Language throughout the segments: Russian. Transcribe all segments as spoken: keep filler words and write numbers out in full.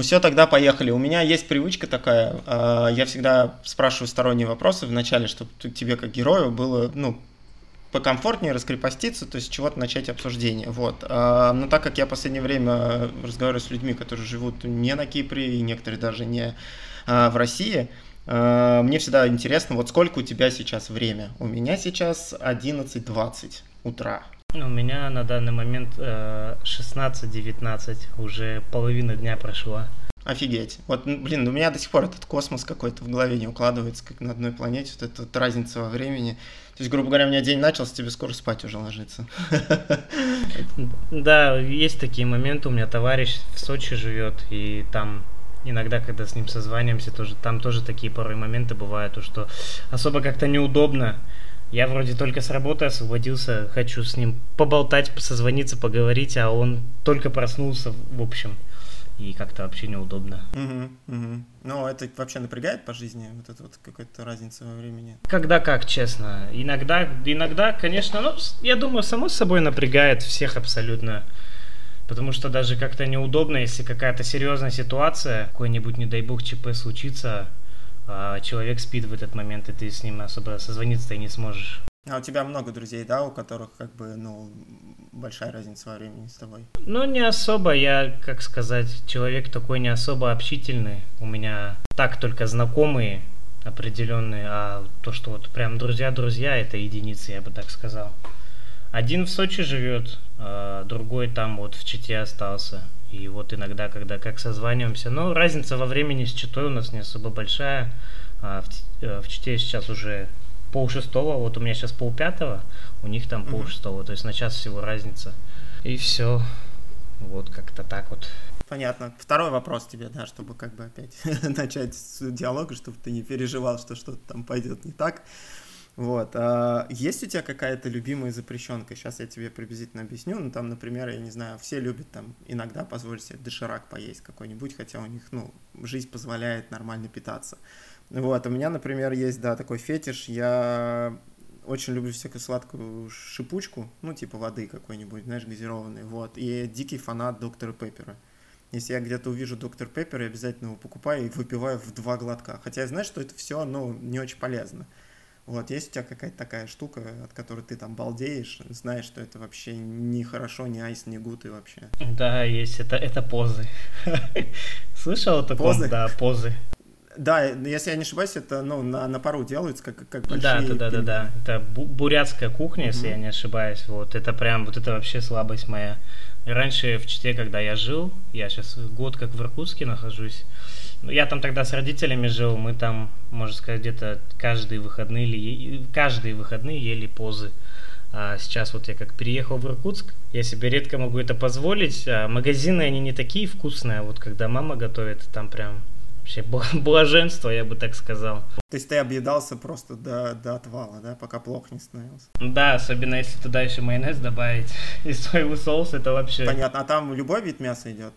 все, тогда поехали. У меня есть привычка такая, э, я всегда спрашиваю сторонние вопросы вначале, чтобы тебе как герою было, ну, покомфортнее раскрепоститься, то есть с чего-то начать обсуждение. Вот. А, но так как я в последнее время разговариваю с людьми, которые живут не на Кипре, и некоторые даже не а, в России, а, мне всегда интересно, вот сколько у тебя сейчас время? У меня сейчас одиннадцать двадцать утра. У меня на данный момент шестнадцать девятнадцать, уже половина дня прошла. Офигеть. Вот, блин, у меня до сих пор этот космос какой-то в голове не укладывается, как на одной планете, вот эта вот разница во времени. То есть, грубо говоря, у меня день начался, тебе скоро спать уже ложиться. Да, есть такие моменты. У меня товарищ в Сочи живет, и там иногда, когда с ним созваниваемся, тоже, там тоже такие порой моменты бывают, что особо как-то неудобно. Я вроде только с работы освободился, хочу с ним поболтать, созвониться, поговорить, а он только проснулся, в общем. И как-то вообще неудобно. Угу, угу. Ну, это вообще напрягает по жизни, вот эта вот какая-то разница во времени? Когда как, честно. Иногда, иногда, конечно, ну, я думаю, само собой напрягает всех абсолютно. Потому что даже как-то неудобно, если какая-то серьезная ситуация, какой-нибудь, не дай бог, ЧП случится, а человек спит в этот момент, и ты с ним особо созвониться-то и не сможешь. А у тебя много друзей, да, у которых как бы, ну, большая разница во времени с тобой? Ну, не особо, я, как сказать, человек такой не особо общительный. У меня так только знакомые определенные, а то, что вот прям друзья-друзья, это единицы, я бы так сказал. Один в Сочи живет, а другой там вот в Чите остался. И вот иногда, когда как созваниваемся, но разница во времени с Читой у нас не особо большая. А в, в Чите сейчас уже полшестого, вот у меня сейчас полпятого, у них там uh-huh. полшестого, то есть на час всего разница. И все, вот как-то так вот. Понятно. Второй вопрос тебе, да, чтобы как бы опять начать с диалога, чтобы ты не переживал, что что-то там пойдет не так. Вот. А есть у тебя какая-то любимая запрещенка? Сейчас я тебе приблизительно объясню. Ну, там, например, я не знаю, все любят там иногда позволить себе доширак поесть какой-нибудь, хотя у них, ну, жизнь позволяет нормально питаться. Вот, у меня, например, есть, да, такой фетиш, я очень люблю всякую сладкую шипучку, ну, типа воды какой-нибудь, знаешь, газированной, вот, и дикий фанат доктора Пеппера. Если я где-то увижу доктор Пеппер, я обязательно его покупаю и выпиваю в два глотка, хотя я знаю, что это все, ну, не очень полезно. Вот, есть у тебя какая-то такая штука, от которой ты там балдеешь, знаешь, что это вообще не хорошо, не айс, не гуд и вообще? Да, есть, это, это позы. Слышал о таком? Позы? Да, позы. Да, если я не ошибаюсь, это, ну, на, на пару делаются, как, как большие... Да, да, да, да, да. Это бурятская кухня, если mm-hmm. я не ошибаюсь. Вот, это прям, вот это вообще слабость моя. И раньше в Чите, когда я жил, я сейчас год как в Иркутске нахожусь, я там тогда с родителями жил, мы там, можно сказать, где-то каждые выходные, или каждые выходные ели позы. А сейчас вот я как переехал в Иркутск, я себе редко могу это позволить. А магазины, они не такие вкусные, а вот когда мама готовит, там прям... Вообще блаженство, я бы так сказал. То есть ты объедался просто до, до отвала, да, пока плохо не становился? Да, особенно если туда еще майонез добавить и соевый соус, это вообще... Понятно, а там любой вид мяса идет?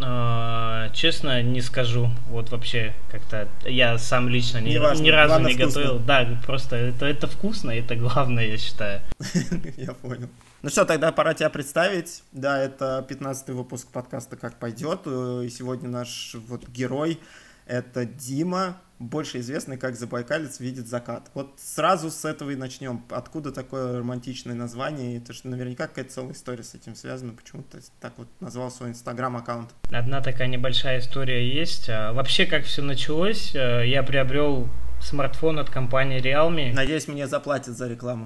А, честно, не скажу. Вот вообще как-то я сам лично ни, ни разу не вкусно. Готовил. Да, просто это, это вкусно, это главное, я считаю. Я понял. Ну что, тогда пора тебя представить. Да, это пятнадцатый выпуск подкаста «Как пойдет». И сегодня наш вот герой — это Дима, больше известный как Забайкалец видит закат. Вот сразу с этого и начнем. Откуда такое романтичное название? Это же наверняка какая-то целая история с этим связана. Почему ты так вот назвал свой инстаграм-аккаунт? Одна такая небольшая история есть. Вообще, как все началось, я приобрел смартфон от компании Realme. Надеюсь, мне заплатят за рекламу.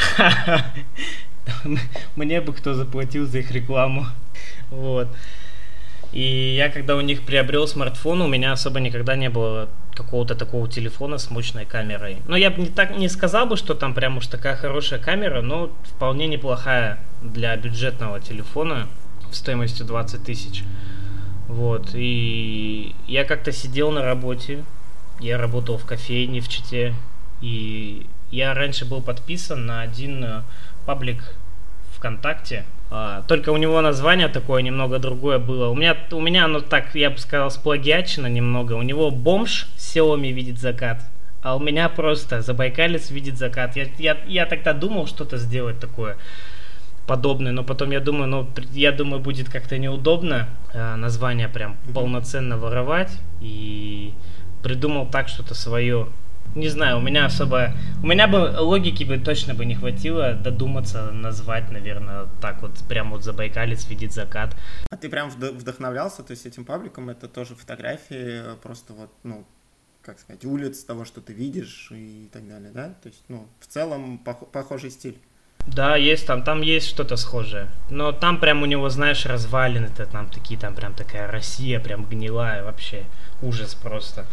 Мне бы кто заплатил за их рекламу. Вот. И я, когда у них приобрел смартфон, у меня особо никогда не было какого-то такого телефона с мощной камерой. Но я бы не, так, не сказал бы, что там прям уж такая хорошая камера, но вполне неплохая для бюджетного телефона стоимостью двадцать тысяч. Вот. И я как-то сидел на работе, я работал в кофейне в Чите, и я раньше был подписан на один паблик ВКонтакте. А, только у него название такое немного другое было. У меня, у меня оно так, я бы сказал, сплагиатчено немного. У него бомж с Xiaomi видит закат, а у меня просто Забайкалец видит закат. Я, я, я тогда думал что-то сделать такое подобное, но потом я думаю, ну, я думаю, будет как-то неудобно э, название прям mm-hmm. полноценно воровать, и придумал так что-то свое. Не знаю, у меня особо... У меня бы логики бы точно бы не хватило додуматься, назвать, наверное, так вот, прям вот Забайкалец видит закат. А ты прям вдохновлялся, то есть этим пабликом, это тоже фотографии, просто вот, ну, как сказать, улиц, того, что ты видишь и так далее, да? То есть, ну, в целом пох- похожий стиль. Да, есть там, там есть что-то схожее. Но там прям у него, знаешь, развалины-то, там такие, там прям такая Россия, прям гнилая вообще. Ужас просто.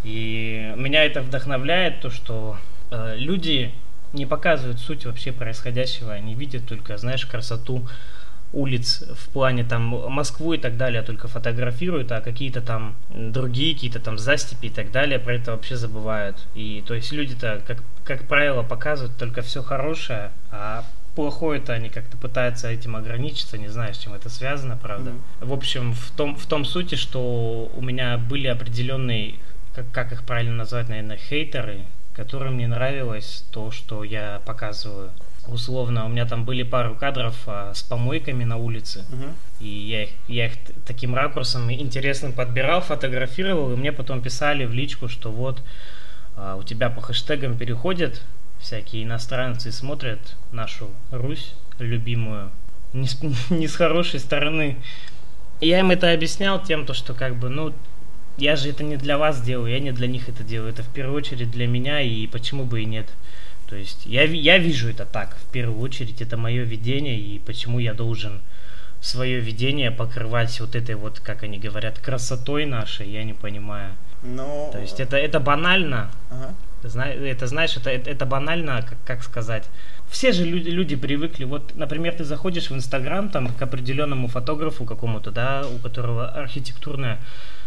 И меня это вдохновляет, то, что э, люди не показывают суть вообще происходящего, они видят только, знаешь, красоту улиц в плане там Москву и так далее только фотографируют, а какие-то там другие, какие-то там застепи и так далее про это вообще забывают. И то есть люди-то, как, как правило, показывают только все хорошее, а плохое-то они как-то пытаются этим ограничиться, не знаю, с чем это связано, правда. Mm-hmm. В общем, в том, в том сути, что у меня были определенные, как, как их правильно назвать, наверное, хейтеры, которым не нравилось то, что я показываю. Условно, у меня там были пару кадров а, с помойками на улице, uh-huh. и я их, я их таким ракурсом интересным подбирал, фотографировал, и мне потом писали в личку, что вот а, у тебя по хэштегам переходят всякие иностранцы и смотрят нашу Русь любимую не с, не с хорошей стороны. И я им это объяснял тем, то, что как бы, ну, я же это не для вас делаю, я не для них это делаю, это в первую очередь для меня, и почему бы и нет. То есть я, я вижу это так, в первую очередь, это мое видение, и почему я должен свое видение покрывать вот этой вот, как они говорят, красотой нашей, я не понимаю. Но... То есть это, это банально, ага. это, знаешь, это, это, это банально, как, как сказать. Все же люди, люди привыкли, вот, например, ты заходишь в Инстаграм, там, к определенному фотографу какому-то, да, у которого архитектурная,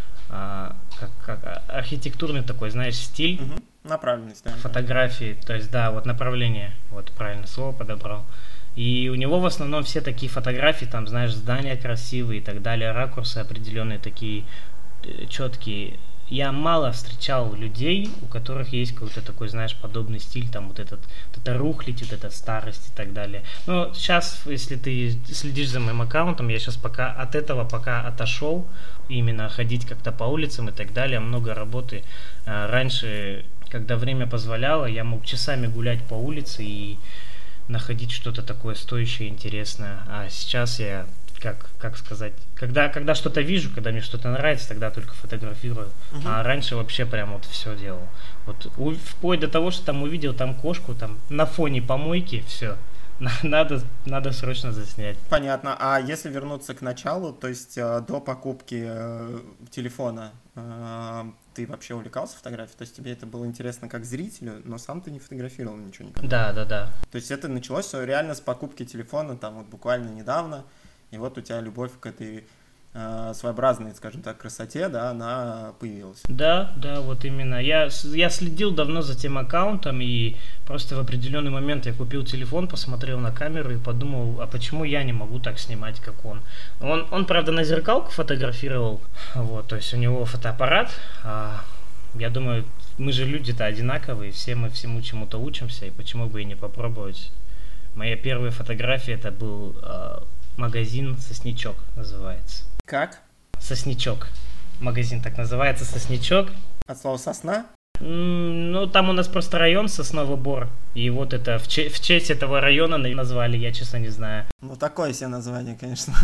а, как, как, архитектурный такой, знаешь, стиль. Угу. Направленность, да. Фотографии, то есть, да, вот направление, вот правильно слово подобрал. И у него в основном все такие фотографии, там, знаешь, здания красивые и так далее, ракурсы определенные такие четкие. Я мало встречал людей, у которых есть какой-то такой, знаешь, подобный стиль, там вот этот, вот это рухлить, вот эта старость и так далее. Но сейчас, если ты следишь за моим аккаунтом, я сейчас пока от этого пока отошел, именно ходить как-то по улицам и так далее, много работы. Раньше, когда время позволяло, я мог часами гулять по улице и находить что-то такое стоящее, интересное. А сейчас я, как, как сказать, когда, когда что-то вижу, когда мне что-то нравится, тогда только фотографирую. Uh-huh. А раньше вообще прям вот все делал. Вот у, вплоть до того, что там увидел там кошку, там на фоне помойки, все. Надо, надо срочно заснять. Понятно. А если вернуться к началу, то есть э, до покупки э, телефона, э, ты вообще увлекался фотографией? То есть тебе это было интересно как зрителю, но сам ты не фотографировал ничего никогда? Да, да, да. То есть это началось реально с покупки телефона, там вот буквально недавно, и вот у тебя любовь к этой э, своеобразной, скажем так, красоте, да, она появилась. Да, да, вот именно. Я, я следил давно за тем аккаунтом, и просто в определенный момент я купил телефон, посмотрел на камеру и подумал, а почему я не могу так снимать, как он? Он, он правда, на зеркалку фотографировал, вот, то есть у него фотоаппарат, а, я думаю, мы же люди-то одинаковые, все мы всему чему-то учимся, и почему бы и не попробовать. Моя первая фотография, это был а, магазин «Сосничок» называется. Как? «Сосничок». Магазин так называется, «Сосничок». От слова «сосна»? Ну, там у нас просто район Сосновый Бор, и вот это в, че- в честь этого района назвали, я честно не знаю. Ну, такое себе название, конечно.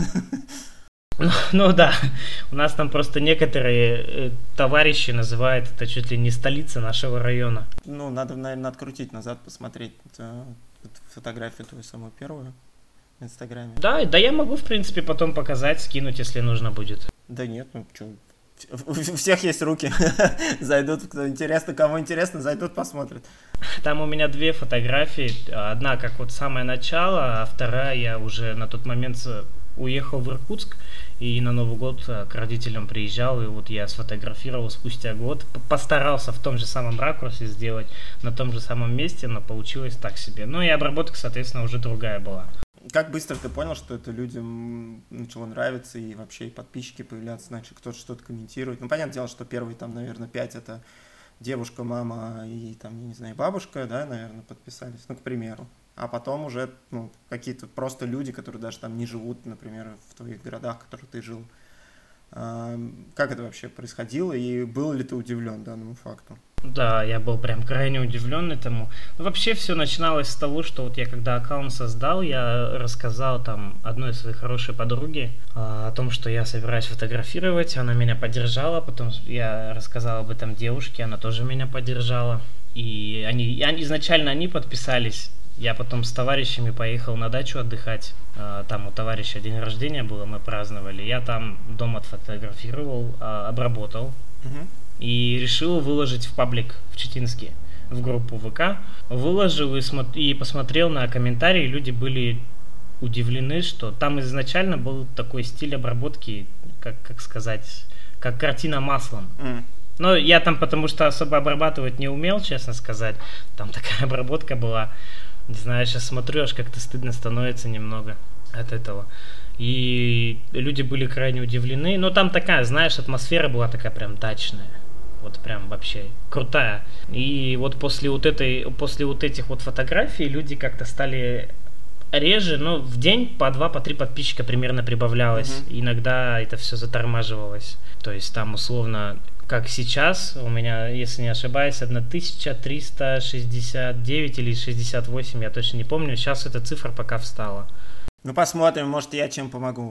Ну, ну да, у нас там просто некоторые э, товарищи называют это чуть ли не столица нашего района. Ну, надо, наверное, открутить назад, посмотреть э, фотографию твою самую первую в Инстаграме. Да, да я могу, в принципе, потом показать, скинуть, если нужно будет. Да нет, ну что, у всех есть руки, зайдут, кто интересно, кому интересно, зайдут, посмотрят. Там у меня две фотографии, одна как вот самое начало, а вторая я уже на тот момент уехал в Иркутск и на Новый год к родителям приезжал, и вот я сфотографировал спустя год, постарался в том же самом ракурсе сделать, на том же самом месте, но получилось так себе. Ну и обработка, соответственно, уже другая была. Как быстро ты понял, что это людям начало нравиться, и вообще и подписчики появляться, значит, кто-то что-то комментирует? Ну, понятное дело, что первые, там, наверное, пять — это девушка, мама и, там, я не знаю, бабушка, да, наверное, подписались, ну, к примеру. а потом уже, ну, какие-то просто люди, которые даже там не живут, например, в твоих городах, в которых ты жил. А, как это вообще происходило, и был ли ты удивлен данному факту? Да, я был прям крайне удивлен этому. Ну, вообще все начиналось с того, что вот я когда аккаунт создал, я рассказал там одной своей хорошей подруге а, о том, что я собираюсь фотографировать. Она меня поддержала, потом я рассказал об этом девушке, она тоже меня поддержала. И они, и они изначально они подписались. Я потом с товарищами поехал на дачу отдыхать. А, там у товарища день рождения было, мы праздновали. Я там дом отфотографировал, а, обработал. Угу. И решил выложить в паблик в Читинске, в группу ВК. Выложил и, смо- и посмотрел на комментарии. Люди были удивлены, что там изначально был такой стиль обработки, как, как сказать, как картина маслом. Mm. Но я там потому что особо обрабатывать не умел, честно сказать. Там такая обработка была. Не знаю, сейчас смотрю, аж как-то стыдно становится немного от этого. И люди были крайне удивлены. Но там такая, знаешь, атмосфера была такая прям дачная. Вот прям вообще крутая. И вот после вот этой, после вот этих вот фотографий люди как-то стали реже, но в день по два, по три подписчика примерно прибавлялось. Uh-huh. Иногда это все затормаживалось. То есть там условно, как сейчас, у меня, если не ошибаюсь, тысяча триста шестьдесят девять или шестьдесят восемь, я точно не помню. Сейчас эта цифра пока встала. Ну, посмотрим, может, я чем помогу.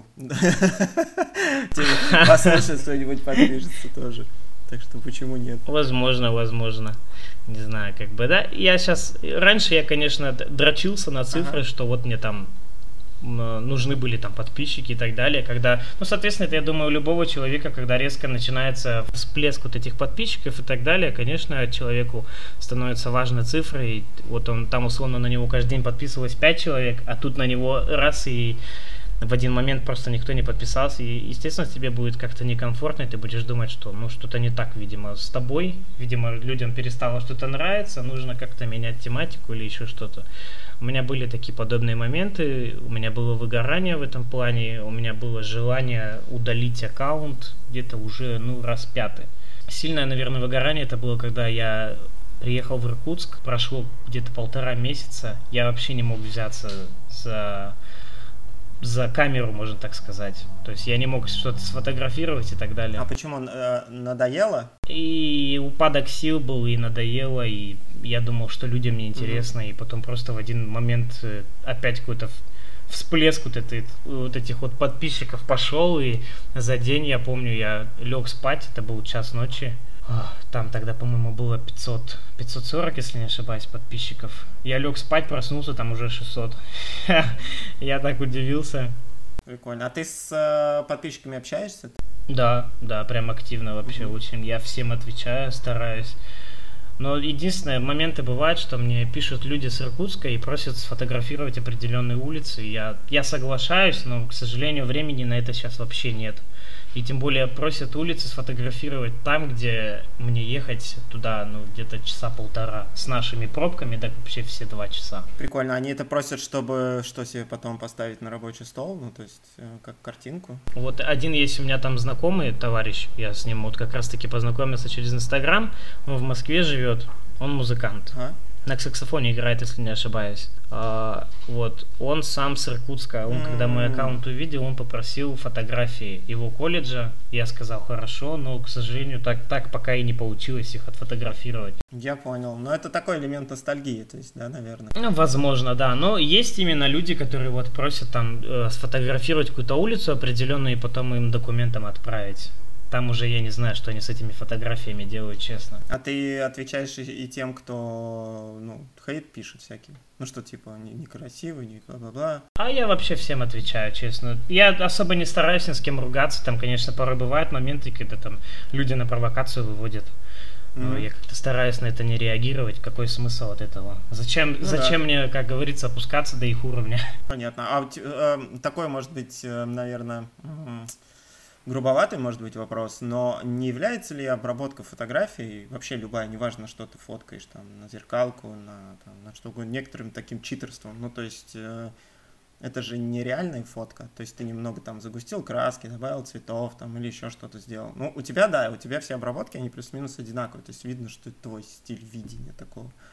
Послушать, кто-нибудь подпишется тоже. Так что почему нет? Возможно, возможно. Не знаю, как бы, да. Я сейчас... Раньше я, конечно, дрочился на цифры, ага. что вот мне там нужны были там подписчики и так далее, когда... Ну, соответственно, это, я думаю, у любого человека, когда резко начинается всплеск вот этих подписчиков и так далее, конечно, человеку становится важна цифра, и вот он там, условно, на него каждый день подписывалось пять человек, а тут на него раз и... в один момент просто никто не подписался, и, естественно, тебе будет как-то некомфортно, и ты будешь думать, что, ну, что-то не так, видимо, с тобой, видимо, людям перестало что-то нравиться, нужно как-то менять тематику или еще что-то. У меня были такие подобные моменты, у меня было выгорание в этом плане, у меня было желание удалить аккаунт где-то уже, ну, раз пятый. Сильное, наверное, выгорание это было, когда я приехал в Иркутск, прошло где-то полтора месяца, я вообще не мог взяться за... за камеру, можно так сказать. То есть я не мог что-то сфотографировать и так далее. А почему? Э, надоело? И упадок сил был, и надоело, и я думал, что людям не интересно, mm-hmm. и потом просто в один момент опять какой-то всплеск вот, этой, вот этих вот подписчиков пошел, и за день, я помню, я лег спать, это был час ночи. Там тогда, по-моему, было пятьсот, пятьсот сорок, если не ошибаюсь, подписчиков. Я лег спать, проснулся, там уже шестьсот. Я так удивился. Прикольно. А ты с э, подписчиками общаешься? Да, да, прям активно вообще mm-hmm. очень. Я всем отвечаю, стараюсь. Но единственное, моменты бывают, что мне пишут люди с Иркутска и просят сфотографировать определенные улицы. Я, я соглашаюсь, но, к сожалению, времени на это сейчас вообще нет. И тем более просят улицы сфотографировать там, где мне ехать туда, ну, где-то часа полтора. С нашими пробками, так вообще все два часа. Прикольно. Они это просят, чтобы что себе потом поставить на рабочий стол, ну, то есть, э, как картинку? Вот один есть у меня там знакомый товарищ, я с ним вот как раз-таки познакомился через Инстаграм, он в Москве живет, он музыкант. А? На саксофоне играет, если не ошибаюсь. А, вот, он сам с Иркутска. Он, mm-hmm. когда мой аккаунт увидел, он попросил фотографии его колледжа. Я сказал, хорошо, но, к сожалению, так, так пока и не получилось их отфотографировать. Я понял. Но это такой элемент ностальгии, то есть, да, наверное? Ну, возможно, да. Но есть именно люди, которые вот просят там э, сфотографировать какую-то улицу определенную и потом им документом отправить. Там уже я не знаю, что они с этими фотографиями делают, честно. А ты отвечаешь и, и тем, кто, ну, хейт пишет всякий? Ну, что, типа, не, некрасивый, не бла-бла-бла? А я вообще всем отвечаю, честно. Я особо не стараюсь ни с кем ругаться. Там, конечно, порой бывают моменты, когда там люди на провокацию выводят. Но mm-hmm. я как-то стараюсь на это не реагировать. Какой смысл от этого? Зачем, ну, зачем да. мне, как говорится, опускаться до их уровня? Понятно. А э, такой, может быть, э, наверное... грубоватый, может быть, вопрос, но не является ли обработка фотографий, вообще любая, неважно, что ты фоткаешь, там, на зеркалку, на, там, на что угодно, некоторым таким читерством, ну, то есть, э, это же нереальная фотка, то есть, ты немного там загустил краски, добавил цветов, там, или еще что-то сделал. Ну, у тебя, да, у тебя все обработки, они плюс-минус одинаковые, то есть, видно, что это твой стиль видения такого.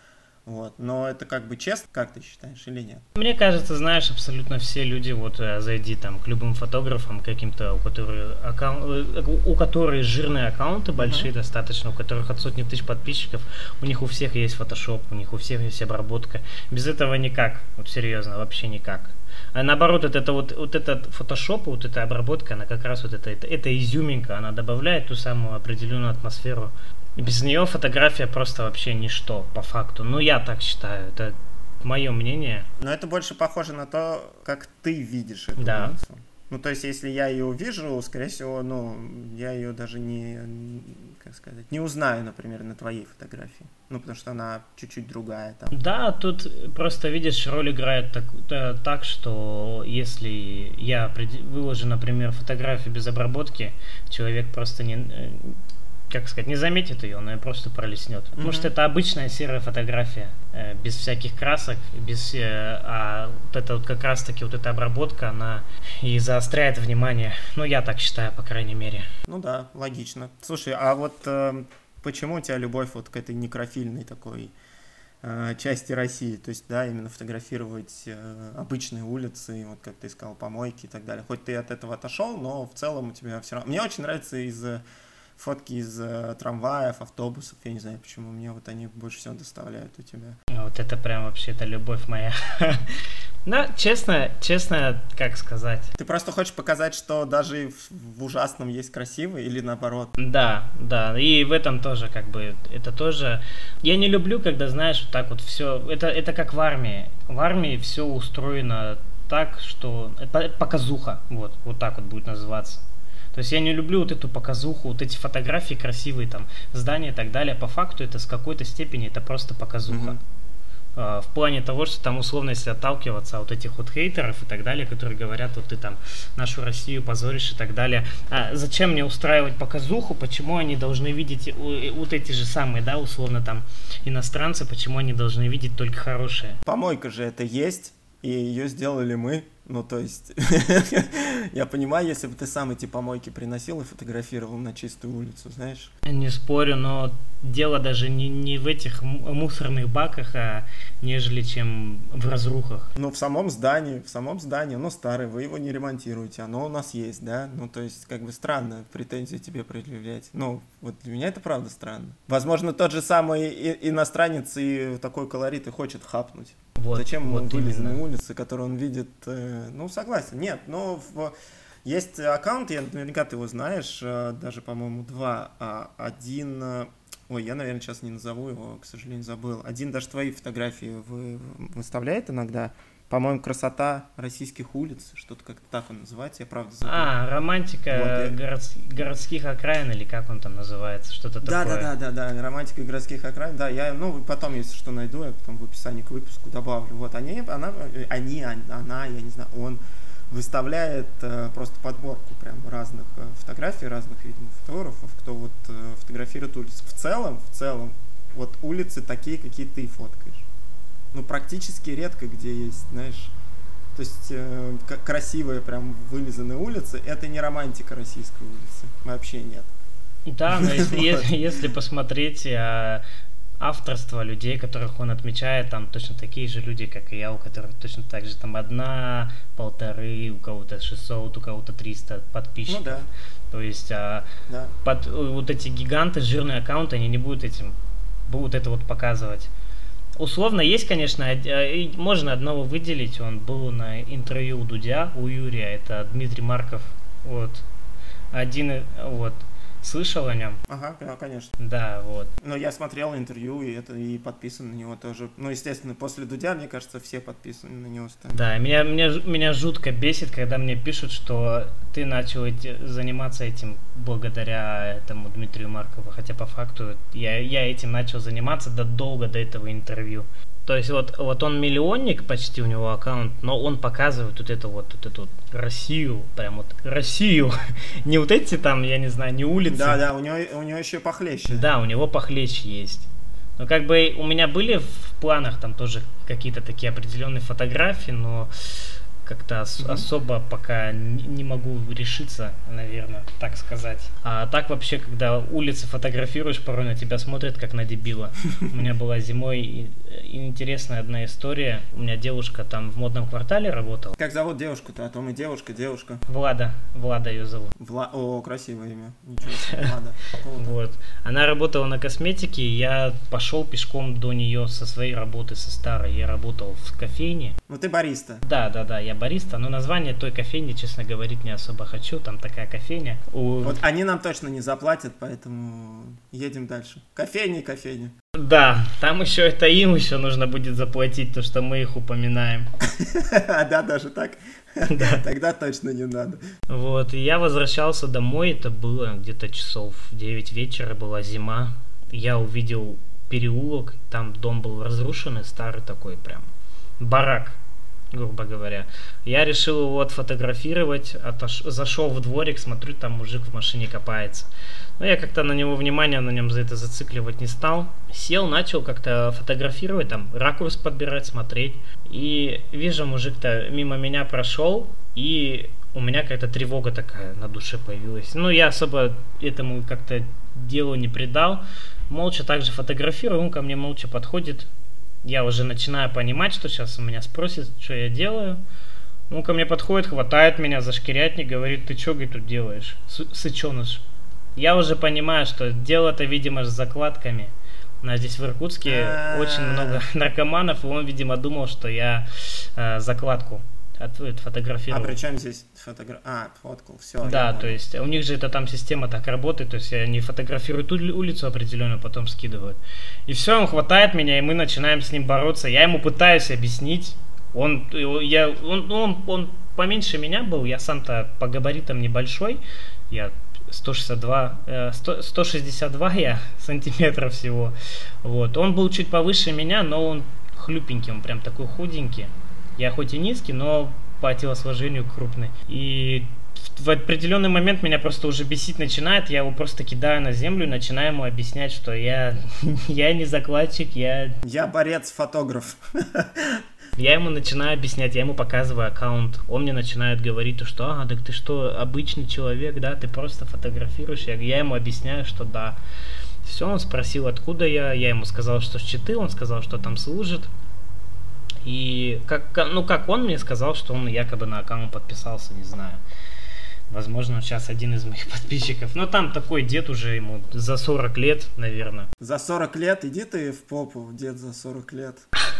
Вот. Но это как бы честно, как ты считаешь, или нет? Мне кажется, знаешь, абсолютно все люди, вот э, зайди там к любым фотографам каким-то, у которых, аккаун... у которых жирные аккаунты большие uh-huh. достаточно, у которых от сотни тысяч подписчиков, у них у всех есть фотошоп, у них у всех есть обработка. Без этого никак, вот серьезно, вообще никак. А наоборот, это, это вот, вот этот фотошоп, вот эта обработка, она как раз вот это, это, это изюминка, она добавляет ту самую определенную атмосферу. Без нее фотография просто вообще ничто, по факту. Ну, я так считаю, это мое мнение. Но это больше похоже на то, как ты видишь эту да. улицу. Ну, то есть, если я ее увижу, скорее всего, ну, я ее даже не, как сказать, не узнаю, например, на твоей фотографии. Ну, потому что она чуть-чуть другая там. Да, тут просто, видишь, роль играет так, так что если я выложу, например, фотографию без обработки, человек просто не... как сказать, не заметит ее, он ее просто пролистнет. Mm-hmm. Потому что это обычная серая фотография, э, без всяких красок, без, э, а вот это вот как раз-таки вот эта обработка, она и заостряет внимание. Ну, я так считаю, по крайней мере. Ну да, логично. Слушай, а вот э, почему у тебя любовь вот к этой некрофильной такой э, части России? То есть, да, именно фотографировать э, обычные улицы, вот как ты сказал, помойки и так далее. Хоть ты от этого отошел, но в целом у тебя все равно... Мне очень нравится из фотки из э, трамваев, автобусов, я не знаю почему, мне вот они больше всего доставляют у тебя. Вот это прям вообще, это любовь моя. Ну, честно, честно, как сказать. Ты просто хочешь показать, что даже в, в ужасном есть красиво или наоборот? Да, да, и в этом тоже как бы, это тоже... Я не люблю, когда, знаешь, вот так вот все, это, это как в армии. В армии все устроено так, что... Это показуха, вот, вот так вот будет называться. То есть я не люблю вот эту показуху, вот эти фотографии красивые, там, здания и так далее. По факту это с какой-то степени это просто показуха. Mm-hmm. А, в плане того, что там условно, если отталкиваться от этих вот хейтеров и так далее, которые говорят, вот ты там нашу Россию позоришь и так далее. А зачем мне устраивать показуху? Почему они должны видеть вот эти же самые, да, условно там иностранцы, почему они должны видеть только хорошие? Помойка же это есть, и ее сделали мы. Ну, то есть, я понимаю, если бы ты сам эти помойки приносил и фотографировал на чистую улицу, знаешь. Не спорю, но дело даже не, не в этих мусорных баках, а нежели чем в разрухах. Ну, в самом здании, в самом здании, оно старое, вы его не ремонтируете, оно у нас есть, да? Ну, то есть, как бы странно претензии тебе предъявлять. Ну, вот для меня это правда странно. Возможно, тот же самый и- иностранец и такой колорит и хочет хапнуть. Вот, зачем ему вот вылез на улицы, которые он видит? Э, ну, согласен. Нет, но в... есть аккаунт, я, наверняка ты его знаешь, э, даже, по-моему, два. А один... Э, ой, я, наверное, сейчас не назову его, к сожалению, забыл. Один даже твои фотографии вы, выставляет иногда. По-моему, «Красота российских улиц», что-то как-то так он называется, я правда забыл. А, романтика вот, город... городских окраин, или как он там называется, что-то да, такое. Да, да, да, да, романтика городских окраин, да, я, ну, потом, если что найду, я потом в описании к выпуску добавлю. Вот, они, она, они, она, я не знаю, он выставляет э, просто подборку прям разных э, фотографий, разных, видимо, фотографов, кто вот э, фотографирует улицы. В целом, в целом, вот улицы такие, какие ты фоткаешь. Ну, практически редко, где есть, знаешь, то есть э, к- красивые прям вылизанные улицы, это не романтика российской улицы, вообще нет. Да, но если, если, если посмотреть а, авторство людей, которых он отмечает, там точно такие же люди, как и я, у которых точно так же там одна, полторы, у кого-то шестьсот, у кого-то триста подписчиков. Ну да. То есть а, да. под, вот эти гиганты, жирные аккаунты, они не будут этим, будут это вот показывать. Условно есть, конечно, можно одного выделить, он был на интервью у Дудя, у Юрия, это Дмитрий Марков, вот, один, вот, слышал о нем? Ага, да, конечно. Да, вот. Но я смотрел интервью, и это и подписан на него тоже. Ну, естественно, после Дудя, мне кажется, все подписаны на него стали. Да, меня, меня, меня жутко бесит, когда мне пишут, что ты начал эти, заниматься этим благодаря этому Дмитрию Маркову, хотя по факту я, я этим начал заниматься долго до этого интервью. То есть вот, вот он миллионник, почти у него аккаунт, но он показывает вот эту вот, вот эту вот Россию, прям вот Россию, не вот эти там, я не знаю, не улицы. Да, да, у него, у него еще похлеще. Да, у него похлеще есть. Но как бы у меня были в планах там тоже какие-то такие определенные фотографии, но как-то ос- mm-hmm. особо пока не, не могу решиться, наверное, так сказать. А так вообще, когда улицы фотографируешь, порой на тебя смотрят как на дебила. У меня была зимой интересная одна история. У меня девушка там в модном квартале работала. Как зовут девушку-то? А то мы девушка, девушка. Влада. Влада ее зовут. Вла... О, красивое имя. Ничего себе, Влада. Вот. Она работала на косметике, и я пошел пешком до нее со своей работы, со старой. Я работал в кофейне. Ну ты бариста. Да, да, да, я бариста, но название той кофейни, честно говорить, не особо хочу. Там такая кофейня. У... Вот они нам точно не заплатят, поэтому едем дальше. Кофейня и кофейня. Да, там еще это им еще нужно будет заплатить, то, что мы их упоминаем. Да, даже так? Да. Тогда точно не надо. Вот, и я возвращался домой, это было где-то часов в девять вечера, была зима. Я увидел переулок, там дом был разрушенный, старый такой прям, барак, грубо говоря. Я решил его отфотографировать, отош... зашел в дворик, смотрю, там мужик в машине копается. Но я как-то на него внимание на нем за это зацикливать не стал. Сел, начал как-то фотографировать, там ракурс подбирать, смотреть. И вижу, мужик-то мимо меня прошел, и у меня какая-то тревога такая на душе появилась. Ну, я особо этому как-то делу не придал. Молча также фотографирую, он ко мне молча подходит. Я уже начинаю понимать, что сейчас у меня спросит, что я делаю. Он ко мне подходит, хватает меня за шкирятник, говорит: ты что, говорит, тут делаешь, сыченыш? Я уже понимаю, что дело-то, видимо, с закладками. У нас здесь в Иркутске очень много наркоманов, и он, видимо, думал, что я э, закладку фотографировал. А при чем здесь фотограф? А, фоткал, все. Да, то есть у них же это там система так работает, то есть они фотографируют улицу определенную, потом скидывают. И все, он хватает меня, и мы начинаем с ним бороться. Я ему пытаюсь объяснить. Он, я, он, он, он поменьше меня был, я сам-то по габаритам небольшой. Я сто шестьдесят два, сто, сто шестьдесят два я сантиметров всего. Вот. Он был чуть повыше меня, но он хлюпенький, он прям такой худенький. Я хоть и низкий, но по телосложению крупный. И в определенный момент меня просто уже бесить начинает. Я его просто кидаю на землю и начинаю ему объяснять, что я, я не закладчик, я... Я борец-фотограф. Я ему начинаю объяснять, я ему показываю аккаунт. Он мне начинает говорить, что «А, так ты что, обычный человек, да? Ты просто фотографируешь?» Я, я ему объясняю, что да. Все, он спросил, откуда я. Я ему сказал, что с Читы, он сказал, что там служит. И как, ну, как он мне сказал, что он якобы на аккаунт подписался, не знаю. Возможно, он сейчас один из моих подписчиков. Но там такой дед уже, ему за сорок лет, наверное. За сорок лет? Иди ты в попу, дед за сорок лет.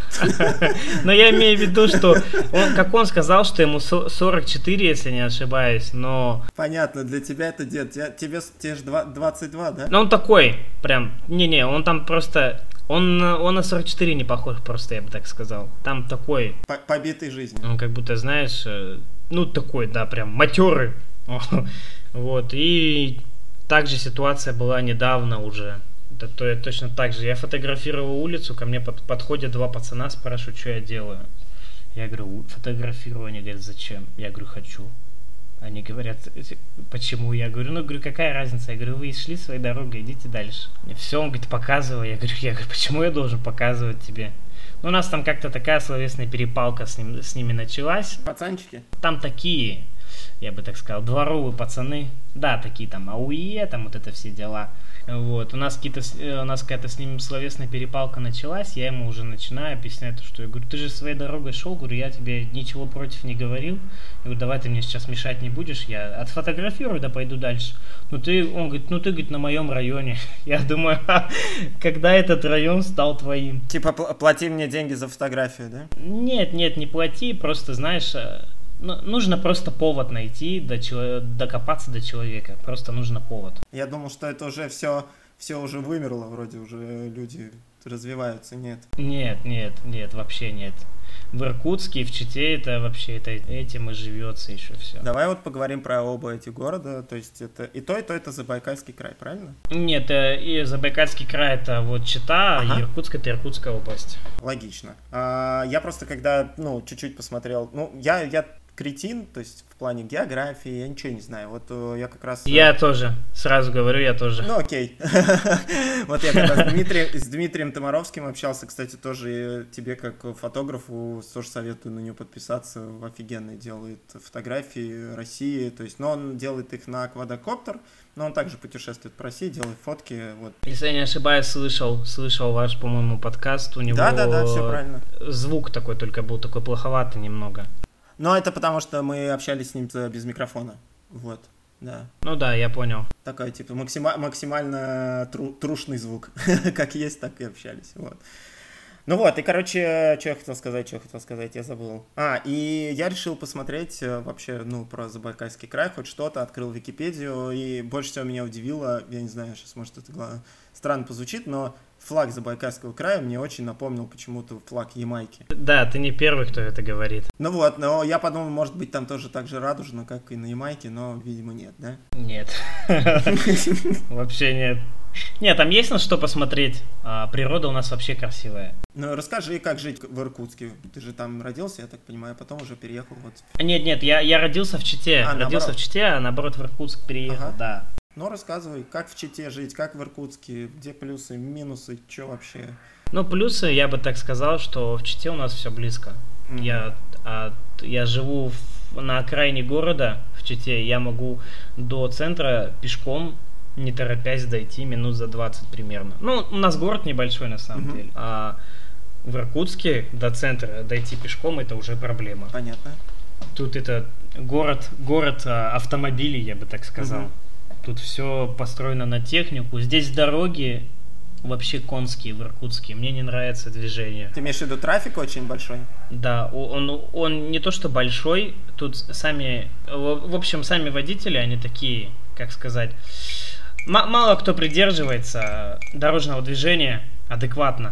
Но я имею в виду, что, он, как он сказал, что ему сорок четыре, если не ошибаюсь, но... Понятно, для тебя это дед. Тебе, тебе же двадцать два, да? Ну, он такой, прям, не-не, он там просто... Он, он на сорок четыре не похож просто, я бы так сказал. Там такой... Побитый жизнью. Он как будто, знаешь, ну, такой, да, прям матерый. Вот, и также ситуация была недавно уже. Это то я точно так же. Я фотографировал улицу, ко мне под, подходят два пацана, спрашивают, что я делаю. Я говорю, фотографирую. Они говорят, зачем? Я говорю, хочу. Они говорят, почему? Я говорю, ну, говорю, какая разница? Я говорю, вы шли своей дорогой, идите дальше. И все, он говорит, показывай. Я говорю, я говорю, почему я должен показывать тебе? Ну, у нас там как-то такая словесная перепалка с, ним, с ними началась. Пацанчики? Там такие, я бы так сказал, дворовые пацаны. Да, такие там АУЕ, там вот это все дела. Вот, у нас, какие-то, у нас какая-то с ним словесная перепалка началась, я ему уже начинаю объяснять, что я говорю, ты же своей дорогой шел, говорю, я тебе ничего против не говорил, я говорю, давай ты мне сейчас мешать не будешь, я отфотографирую, да пойду дальше. Ну ты, он говорит, ну ты, говорит, на моем районе. Я думаю, когда этот район стал твоим? Типа плати мне деньги за фотографию, да? Нет, нет, не плати, просто знаешь... Нужно просто повод найти, до, докопаться до человека. Просто нужно повод. Я думал, что это уже все, все уже вымерло, вроде уже люди развиваются, нет? Нет, нет, нет, вообще нет. В Иркутске и в Чите это вообще это, этим и живется еще все. Давай вот поговорим про оба эти города. То есть это и то, и то это Забайкальский край, правильно? Нет, и Забайкальский край это вот Чита, ага. И Иркутск это Иркутская область. Логично. А, я просто когда, ну, чуть-чуть посмотрел, ну, я, я кретин, то есть в плане географии, я ничего не знаю. Вот э, я как раз... Я тоже, сразу говорю, я тоже. Ну, окей. Вот я когда с Дмитрием, с Дмитрием Томаровским общался, кстати, тоже тебе как фотографу тоже советую на него подписаться. Офигенные делает фотографии России. То есть, но он делает их на квадрокоптер, но он также путешествует по России, делает фотки. Вот. Если я не ошибаюсь, слышал, слышал ваш, по-моему, подкаст. У него Да, да, да, все правильно. Звук такой только был, такой плоховатый немного. Но это потому, что мы общались с ним без микрофона. Вот, да. Ну да, я понял. Такой, типа, максима- максимально тру- трушный звук. Как есть, так и общались. Вот. Ну вот, и, короче, что я хотел сказать, что я хотел сказать, я забыл. А, и я решил посмотреть вообще, ну, про Забайкальский край, хоть что-то, открыл Википедию, и больше всего меня удивило, я не знаю, сейчас, может, это странно позвучит, но флаг Забайкальского края мне очень напомнил почему-то флаг Ямайки. Да, ты не первый, кто это говорит. Ну вот, но я подумал, может быть, там тоже так же радужно, как и на Ямайке, но, видимо, нет, да? Нет. Вообще нет. Нет, там есть на что посмотреть. А, природа у нас вообще красивая. Ну, расскажи, как жить в Иркутске. Ты же там родился, я так понимаю, а потом уже переехал. Вот. Нет, нет, я, я родился в Чите. А, родился наоборот. в Чите, а наоборот в Иркутск переехал, Ага. да. Ну, рассказывай, как в Чите жить, как в Иркутске, где плюсы, минусы, что вообще? Ну, плюсы, я бы так сказал, что в Чите у нас все близко. Мгм. Я, а, я живу в- на окраине города, в Чите. Я могу до центра пешком, не торопясь, дойти минут за двадцать примерно. Ну, у нас город небольшой на самом Мгм. деле. А в Иркутске до центра дойти пешком это уже проблема. Понятно. Тут это город, город а, автомобилей, я бы так сказал. Мгм. Тут все построено на технику. Здесь дороги вообще конские в Иркутске. Мне не нравится движение. Ты имеешь в виду трафик очень большой? Да, о- он, он не то что большой, тут сами, в в общем, сами водители, они такие, как сказать, ма- мало кто придерживается дорожного движения адекватно.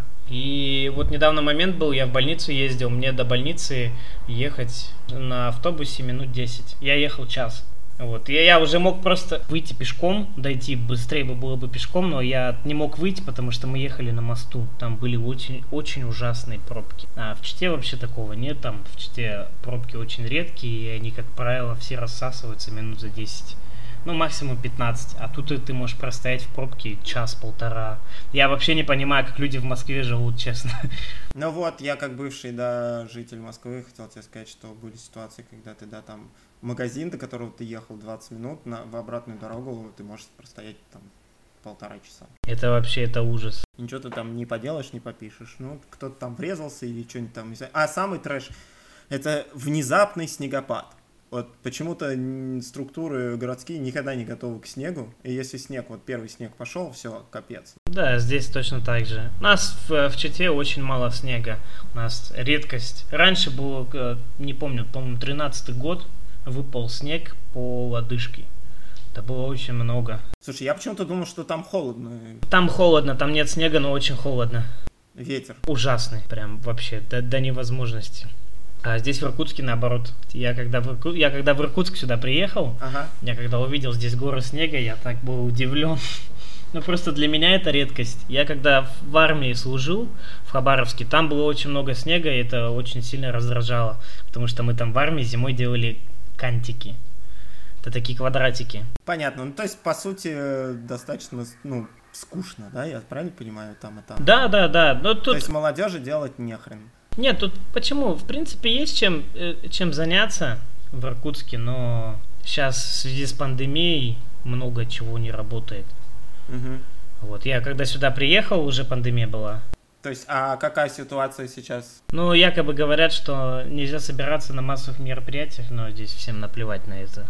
И вот недавно момент был, я в больницу ездил, мне до больницы ехать на автобусе минут десять. Я ехал час. Вот. Я, я уже мог просто выйти пешком, дойти быстрее бы было бы пешком, но я не мог выйти, потому что мы ехали на мосту. Там были очень, очень ужасные пробки. А в Чите вообще такого нет. Там в Чите пробки очень редкие, и они, как правило, все рассасываются минут за десять. Ну, максимум пятнадцать. А тут и ты можешь простоять в пробке час-полтора. Я вообще не понимаю, как люди в Москве живут, честно. Ну вот, я как бывший, да, житель Москвы, хотел тебе сказать, что были ситуации, когда ты, да, там, магазин, до которого ты ехал двадцать минут, на, в обратную дорогу ты можешь простоять там полтора часа. Это вообще, это ужас. Ничего ты там не поделаешь, не попишешь. Ну, кто-то там врезался или что-нибудь там. не знаю. А самый трэш — это внезапный снегопад. Вот почему-то н- структуры городские никогда не готовы к снегу. И если снег, вот первый снег пошел, все, капец. Да, здесь точно так же. У нас в, в Чите очень мало снега. У нас редкость. Раньше было, э, не помню, по-моему, тринадцатый год, выпал снег по лодыжке. Это было очень много. Слушай, я почему-то думал, что там холодно. Там холодно, там нет снега, но очень холодно. Ветер. Ужасный, прям вообще, до, до невозможности. А здесь в Иркутске наоборот. Я когда в, Ирку... я когда в Иркутск сюда приехал, Ага. я когда увидел здесь горы снега, я так был удивлен. Ну, просто для меня это редкость. Я когда в армии служил, в Хабаровске, там было очень много снега, и это очень сильно раздражало. Потому что мы там в армии зимой делали кантики. Это такие квадратики. Понятно. Ну, то есть, по сути, э, достаточно, ну, скучно, да? Я правильно понимаю, там и там? Да, да, да. Но То тут... есть, молодежи делать нехрен. Нет, тут почему? В принципе, есть чем, э, чем заняться в Иркутске, но сейчас в связи с пандемией много чего не работает. Мгм. Вот, я когда сюда приехал, уже пандемия была. То есть, а какая ситуация сейчас? Ну, якобы говорят, что нельзя собираться на массовых мероприятиях, но здесь всем наплевать на это.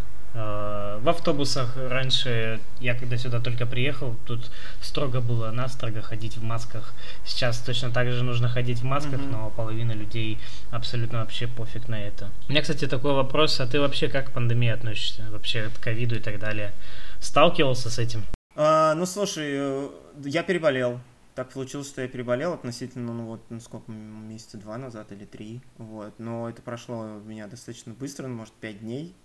Э, В автобусах раньше, я когда сюда только приехал, тут строго было настрого ходить в масках. Сейчас точно так же нужно ходить в масках, Мгм. но половина людей абсолютно вообще пофиг на это. У меня, кстати, такой вопрос, а ты вообще как к пандемии относишься? Вообще к ковиду и так далее? Сталкивался с этим? А, ну, слушай, э, я переболел. Так получилось, что я переболел относительно, ну вот, ну сколько, м, месяца два назад или три, вот. Но это прошло у меня достаточно быстро, ну, может, пять дней.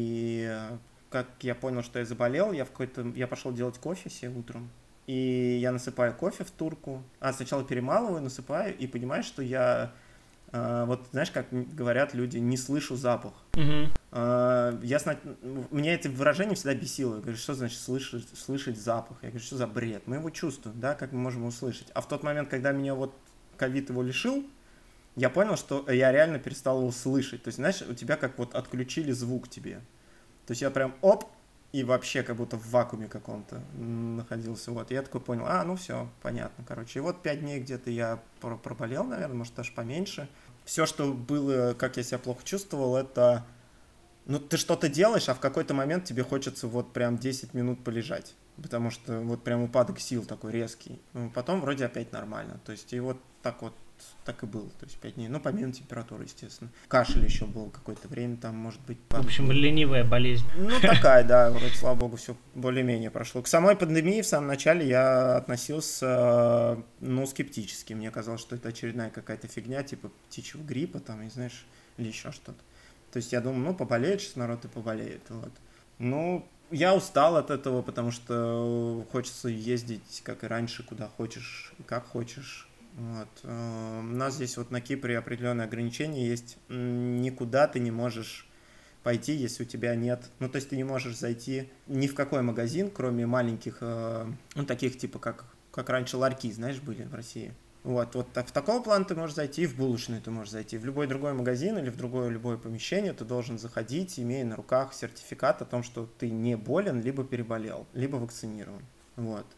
И э, как я понял, что я заболел, я в какой-то, я пошел делать кофе себе утром. И я насыпаю кофе в турку. А, сначала перемалываю, насыпаю, и понимаю, что я А, вот знаешь, как говорят люди, не слышу запах. Угу. А, я сна... Меня это выражение всегда бесило. Я говорю, что значит слышать, слышать запах? Я говорю, что за бред? Мы его чувствуем, да, как мы можем его услышать. А в тот момент, когда меня вот ковид его лишил, я понял, что я реально перестал его слышать. То есть, знаешь, у тебя как вот отключили звук тебе. То есть я прям оп, и вообще как будто в вакууме каком-то находился. Вот, и я такой понял, а, ну все, понятно, короче. И вот пять дней где-то я проболел, наверное, может, даже поменьше. Все, что было, как я себя плохо чувствовал, это, ну, ты что-то делаешь, а в какой-то момент тебе хочется вот прям десять минут полежать. Потому что вот прям упадок сил такой резкий. Ну, потом вроде опять нормально. То есть и вот так вот, так и было. То есть пять дней. Ну, помимо температуры, естественно. Кашель еще был какое-то время, там, может быть... В общем, ленивая болезнь. Ну, такая, да. Вроде, слава богу, все более-менее прошло. К самой пандемии в самом начале я относился, ну, скептически. Мне казалось, что это очередная какая-то фигня, типа птичьего гриппа, там, и знаешь, или еще что-то. То есть я думал, ну, поболеет сейчас народ и поболеет. Вот. Ну... Я устал от этого, потому что хочется ездить, как и раньше, куда хочешь и как хочешь. Вот. У нас здесь вот на Кипре определенные ограничения есть. Никуда ты не можешь пойти, если у тебя нет... Ну, то есть ты не можешь зайти ни в какой магазин, кроме маленьких, ну, таких типа, как, как раньше ларьки, знаешь, были в России. Вот, вот в такого плана ты можешь зайти, в булочную ты можешь зайти, в любой другой магазин или в другое любое помещение ты должен заходить, имея на руках сертификат о том, что ты не болен, либо переболел, либо вакцинирован. Вот.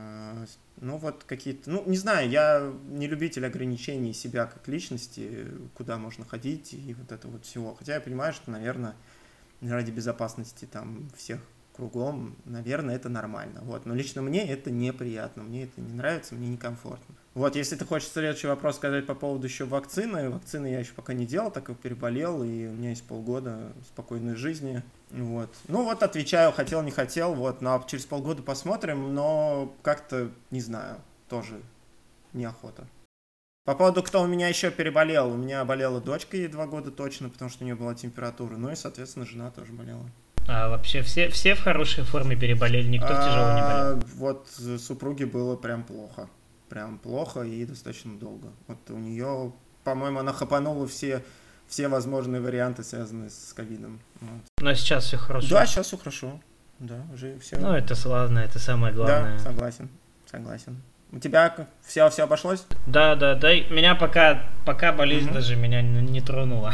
Ну вот какие-то, ну не знаю, я не любитель ограничений себя как личности, куда можно ходить и вот это вот всего. Хотя я понимаю, что, наверное, ради безопасности там всех кругом, наверное, это нормально. Вот. Но лично мне это неприятно, мне это не нравится, мне некомфортно. Вот, если ты хочешь следующий вопрос сказать по поводу еще вакцины, вакцины я еще пока не делал, так и переболел, и у меня есть полгода спокойной жизни. Вот. Ну вот, отвечаю, хотел, не хотел, вот, но через полгода посмотрим, но как-то, не знаю, тоже неохота. По поводу, кто у меня еще переболел, у меня болела дочка ей два года точно, потому что у нее была температура, ну и, соответственно, жена тоже болела. А вообще все, все в хорошей форме переболели, никто в тяжелом не болел? А, вот супруге было прям плохо. Прям плохо и достаточно долго. Вот у нее, по-моему, она хапанула все, все возможные варианты, связанные с ковидом. Вот. Но сейчас все хорошо? Да, сейчас все хорошо. Да, уже все. Ну, это славно, это самое главное. Да, согласен, согласен. У тебя все, все обошлось? Да, да, да. Меня пока, пока болезнь mm-hmm. даже меня не тронула.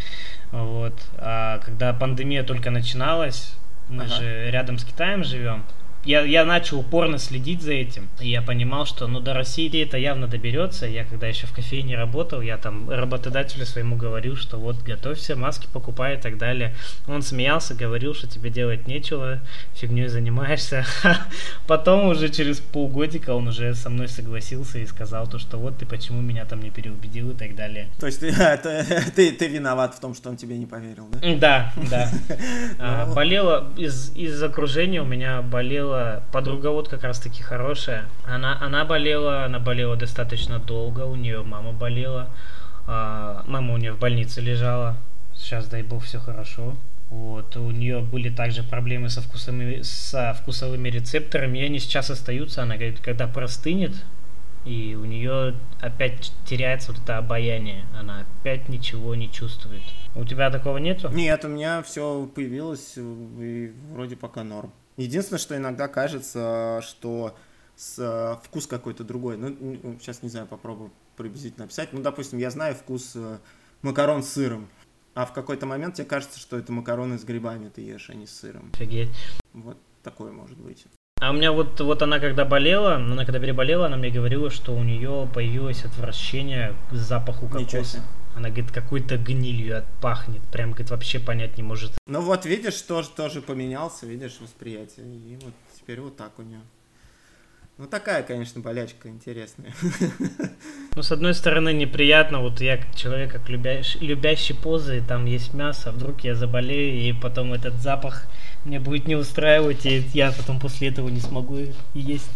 Вот. А когда пандемия только начиналась, мы ага. же рядом с Китаем живем. Я, я начал упорно следить за этим, и я понимал, что ну до России это явно доберется. Я когда еще в кофейне работал, я там работодателю своему говорил, что вот готовься, маски покупай и так далее. Он смеялся, говорил, что тебе делать нечего, фигней занимаешься. Потом уже через полгодика он уже со мной согласился и сказал то, что вот ты почему меня там не переубедил и так далее. То есть ты, ты, ты виноват в том, что он тебе не поверил, да? Да, да. а, болела из, из окружения, у меня болела подруга вот как раз таки хорошая. Она, она болела, она болела достаточно долго, у нее мама болела. А, мама у нее в больнице лежала. Сейчас, дай бог, все хорошо. Вот. У нее были также проблемы со вкусовыми, со вкусовыми рецепторами, и они сейчас остаются. Она говорит, когда простынет, и у нее опять теряется вот это обаяние. Она опять ничего не чувствует. У тебя такого нету? Нет, у меня все появилось, и вроде пока норм. Единственное, что иногда кажется, что с, вкус какой-то другой. Ну, сейчас, не знаю, попробую приблизительно описать. Ну, допустим, я знаю вкус макарон с сыром, а в какой-то момент тебе кажется, что это макароны с грибами ты ешь, а не с сыром. Офигеть. Вот такое может быть. А у меня вот, вот она когда болела, она когда переболела, она мне говорила, что у нее появилось отвращение к запаху кокоса. Она, говорит, какой-то гнилью пахнет. Прям, говорит, вообще понять не может. Ну вот, видишь, тоже, тоже поменялся, видишь, восприятие. И вот теперь вот так у нее. Ну такая, конечно, болячка интересная. Ну, с одной стороны, неприятно. Вот я как человек, как любящий, любящий позы, там есть мясо, вдруг я заболею, и потом этот запах мне будет не устраивать, и я потом после этого не смогу есть.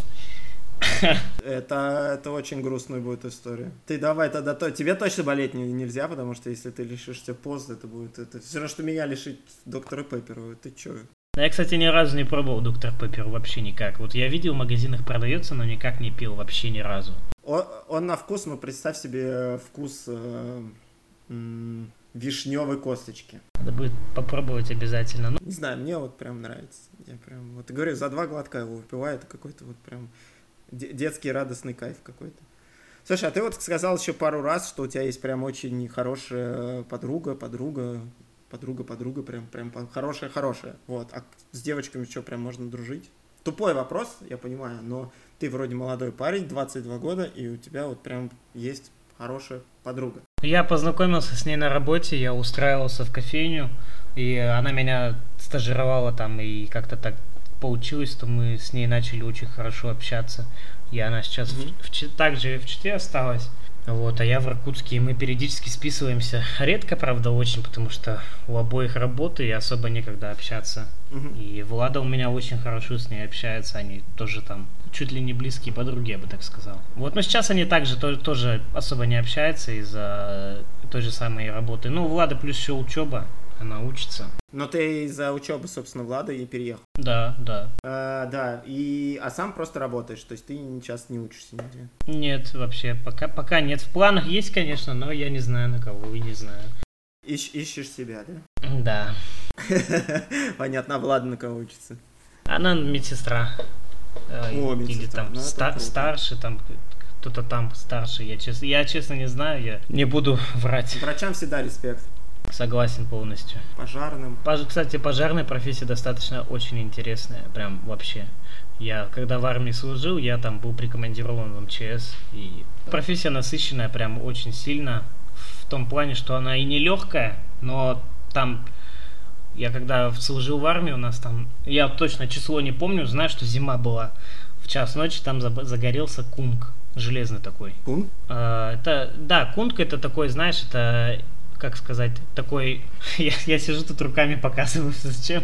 Это, это очень грустная будет история. Ты давай тогда, то, тебе точно болеть не, нельзя, потому что если ты лишишься пост, это будет, это все равно, что меня лишить доктора Пеппера, ты чё? Я, кстати, ни разу не пробовал доктор Пеппер, вообще никак. Вот я видел, в магазинах продается, но никак не пил, вообще ни разу. Он, он на вкус, ну представь себе вкус, э, м- вишневой косточки. Надо будет попробовать обязательно. Ну, Не знаю, мне вот прям нравится. Я прям, вот говорю, за два глотка его выпиваю, это какой-то вот прям де- детский радостный кайф какой-то. Слушай, а ты вот сказал еще пару раз, что у тебя есть прям очень хорошая подруга, подруга, подруга, подруга, прям, прям хорошая-хорошая. Вот, а с девочками что, прям можно дружить? Тупой вопрос, я понимаю, но ты вроде молодой парень, двадцать два года, и у тебя вот прям есть хорошая подруга. я познакомился с ней на работе, я устраивался в кофейню, и она меня стажировала там, и как-то так получилось, что мы с ней начали очень хорошо общаться. И она сейчас mm-hmm. в, в, также в Чите осталась. Вот, а я в Иркутске, и мы периодически списываемся. Редко, правда, очень, потому что у обоих работы и особо некогда общаться. Mm-hmm. И Влада у меня очень хорошо с ней общается, они тоже там чуть ли не близкие подруги, я бы так сказал. Вот, но сейчас они также тоже, тоже особо не общаются из-за той же самой работы. Ну, у Влады плюс еще учеба, она учится. Но ты из-за учебы, собственно, Влада и переехал. Да, да. А, да, и, а сам просто работаешь, то есть ты сейчас не учишься нигде? Нет, вообще, пока, пока нет. В планах есть, конечно, но я не знаю на кого и не знаю. Ищ, ищешь себя, да? Да. Понятно, а Влада на кого учится? Она медсестра. О, медсестра. Или там ну, ста- старше, там кто-то там старше. Я, честно, я честно не знаю, я не буду врать. Врачам всегда респект. Согласен полностью. Пожарным. Пож- кстати, пожарная профессия достаточно очень интересная, прям вообще. Я, когда в армии служил, я там был прикомандирован в эм че эс, и профессия насыщенная прям очень сильно, в том плане, что она и не легкая, но там, я когда служил в армии, у нас там, я точно число не помню, знаю, что зима была, в час ночи там загорелся кунг, железный такой. Кунг? А, это, да, кунг это такой, знаешь, это... как сказать, такой... Я, я сижу тут руками показываю, зачем.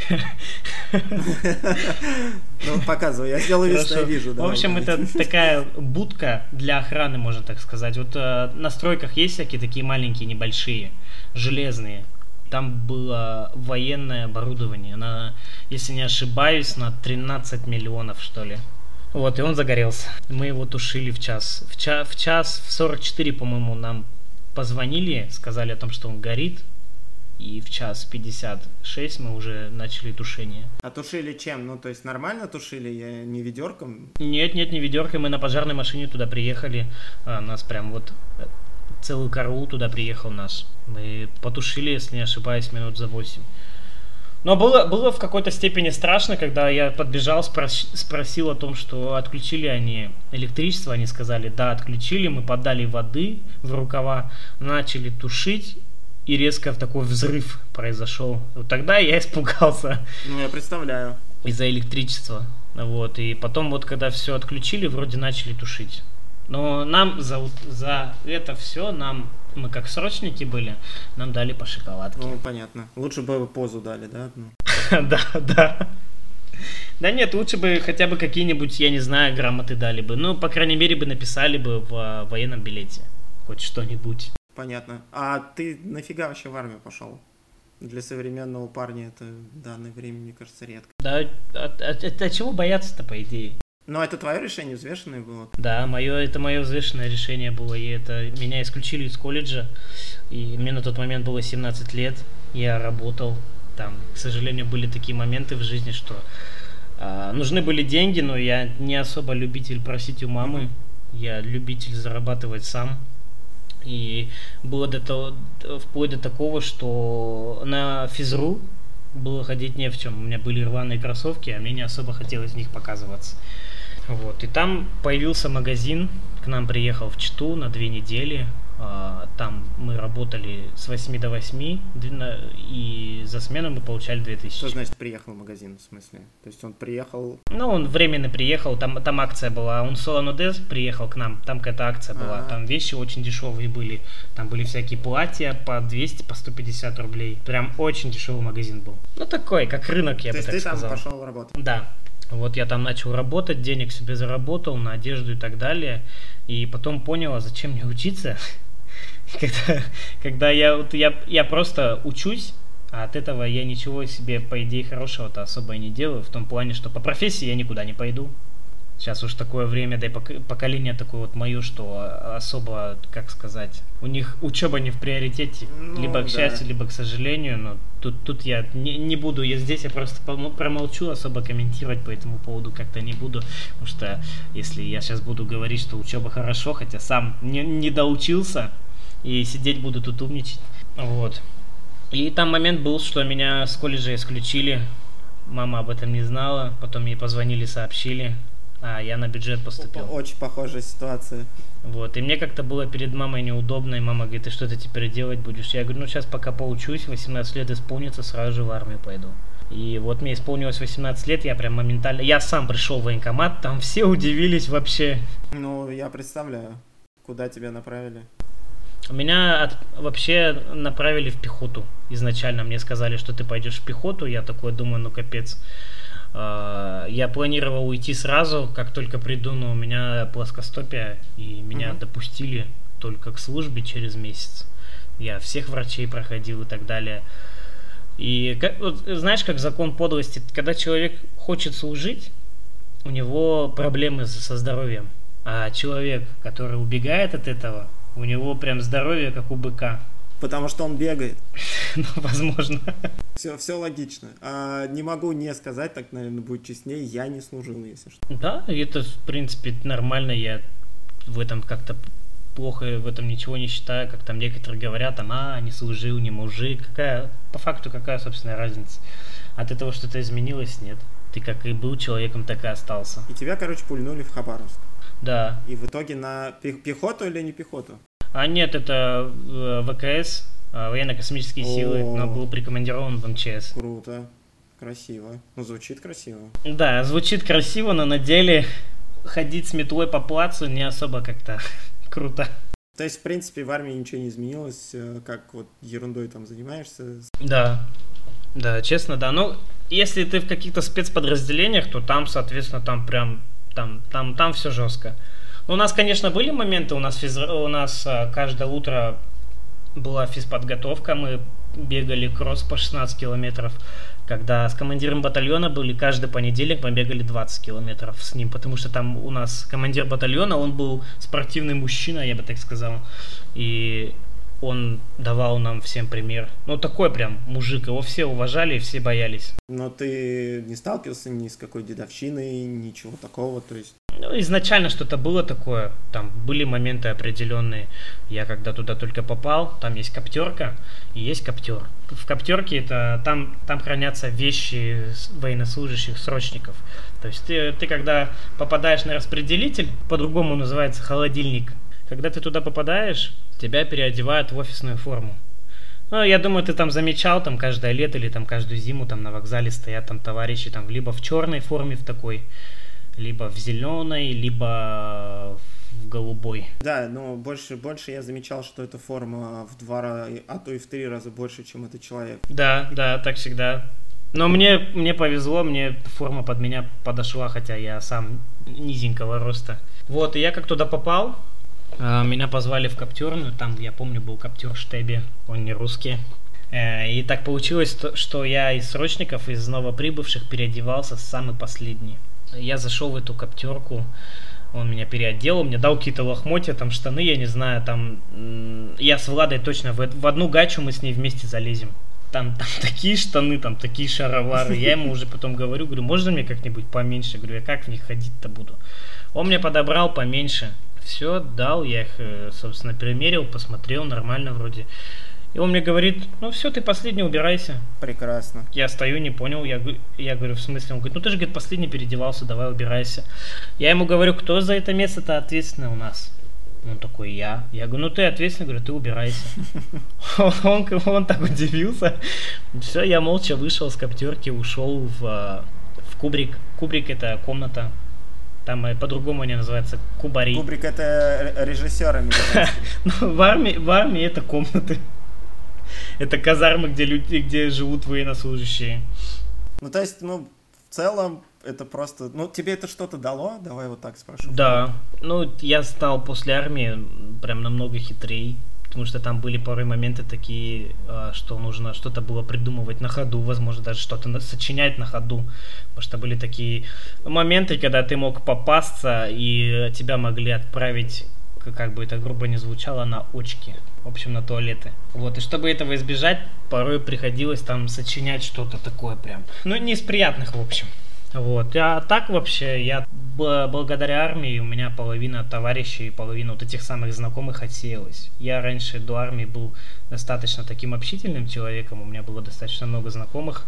Ну, показывай, я сделаю вид, что я вижу. В общем, это такая будка для охраны, можно так сказать. Вот на стройках есть всякие такие маленькие, небольшие, железные. Там было военное оборудование, на, если не ошибаюсь, на тринадцать миллионов, что ли. Вот, и он загорелся. Мы его тушили в час. В, ча- в час, в сорок четыре, по-моему, нам позвонили, сказали о том, что он горит, и в час пятьдесят шесть мы уже начали тушение. А тушили чем? Ну, то есть нормально тушили, я не ведерком? Нет, нет, не ведеркой, мы на пожарной машине туда приехали, а, нас прям вот целый караул туда приехал наш. Мы потушили, если не ошибаюсь, минут за восемь. Но было, было в какой-то степени страшно, когда я подбежал, спрос, спросил о том, что отключили они электричество. Они сказали, да, отключили, мы подали воды в рукава, начали тушить, и резко такой взрыв произошел. Вот тогда я испугался. Ну, я представляю. Из-за электричества. Вот, и потом вот, когда все отключили, вроде начали тушить. Но нам за, за это все, нам... Мы как срочники были, нам дали по шоколадке. Ну, понятно. Лучше бы позу дали, да? Да, да. Да нет, лучше бы хотя бы какие-нибудь, я не знаю, грамоты дали бы. Ну, по крайней мере, бы написали бы в военном билете хоть что-нибудь. Понятно. А ты нафига вообще в армию пошел? Для современного парня это в данное время, мне кажется, редко. Да, от, от, от, от чего бояться-то, по идее? Но это твое решение, взвешенное было? Да, мое, это мое взвешенное решение было. И это меня исключили из колледжа. И мне на тот момент было семнадцать лет. Я работал. Там, к сожалению, были такие моменты в жизни, что а, нужны были деньги, но я не особо любитель просить у мамы. Я любитель зарабатывать сам. И было до того, вплоть до такого, что на физру было ходить не в чем. У меня были рваные кроссовки, а мне не особо хотелось в них показываться. Вот. И там появился магазин, к нам приехал в Читу на две недели. Там мы работали с восьми до восьми, и за смену мы получали две тысячи. Что значит приехал в магазин, в смысле? То есть он приехал... Ну, он временно приехал, там, там акция была. Он Солано Дес приехал к нам, там какая-то акция была. А-а-а. Там вещи очень дешевые были. Там были всякие платья по двести, по сто пятьдесят рублей. Прям очень дешевый магазин был. Ну, такой, как рынок, я То бы так сказал. То есть ты там пошел работать? Да. Вот я там начал работать, денег себе заработал на одежду и так далее. И потом понял, а зачем мне учиться? Когда, когда я, вот я, я просто учусь, а от этого я ничего себе, по идее, хорошего-то особо и не делаю. В том плане, что по профессии я никуда не пойду. Сейчас уж такое время, да и поколение такое вот мое, что особо, как сказать, у них учеба не в приоритете, ну, либо к да. счастью, либо к сожалению, но тут, тут я не, не буду, я здесь я просто промолчу, особо комментировать по этому поводу как-то не буду, потому что если я сейчас буду говорить, что учеба хорошо, хотя сам не, не доучился, и сидеть буду тут умничать, вот. И там момент был, что меня с колледжа исключили, мама об этом не знала, потом ей позвонили, сообщили. А, я на бюджет поступил. Очень похожая ситуация. Вот, и мне как-то было перед мамой неудобно, и мама говорит, ты что ты теперь делать будешь? Я говорю, ну сейчас пока поучусь, восемнадцать лет исполнится, сразу же в армию пойду. И вот мне исполнилось восемнадцать лет, я прям моментально, я сам пришел в военкомат, там все удивились вообще. Ну, я представляю, куда тебя направили. Меня от, вообще направили в пехоту. Изначально мне сказали, что ты пойдешь в пехоту, я такой думаю, ну капец. Я планировал уйти сразу, как только приду, но у меня плоскостопие, и меня uh-huh. допустили только к службе через месяц. Я всех врачей проходил и так далее. И как, вот, знаешь, как закон подлости, когда человек хочет служить, у него проблемы со здоровьем. А человек, который убегает от этого, у него прям здоровье, как у быка. Потому что он бегает. Ну, возможно. Все, все логично. А, не могу не сказать, так, наверное, будет честнее, я не служил, если что. Да, это, в принципе, нормально, я в этом как-то плохо, в этом ничего не считаю, как там некоторые говорят, там, а, не служил, не мужик. Какая, по факту, какая, собственно, разница? От этого что-то изменилось? Нет. Ты как и был человеком, так и остался. И тебя, короче, пульнули в Хабаровск. Да. И в итоге на пехоту или не пехоту? А нет, это ВКС, военно-космические О, силы, но был прикомандирован в МЧС. Круто, красиво. Ну, звучит красиво. Да, звучит красиво, но на деле ходить с метлой по плацу не особо как-то круто. То есть, в принципе, в армии ничего не изменилось, как вот ерундой там занимаешься? Да, да, честно, да. Ну, если ты в каких-то спецподразделениях, то там, соответственно, там прям, там, там, там все жестко. У нас, конечно, были моменты, у нас, физ... у нас каждое утро была физподготовка, мы бегали кросс по шестнадцать километров. Когда с командиром батальона были, каждый понедельник мы бегали двадцать километров с ним, потому что там у нас командир батальона, он был спортивный мужчина, я бы так сказал, и он давал нам всем пример. Ну, такой прям мужик, его все уважали и все боялись. Но ты не сталкивался ни с какой дедовщиной, ничего такого, то есть... Ну, изначально что-то было такое, там были моменты определенные. Я когда туда только попал, там есть коптерка и есть коптер. В коптерке это там, там хранятся вещи военнослужащих, срочников. То есть ты, ты когда попадаешь на распределитель, по-другому называется холодильник, когда ты туда попадаешь, тебя переодевают в офисную форму. Ну, я думаю, ты там замечал, там каждое лето или там каждую зиму там на вокзале стоят там товарищи там либо в черной форме в такой, либо в зеленой, либо в голубой. Да, но больше, больше я замечал, что эта форма в два раза, а то и в три раза больше, чем этот человек. Да, да, так всегда. Но мне, мне повезло, мне форма под меня подошла, хотя я сам низенького роста. Вот, и я как туда попал, меня позвали в коптерную, там, я помню, был коптер Штеби, он не русский. И так получилось, что я из срочников, из новоприбывших переодевался самый последний. Я зашел в эту коптерку, он меня переодел, мне дал какие-то лохмотья, там штаны, я не знаю, там... Я с Владой точно в, в одну гачу мы с ней вместе залезем. Там, там такие штаны, там такие шаровары. Я ему уже потом говорю, говорю, можно мне как-нибудь поменьше? Говорю, я как в них ходить-то буду? Он мне подобрал поменьше. Все, дал, я их, собственно, примерил, посмотрел, нормально вроде. И он мне говорит, ну все, ты последний, убирайся. Прекрасно. Я стою, не понял, я, я говорю, в смысле? Он говорит, ну ты же, говорит, последний переодевался, давай убирайся. Я ему говорю, кто за это место-то ответственный у нас? Он такой, я. Я говорю, ну ты ответственный, говорю, ты убирайся. Он, он, он так удивился. Все, я молча вышел с коптерки, ушел в, в кубрик. Кубрик это комната. Там по-другому они называются кубари. Кубрик это режиссер американский. В армии, в армии это комнаты. Это казармы, где люди, где живут военнослужащие. Ну, то есть, ну, в целом, это просто... Ну, тебе это что-то дало? Давай вот так спрошу. Да. Ну, я стал после армии прям намного хитрее. потому что там были порой моменты такие, что нужно что-то было придумывать на ходу, возможно, даже что-то сочинять на ходу, потому что были такие моменты, когда ты мог попасться, и тебя могли отправить, как бы это грубо не звучало, на очки, в общем, на туалеты. Вот, и чтобы этого избежать, порой приходилось там сочинять что-то такое прям, ну, не из приятных, в общем. Вот, а так вообще, я благодаря армии, у меня половина товарищей, половина вот этих самых знакомых отсеялась. Я раньше до армии был достаточно таким общительным человеком, у меня было достаточно много знакомых.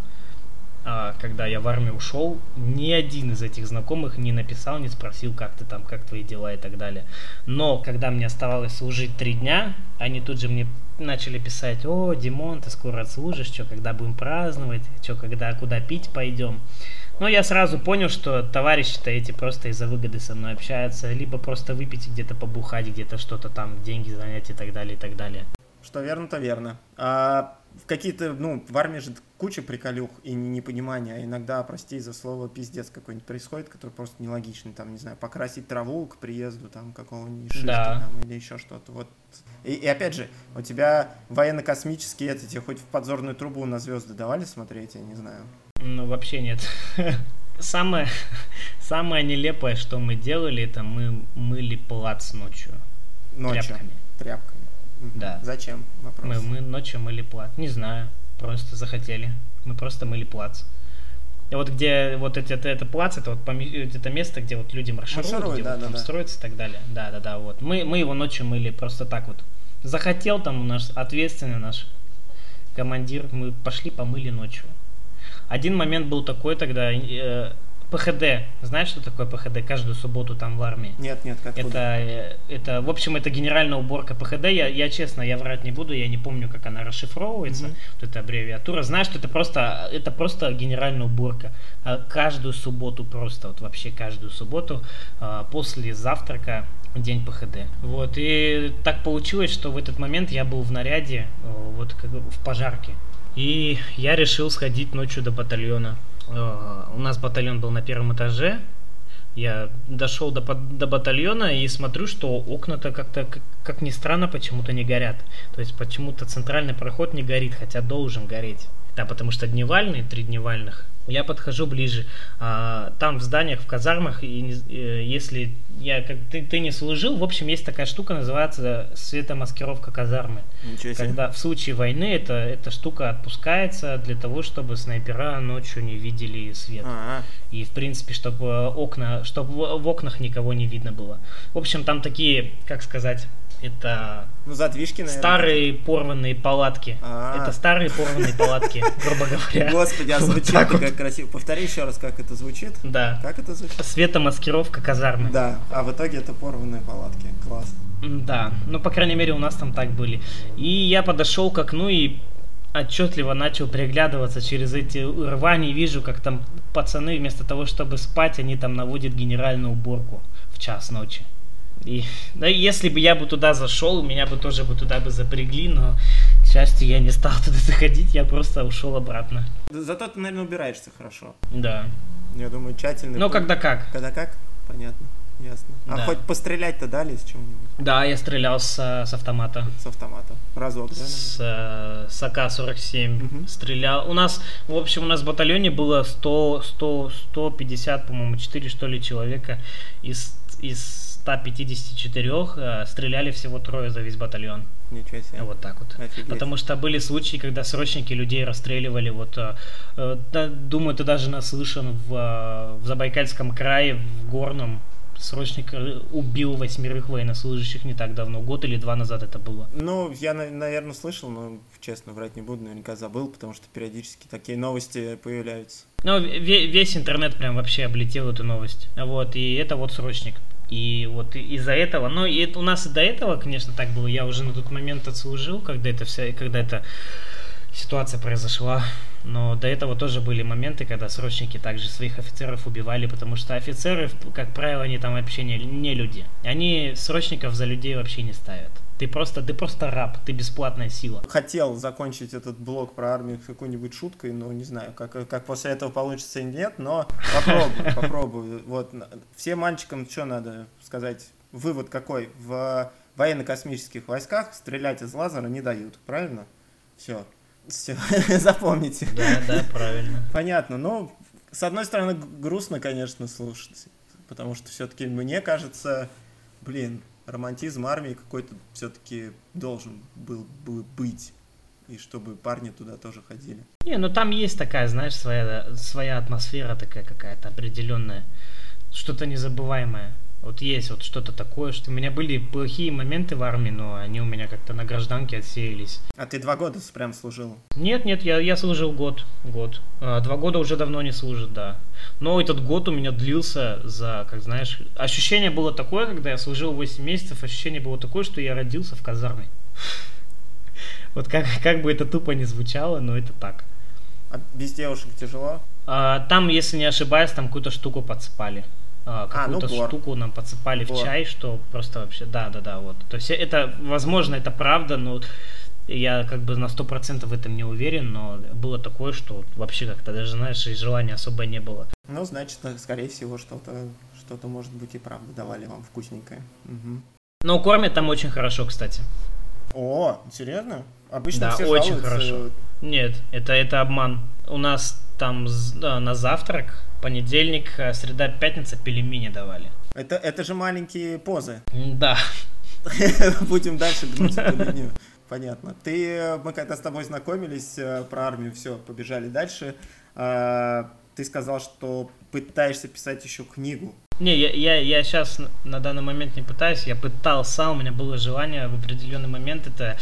А когда я в армию ушел, ни один из этих знакомых не написал, не спросил, как ты там, как твои дела и так далее. Но когда мне оставалось служить три дня, они тут же мне начали писать: о, Димон, ты скоро отслужишь, что, когда будем праздновать, что, когда, куда пить пойдем. Но я сразу понял, что товарищи-то эти просто из-за выгоды со мной общаются, либо просто выпить, где-то побухать, где-то что-то там, деньги занять и так далее, и так далее. Что верно, то верно. А в какие-то, ну, в армии же куча приколюх и непонимания, а иногда, прости за слово, пиздец какой-нибудь происходит, который просто нелогичный, там, не знаю, покрасить траву к приезду, там, какого-нибудь шишки, да. там, или еще что-то, вот. И, и опять же, у тебя военно-космические, это тебе хоть в подзорную трубу на звезды давали смотреть, я не знаю? Ну, вообще нет. Самое, самое нелепое, что мы делали, это мы мыли плац ночью. Ночью? Тряпками. Тряпками. Да. Зачем? Вопрос. Мы, мы ночью мыли плац. Не знаю, просто захотели. Мы просто мыли плац. И вот где вот эти, это, это плац, это вот это место, где вот люди маршируют, Маршируют, где да, вот да, там да. строятся и так далее. Да, да, да, вот. Мы, мы его ночью мыли просто так вот. Захотел там наш ответственный наш командир, мы пошли помыли ночью. Один момент был такой тогда, э, ПХД, знаешь, что такое ПХД? Каждую субботу там в армии. Нет, нет, откуда? Это, э, это, в общем, это генеральная уборка ПХД. Я, я честно, я врать не буду, я не помню, как она расшифровывается, mm-hmm. вот эта аббревиатура. Знаю, что это просто, это просто генеральная уборка. Каждую субботу просто, вот вообще каждую субботу после завтрака день ПХД. Вот, и так получилось, что в этот момент я был в наряде, вот как в пожарке. И я решил сходить ночью до батальона. У нас батальон был на первом этаже. Я дошел до, до батальона и смотрю, что окна-то как-то, как, как ни странно, почему-то не горят. То есть почему-то центральный проход не горит, хотя должен гореть. Да, потому что дневальные, три дневальных. Я подхожу ближе. А, там в зданиях, в казармах, и, и, если я, как, ты, ты не служил, в общем, есть такая штука, называется светомаскировка казармы. Ничего себе. Когда в случае войны эта, эта штука отпускается для того, чтобы снайпера ночью не видели свет. А-а. И, в принципе, чтобы окна, чтобы в окнах никого не видно было. В общем, там такие, как сказать... Это ну, задвижки, наверное. Старые порванные палатки. А-а-а. Это старые порванные палатки, грубо говоря. Господи, а звучит вот как красиво. Повтори еще раз, как это звучит. Да. Как это звучит? Светомаскировка казармы. Да, а в итоге это порванные палатки. Класс. Да, ну, по крайней мере, у нас там так были. И я подошел к окну и отчетливо начал приглядываться через эти рвани. Вижу, как там пацаны вместо того, чтобы спать, они там наводят генеральную уборку в час ночи. И, да, если бы я бы туда зашел, меня бы тоже бы туда бы запрягли, но, к счастью, я не стал туда заходить, я просто ушел обратно. Зато ты, наверное, убираешься хорошо. Да. Я думаю, тщательно. Ну, когда как. Когда как? Понятно. Ясно. А да. хоть пострелять-то дали с чего-нибудь? Да, я стрелял с, с автомата. С автомата. Разок, да? С, с А К сорок семь угу. Стрелял. У нас, в общем, у нас в батальоне было сто, сто, сто пятьдесят, по-моему, четыре, что ли, человека. Из, из ста пятидесяти четырёх э, стреляли всего трое за весь батальон. Ничего себе. Вот так вот. Офигеть. Потому что были случаи, когда срочники людей расстреливали. Вот, э, э, да, думаю, ты даже наслышан в, э, в Забайкальском крае, в Горном. Срочник убил восьмерых военнослужащих не так давно, год или два назад это было. Ну, я, наверное, слышал, но, честно, врать не буду, наверняка забыл, потому что периодически такие новости появляются. Ну, весь интернет прям вообще облетел эту новость. Вот, и это вот срочник. И вот из-за этого, ну, и у нас и до этого, конечно, так было. Я уже на тот момент отслужил, когда это вся, когда эта ситуация произошла. Но до этого тоже были моменты, когда срочники также своих офицеров убивали, потому что офицеры, как правило, они там вообще не, не люди. Они срочников за людей вообще не ставят. Ты просто, ты просто раб, ты бесплатная сила. Хотел закончить этот блог про армию какой-нибудь шуткой, но не знаю, как, как после этого получится или нет, но попробую, попробую. Вот, всем мальчикам что надо сказать? вывод какой? В военно-космических войсках стрелять из лазера не дают, правильно? Все. Все, запомните. Да, да, правильно. Понятно. Ну, с одной стороны, грустно, конечно, слушать. Потому что все-таки мне кажется, блин, романтизм армии какой-то все-таки должен был бы быть. И чтобы парни туда тоже ходили. Не, ну там есть такая, знаешь, своя, своя атмосфера такая какая-то определенная. Что-то незабываемое. Вот есть вот что-то такое, что у меня были плохие моменты в армии, но они у меня как-то на гражданке отсеялись. А ты два года прям служил? Нет, нет, я, я служил год. год. А, два года уже давно не служит, да. Но этот год у меня длился за, как знаешь, ощущение было такое, когда я служил восемь месяцев, ощущение было такое, что я родился в казарме. Вот как, как бы это тупо не звучало, но это так. А без девушек тяжело? А, там, если не ошибаюсь, там какую-то штуку подсыпали. А, какую-то а, ну, штуку нам подсыпали бор. в чай, что просто вообще, да-да-да, вот. То есть это, возможно, это правда, но я как бы на сто процентов в этом не уверен, но было такое, что вообще как-то даже, знаешь, и желания особо не было. Ну, значит, скорее всего, что-то, что-то может быть и правда давали вам вкусненькое. Угу. Но кормят там очень хорошо, кстати. О, серьезно? Обычно да, все очень жалуются. Хорошо. Нет, это, это обман. У нас там да, на завтрак понедельник, среда, пятница пельмени давали. Это, это же маленькие позы. Да. Будем дальше гнуть эту линию. Понятно. Ты, мы когда с тобой знакомились про армию, все, побежали дальше. Ты сказал, что пытаешься писать еще книгу. Не, я, я, я сейчас на данный момент не пытаюсь, я пытался, у меня было желание в определенный момент, это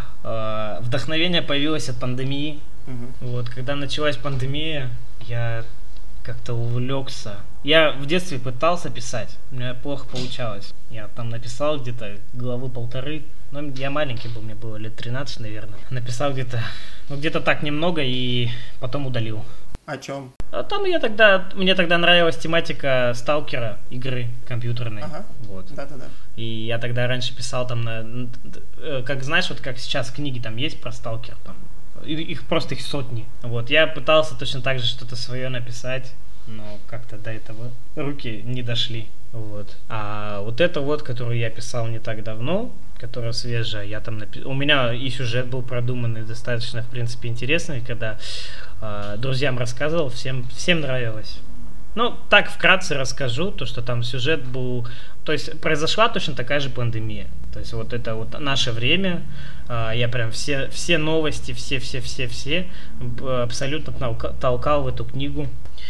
э, вдохновение появилось от пандемии. Угу. Вот, когда началась пандемия, я как-то увлекся. Я в детстве пытался писать, у меня плохо получалось. Я там написал где-то главы полторы, ну, я маленький был, мне было лет тринадцать, наверное. Написал где-то, ну, где-то так немного и потом удалил. О чем? А там я тогда, мне тогда нравилась тематика сталкера, игры компьютерной. Ага. Вот. Да-да-да. И я тогда раньше писал там, на, как знаешь, вот как сейчас книги там есть про сталкер, там, их просто их сотни. Вот, я пытался точно так же что-то свое написать, но как-то до этого руки не дошли. Вот. А вот это вот, которую я писал не так давно, которая свежая, я там написал. У меня и сюжет был продуманный, достаточно, в принципе, интересный, когда э, друзьям рассказывал, всем, всем нравилось. Ну, так вкратце расскажу, то, что там сюжет был... То есть произошла точно такая же пандемия. То есть вот это вот наше время, э, я прям все, все новости, все-все-все-все абсолютно толкал в эту книгу.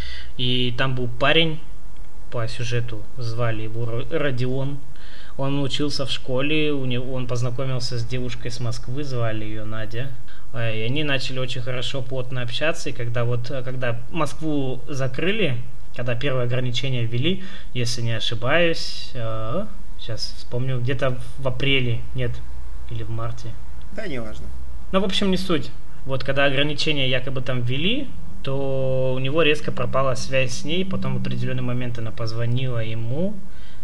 И там был парень, по сюжету звали его Родион. Он учился в школе, у него, он познакомился с девушкой с Москвы, звали ее Надя. И они начали очень хорошо, плотно общаться. И когда вот, когда Москву закрыли, когда первые ограничения ввели, если не ошибаюсь, э, сейчас вспомню, где-то в апреле, нет, или в марте. Да, не важно. Ну, в общем, не суть. Вот когда ограничения якобы там ввели, то у него резко пропала связь с ней, потом в определенный момент она позвонила ему,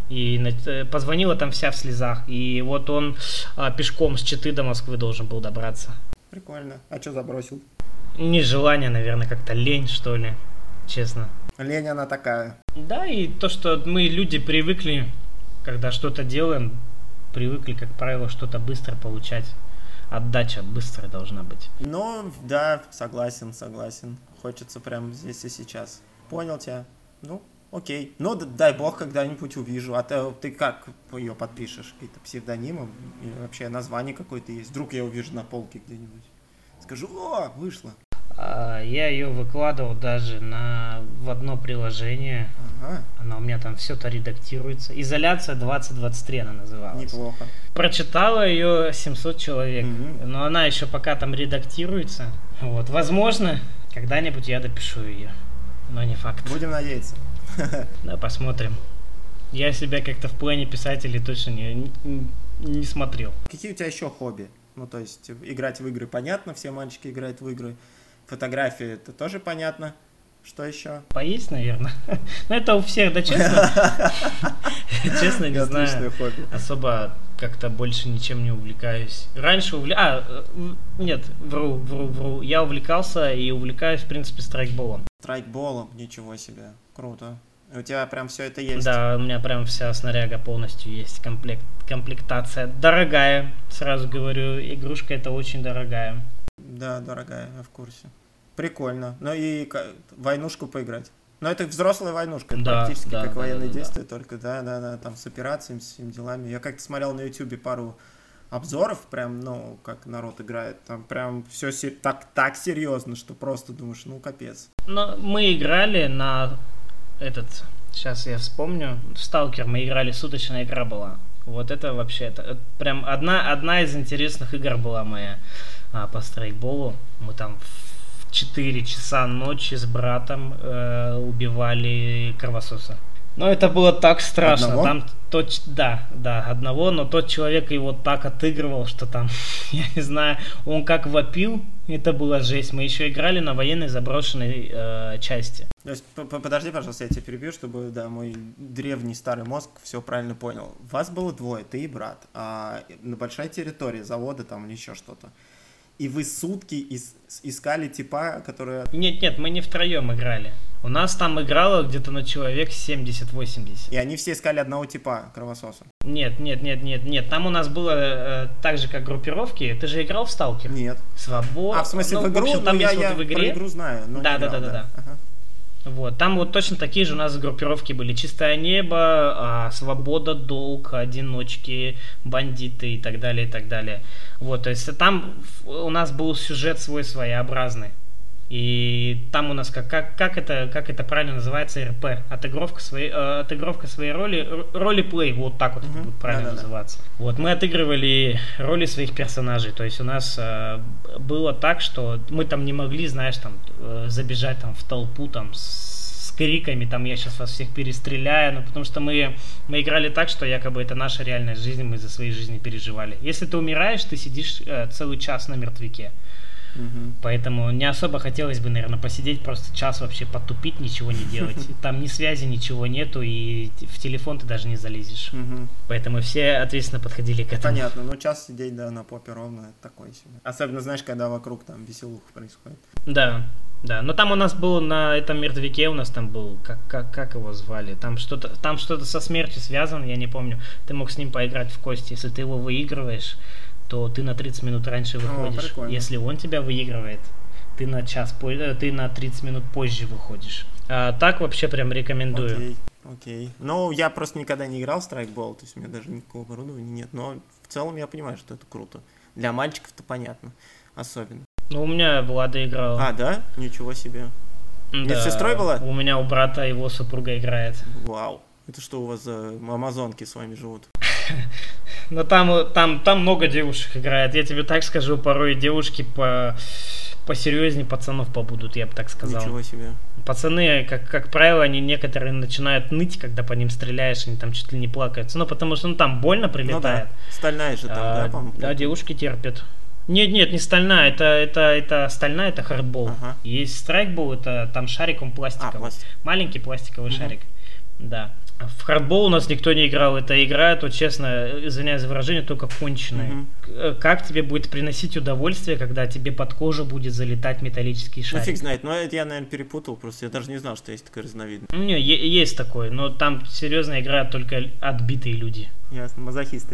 и позвонила там вся в слезах, и вот он а, пешком с Читы до Москвы должен был добраться. Прикольно. А что забросил? Нежелание, наверное, как-то лень, что ли, честно. Лень она такая. Да, и то, что мы, люди, привыкли, когда что-то делаем, привыкли, как правило, что-то быстро получать. Отдача быстрая должна быть. Ну, да, согласен, согласен. Хочется прямо здесь и сейчас. Понял тебя. Ну, окей. Ну, дай бог, когда-нибудь увижу. А ты, ты как ее подпишешь? Какие-то псевдонимы? Или вообще название какое-то есть? Вдруг я увижу на полке где-нибудь. Скажу, о, вышло. А, я ее выкладывал даже на, в одно приложение. Ага. Она у меня там все-то редактируется. Изоляция двадцать двадцать три она называлась. Неплохо. Прочитало ее семьсот человек. Mm-hmm. Но она еще пока там редактируется. Вот. Возможно, когда-нибудь я допишу ее. Но не факт. Будем надеяться. Да, посмотрим. Я себя как-то в плане писателей точно не, не, не смотрел. Какие у тебя еще хобби? Ну, то есть, играть в игры понятно, все мальчики играют в игры. Фотографии это тоже понятно. Что еще? Поесть, наверное. Ну, это у всех, да, честно? Честно, не знаю. Особо как-то больше ничем не увлекаюсь. Раньше увлекался... А, нет, вру, вру, вру. Я увлекался и увлекаюсь, в принципе, страйкболом. Страйкболом? Ничего себе. Круто. У тебя прям все это есть? Да, у меня прям вся снаряга полностью есть, комплект, комплектация. Дорогая, сразу говорю, игрушка это очень дорогая. Да, дорогая, я в курсе. Прикольно. Ну и к- войнушку поиграть. Но это взрослая войнушка, это Да, практически да, как да, военные да, да, действия, только, да, да, да, там с операциями, с всеми делами. Я как-то смотрел на ютубе пару обзоров, прям, ну, как народ играет, там прям все так, так серьезно, что просто думаешь, ну, капец. Но мы играли на этот, сейчас я вспомню, в Сталкер мы играли, суточная игра была. Вот это вообще, это, это прям одна, одна из интересных игр была моя а, по страйкболу. Мы там в четыре часа ночи с братом э, убивали кровососа. Но это было так страшно. Одного? Там тот, ч- да, да, одного, но тот человек его так отыгрывал, что там, я не знаю, он как вопил, это была жесть. Мы еще играли на военной заброшенной э, части. То есть, п- п- подожди, пожалуйста, я тебя перебью, чтобы, да, мой древний старый мозг все правильно понял. Вас было двое, ты и брат, а на большой территории завода там или еще что-то. И вы сутки ис- искали типа, которые... Нет, нет, мы не втроем играли. У нас там играло где-то на человек семьдесят-восемьдесят. И они все искали одного типа кровососа. Нет, нет, нет, нет, нет. Там у нас было э, так же, как группировки. Ты же играл в Сталкер? Нет. Свобода. А, в смысле, Ну, в игру? общем, там Ну, я, есть я вот в игре. про игру знаю, но Да, не да, играл, да, да, да. Ага. Вот, там вот точно такие же у нас группировки были. Чистое небо, а, свобода, долг, одиночки, бандиты и так далее, и так далее. Вот, то есть там у нас был сюжет свой своеобразный. И там у нас как, как, как, это, как это правильно называется, эр пэ, отыгровка своей, э, отыгровка своей роли, р- ролеплей, вот так вот Мгм. это будет правильно Да-да-да. называться. Вот, мы отыгрывали роли своих персонажей, то есть у нас э, было так, что мы там не могли, знаешь, там э, забежать там в толпу там с, с криками, там я сейчас вас всех перестреляю, ну потому что мы, мы играли так, что якобы это наша реальная жизнь, мы за своей жизни переживали. Если ты умираешь, ты сидишь э, целый час на мертвяке. Мгм. Поэтому не особо хотелось бы, наверное, посидеть просто час вообще потупить, ничего не делать. Там ни связи, ничего нету, и в телефон ты даже не залезешь. Мгм. Поэтому все ответственно подходили к этому. Понятно, ну час сидеть, да, на попе ровно, это такое себе. Особенно, знаешь, когда вокруг там веселуха происходит. Да, да. Но там у нас был на этом мертвяке, у нас там был, как, как, как его звали? Там что-то, там что-то со смертью связано, я не помню. Ты мог с ним поиграть в кости. Если ты его выигрываешь, то ты на тридцать минут раньше выходишь. прикольно. Если он тебя выигрывает, ты на час по- э, ты на тридцать минут позже выходишь. А так вообще прям рекомендую. Окей, окей. Ну, я просто никогда не играл в страйкбол, то есть у меня даже никакого оборудования нет, но в целом я понимаю, что это круто. Для мальчиков-то понятно, особенно. Ну, у меня Влада играла. А, да? Ничего себе. Да. нет, с сестрой была? У меня у брата его супруга играет. Вау. Это что у вас за амазонки с вами живут? Но там, там, там много девушек играет. Я тебе так скажу, порой девушки по посерьезнее пацанов побудут, я бы так сказал. Ничего себе. Пацаны, как, как правило, они некоторые начинают ныть, когда по ним стреляешь, они там чуть ли не плакаются. Ну, потому что ну, там больно Ну прилетает. да, стальная же там, А, да, по-моему? да, девушки терпят. Нет, нет, не стальная, это, это, это стальная, это хардбол. Ага. Есть страйкбол, это там шарик, он пластиковый. А, пластик. Маленький пластиковый Мгм. шарик. Да. В хардбол у нас никто не играл. Эта игра, то честно, извиняюсь за выражение, только конченая. Мгм. К- Как тебе будет приносить удовольствие, когда тебе под кожу будет залетать металлический Ну, шарик? фиг знает, но это я, наверное, перепутал, просто я даже не знал, что есть такая разновидность. Ну, не, е- есть такое, но там серьезно играют только отбитые люди. Ясно, мазохисты.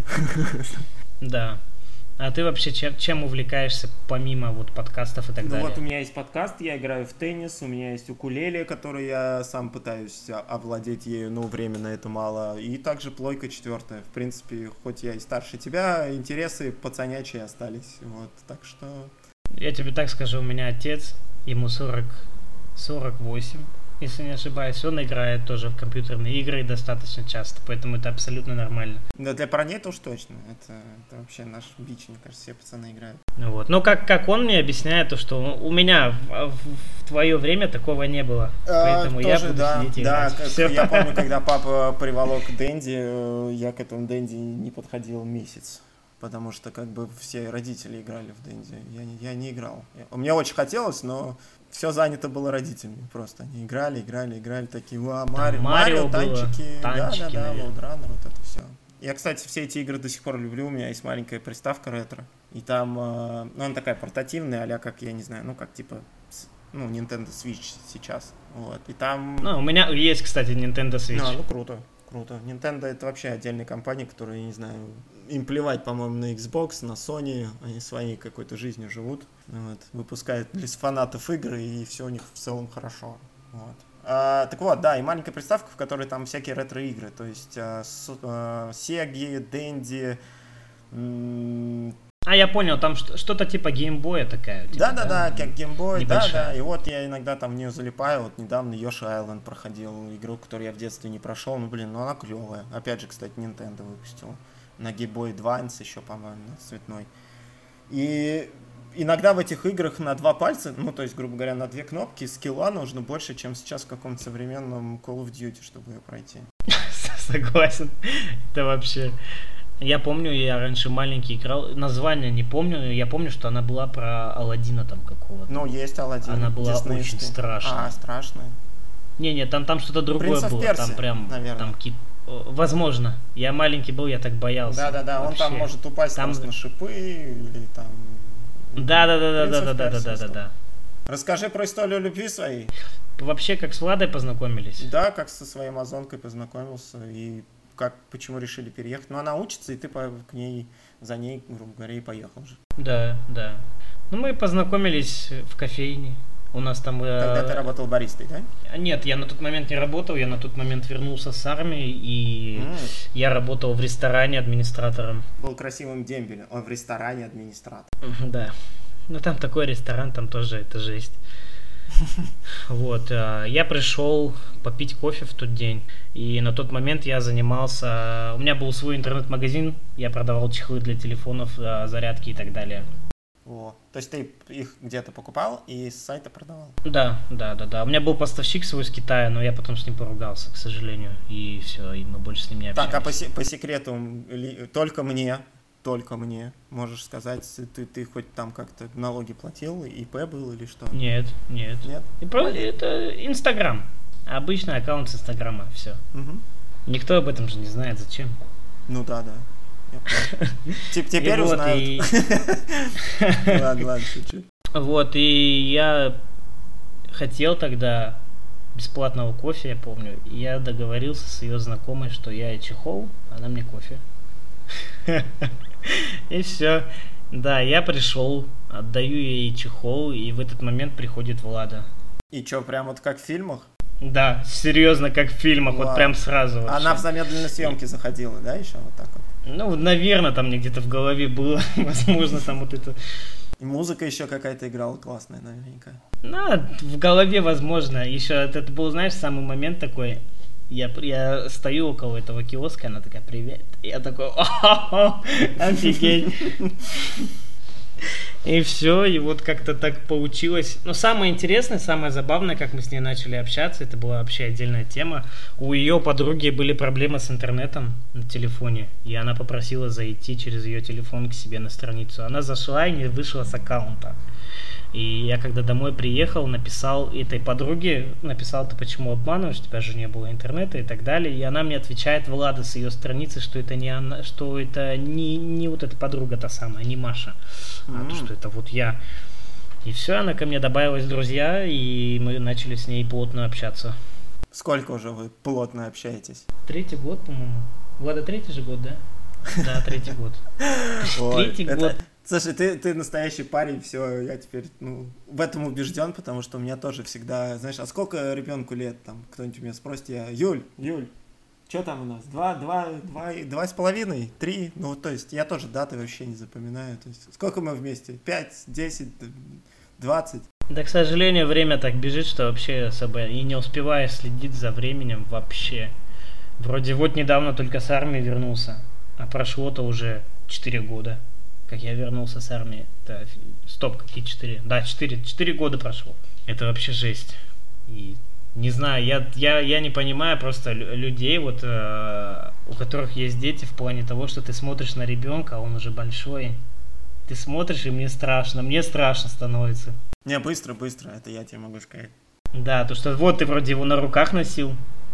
Да. А ты вообще чем, чем увлекаешься, помимо вот подкастов и так Ну далее? вот у меня есть подкаст, я играю в теннис, у меня есть укулеле, который я сам пытаюсь о- овладеть ею, но временно это мало. И также плойка четвертая. В принципе, хоть я и старше тебя, интересы пацанячие остались. Вот, так что... Я тебе так скажу, у меня отец, ему сорок, сорок восемь, если не ошибаюсь, он играет тоже в компьютерные игры достаточно часто, поэтому это абсолютно нормально. Да для парней-то уж точно. Это, это вообще наш бич, мне кажется, все пацаны играют. Ну вот. Но как, как он мне объясняет, то, что у меня в, в- в твое время такого не было, поэтому я тоже, буду да, сидеть и да, играть. как- Всё. я помню, когда папа приволок Дэнди, э, я к этому Дэнди не подходил месяц. Потому что как бы все родители играли в Дэнди. Я не, я не играл. Я- мне очень хотелось, но все занято было родителями. Просто они играли, играли, играли, такие, уа, Мари- Марио Марио, было, танчики, танчики, да, да, да, наверное. Лоудраннер, вот это все. Я, кстати, все эти игры до сих пор люблю. У меня есть маленькая приставка ретро. И там, э, ну, она такая портативная, а как, я не знаю, ну, как типа с- ну, Nintendo Switch сейчас. Вот. И там... Ну, у меня есть, кстати, Nintendo Switch. А, ну, круто, круто. Nintendo — это вообще отдельная компания, которая, я не знаю, им плевать, по-моему, на Xbox, на Sony, они своей какой-то жизнью живут. Вот. Выпускают для фанатов игры, и все у них в целом хорошо. Вот. А, так вот, да, и маленькая приставка, в которой там всякие ретро-игры, то есть а, с, а, Sega, Dendy. М- А, я понял, там что-то типа геймбоя такая. Типа, Да-да-да, как Game Boy, Небольшая. да-да, и вот я иногда там в нее залипаю, вот недавно Yoshi Island проходил, игру, которую я в детстве не прошел, ну, блин, ну она клевая. Опять же, кстати, Nintendo выпустила. На Game Boy Advance еще, по-моему, на цветной. И иногда в этих играх на два пальца, ну, то есть, грубо говоря, на две кнопки скилла нужно больше, чем сейчас в каком-то современном Call of Duty, чтобы ее пройти. Согласен. Это вообще... Я помню, я раньше маленький играл, название не помню, но я помню, что она была про Аладдина там какого-то. Ну, есть Аладдин. Она была диснеевский. очень страшная. А, страшная. Не-не, там, там что-то другое Принц оф было, Персия, там прям, наверное. там какие-то... Возможно. Я маленький был, я так боялся. Да-да-да, он вообще. там может упасть Там... просто на шипы или там... Да-да-да-да-да-да-да-да-да. Расскажи про историю любви своей. Вообще, как с Владой познакомились? Да, как со своей амазонкой познакомился и как, почему решили переехать. Ну, она учится, и ты по, к ней, за ней, грубо говоря, и поехал же. Да, да. Ну, мы познакомились в кофейне. У нас там... Тогда э... ты работал баристой, да? Нет, я на тот момент не работал, я на тот момент вернулся с армии, и Mm. я работал в ресторане администратором. Был красивым дембелем, он в ресторане администратор. Да. Ну, там такой ресторан, там тоже это жесть. Вот, я пришел попить кофе в тот день, и на тот момент я занимался... У меня был свой интернет-магазин, я продавал чехлы для телефонов, зарядки и так далее. О, то есть ты их где-то покупал и с сайта продавал? Да, да, да, да. У меня был поставщик свой из Китая, но я потом с ним поругался, к сожалению, и все, и мы больше с ним не общались. Так, а по, се- по секрету, ли- только мне, только мне, можешь сказать, ты, ты хоть там как-то налоги платил, ИП был или что? Нет, нет. Нет? И про- это Инстаграм. Обычный аккаунт с Инстаграма, все. Угу. Никто об этом же не знает, зачем. Ну да, да. Теперь узнают. Ладно, ладно, шучу. Вот, и я хотел тогда бесплатного кофе, я помню. И я договорился с ее знакомой, что я ей чехол, она мне кофе. И все. Да, я пришел, отдаю ей чехол, и в этот момент приходит Влада. И что, прям вот как в фильмах? Да, серьезно, как в фильмах, Вау. вот прям сразу. Вообще. Она в замедленной съемке заходила, да, еще вот так вот? Ну, наверное, там мне где-то в голове было, возможно, там вот это... И музыка еще какая-то играла классная, наверняка. Ну, в голове, возможно. Еще это был, знаешь, самый момент такой. Я, я стою около этого киоска, она такая, привет. И я такой, о-хо-хо, офигеть. И все, и вот как-то так получилось. Но самое интересное, самое забавное, как мы с ней начали общаться, это была вообще отдельная тема. У ее подруги были проблемы с интернетом на телефоне, и она попросила зайти через ее телефон к себе на страницу. Она зашла и не вышла с аккаунта. И я когда домой приехал, написал этой подруге, написал, ты почему обманываешь, у тебя же не было интернета и так далее. И она мне отвечает, Влада, с ее страницы, что это не она, что это не, не вот эта подруга та самая, не Маша, mm-hmm. а то, что это вот я. И все, она ко мне добавилась в друзья, и мы начали с ней плотно общаться. Сколько уже вы плотно общаетесь? Третий год, по-моему. Влада, третий же год, да? Да, третий год. Третий год. Слушай, ты, ты настоящий парень, все, я теперь, ну, в этом убежден, потому что у меня тоже всегда, знаешь, а сколько ребенку лет, там, кто-нибудь у меня спросит, я, Юль, Юль, что там у нас, два, два, два, два с половиной, три, ну, то есть, я тоже даты вообще не запоминаю, то есть, сколько мы вместе, пять, десять, двадцать? Да, к сожалению, время так бежит, что вообще особо и не успеваешь следить за временем вообще. Вроде вот недавно только с армии вернулся, а прошло-то уже четыре года. Как я вернулся с армии. Да, стоп, какие четыре? Да, четыре. Четыре года прошло. Это вообще жесть. И не знаю, я, я, я не понимаю просто людей, вот, э, у которых есть дети, в плане того, что ты смотришь на ребенка, а он уже большой. Ты смотришь, и мне страшно. Мне страшно становится. Не, быстро, быстро, это я тебе могу сказать. Да, то что вот ты вроде его на руках носил,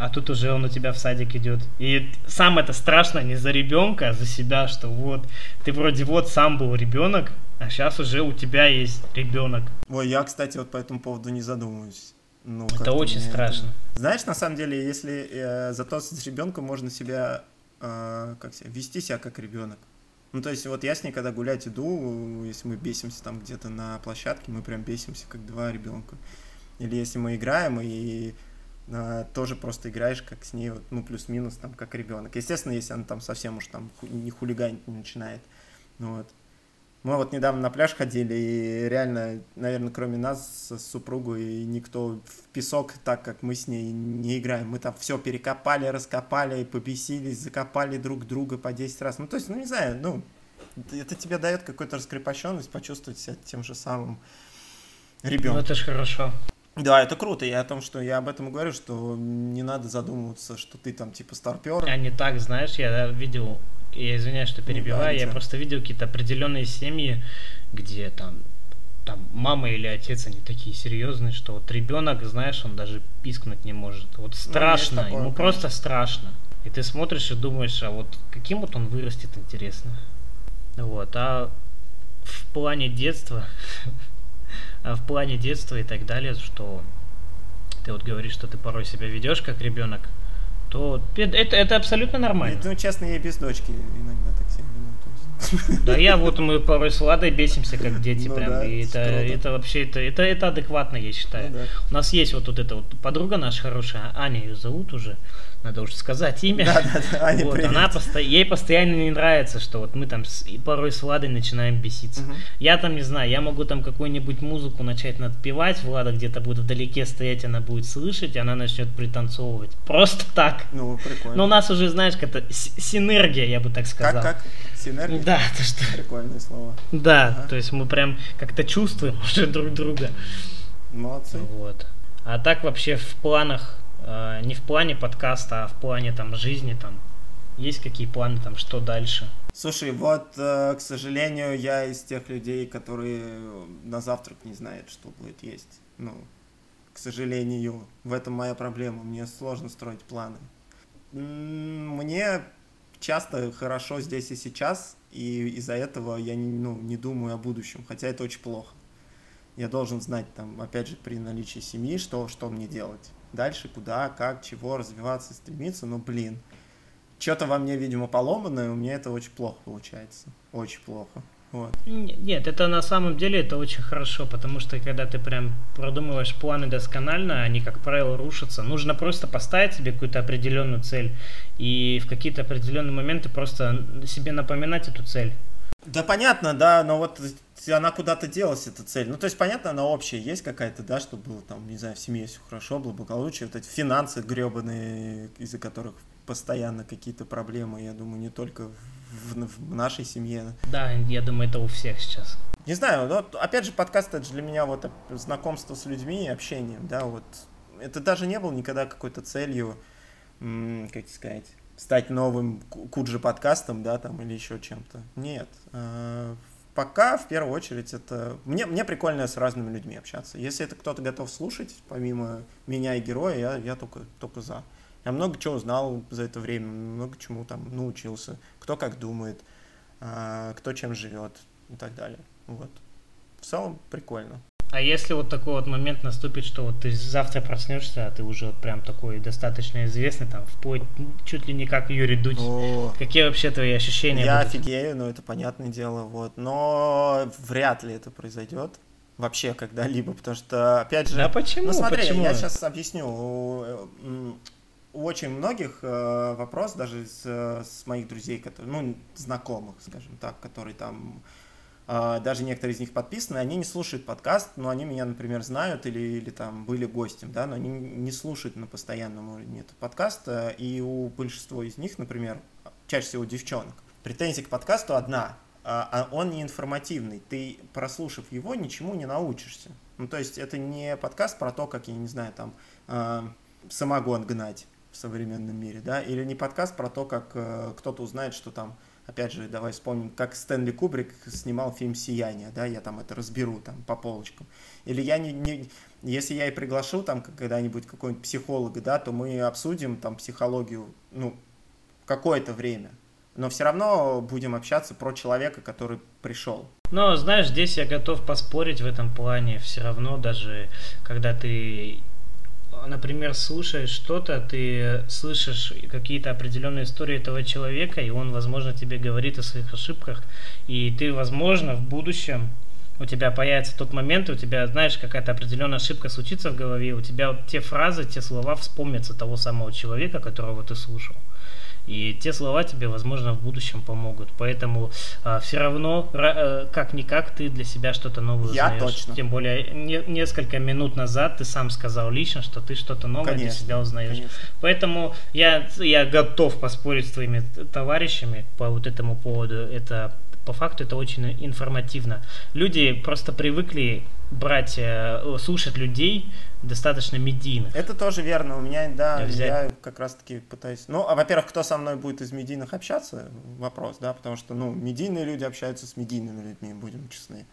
а тут уже он у тебя в садик идет. И сам это страшно не за ребенка, а за себя, что вот ты вроде вот сам был ребенок, а сейчас уже у тебя есть ребенок. Ой, я, кстати, вот по этому поводу не задумываюсь. Ну, это очень страшно. Это... Знаешь, на самом деле, если э, зато с ребенком можно себя, э, как себя, вести себя как ребенок. Ну, то есть, вот я с ней, когда гулять иду, если мы бесимся там где-то на площадке, мы прям бесимся, как два ребенка. Или если мы играем, и э, тоже просто играешь, как с ней, вот, ну, плюс-минус, там, как ребенок. Естественно, если она там совсем уж там ху- не хулиганить не начинает. Ну, вот. Мы вот недавно на пляж ходили, и реально, наверное, кроме нас с супругой, никто в песок так, как мы с ней, не играем. Мы там все перекопали, раскопали, побесились, закопали друг друга по десять раз. Ну, то есть, ну, не знаю, ну, это тебе дает какую-то раскрепощенность, почувствовать себя тем же самым ребенком. Ну, это ж хорошо. Да, это круто. Я о том, что я об этом и говорю, что не надо задумываться, что ты там типа старпер. А не так, знаешь, я видел... Я извиняюсь, что перебиваю, да, я просто видел какие-то определенные семьи, где там, там мама или отец, они такие серьезные, что вот ребенок, знаешь, он даже пискнуть не может. Вот страшно, ну, такое, ему конечно. Просто страшно. И ты смотришь и думаешь, а вот каким вот он вырастет, интересно. Вот, а в плане детства, а в плане детства и так далее, что ты вот говоришь, что ты порой себя ведешь как ребенок, то это, это абсолютно нормально. Ну, честно, я и без дочки иногда так себя веду. Да, я вот, мы порой с Ладой бесимся, как дети, ну, прям, да, и это, это вообще, это, это, это адекватно, я считаю. Ну, да. У нас есть вот, вот эта вот подруга наша хорошая, Аня ее зовут уже, надо уже сказать имя. Да, да, да, Аня, вот, она посто... Ей постоянно не нравится, что вот мы там с... порой с Владой начинаем беситься. Угу. Я там, не знаю, я могу там какую-нибудь музыку начать надпевать, Влада где-то будет вдалеке стоять, она будет слышать, и она начнет пританцовывать. Просто так. Ну, прикольно. Но у нас уже, знаешь, как-то синергия, я бы так сказал. Как, как? Синергия? Да, то что... Прикольное слово. Да, ага. То есть мы прям как-то чувствуем уже друг друга. Молодцы. Вот. А так вообще в планах, э, не в плане подкаста, а в плане там жизни, там, есть какие планы, там, что дальше? Слушай, вот, э, к сожалению, я из тех людей, которые на завтрак не знают, что будет есть. Ну, к сожалению, в этом моя проблема. Мне сложно строить планы. Мне часто хорошо здесь и сейчас, и из-за этого я не, ну, не думаю о будущем, хотя это очень плохо. Я должен знать, там, опять же, при наличии семьи, что, что мне делать. Дальше, куда, как, чего, развиваться, стремиться, но, блин, что-то во мне, видимо, поломанное, у меня это очень плохо получается, очень плохо. Вот. Нет, это на самом деле это очень хорошо, потому что когда ты прям продумываешь планы досконально, они, как правило, рушатся. Нужно просто поставить себе какую-то определенную цель и в какие-то определенные моменты просто себе напоминать эту цель. Да, понятно, да, но вот она куда-то делась, эта цель. Ну, то есть, понятно, она общая есть какая-то, да, чтобы было там, не знаю, в семье все хорошо, благополучие, вот эти финансы гребаные, из-за которых постоянно какие-то проблемы, я думаю, не только в, в нашей семье. Да, я думаю, это у всех сейчас. Не знаю, но опять же, подкаст это же для меня вот знакомство с людьми и общение, да, вот. Это даже не было никогда какой-то целью, м- как сказать, стать новым Куджи подкастом, да, там, или еще чем-то. Нет. А, пока, в первую очередь, это... Мне, мне прикольно с разными людьми общаться. Если это кто-то готов слушать, помимо меня и героя, я, я только, только за. Я много чего узнал за это время, много чему там научился. Кто как думает, а, кто чем живет и так далее. Вот. В целом прикольно. А если вот такой вот момент наступит, что вот ты завтра проснешься, а ты уже вот прям такой достаточно известный, там, вплоть чуть ли не как Юрий Дудь. О, какие вообще твои ощущения Я будут? офигею, ну это понятное дело, вот. Но вряд ли это произойдет вообще когда-либо, потому что, опять же... Да почему? Ну смотри, почему? я сейчас объясню. У, у очень многих э, вопрос, даже с, с моих друзей, которые, ну, знакомых, скажем так, которые там... Даже некоторые из них подписаны, они не слушают подкаст, но они меня, например, знают или, или там были гостем, да, но они не слушают на постоянном уровне этот подкаст, и у большинства из них, например, чаще всего девчонок, претензия к подкасту одна, а он не информативный, ты, прослушав его, ничему не научишься. Ну, то есть это не подкаст про то, как, я не знаю, там, самогон гнать в современном мире, да, или не подкаст про то, как кто-то узнает, что там опять же, давай вспомним, как Стэнли Кубрик снимал фильм «Сияние», да, я там это разберу там по полочкам. Или я не, не если я и приглашу там когда-нибудь какого-нибудь психолога, да, то мы обсудим там психологию, ну, какое-то время. Но все равно будем общаться про человека, который пришел. Но, знаешь, здесь я готов поспорить в этом плане. Все равно даже, когда ты, например, слушаешь что-то, ты слышишь какие-то определенные истории этого человека, и он, возможно, тебе говорит о своих ошибках, и ты, возможно, в будущем у тебя появится тот момент, и у тебя, знаешь, какая-то определенная ошибка случится в голове, у тебя вот те фразы, те слова вспомнятся того самого человека, которого ты слушал. И те слова тебе, возможно, в будущем помогут. Поэтому а, все равно, ра, как-никак, ты для себя что-то новое Я узнаешь. точно. Тем более, не, несколько минут назад ты сам сказал лично, что ты что-то новое Конечно, для себя узнаешь. Конечно. Поэтому я, я готов поспорить с твоими товарищами по вот этому поводу. Это, по факту это очень информативно. Люди просто привыкли брать, слушать людей достаточно медийных. Это тоже верно. У меня, да, Взять. я как раз-таки пытаюсь... Ну, а во-первых, кто со мной будет из медийных общаться? Вопрос, да, потому что, ну, медийные люди общаются с медийными людьми, будем честны.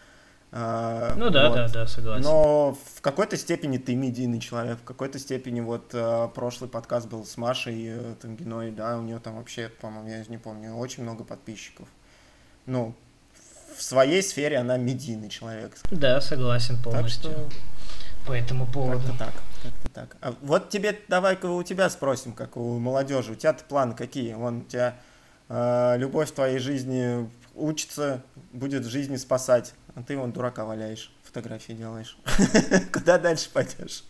А, ну да, вот. да, да, согласен. Но в какой-то степени ты медийный человек, в какой-то степени вот а, прошлый подкаст был с Машей а, Тангиной, да, у нее там вообще, по-моему, я не помню, очень много подписчиков. Ну, в своей сфере она медийный человек. Да, согласен полностью. Так что... По этому поводу. Как-то так, как-то так. А вот тебе, давай-ка у тебя спросим, как у молодежи. У тебя-то планы какие? Вон у тебя э, любовь в твоей жизни учится, будет в жизни спасать. А ты вон дурака валяешь, фотографии делаешь. Куда дальше пойдешь?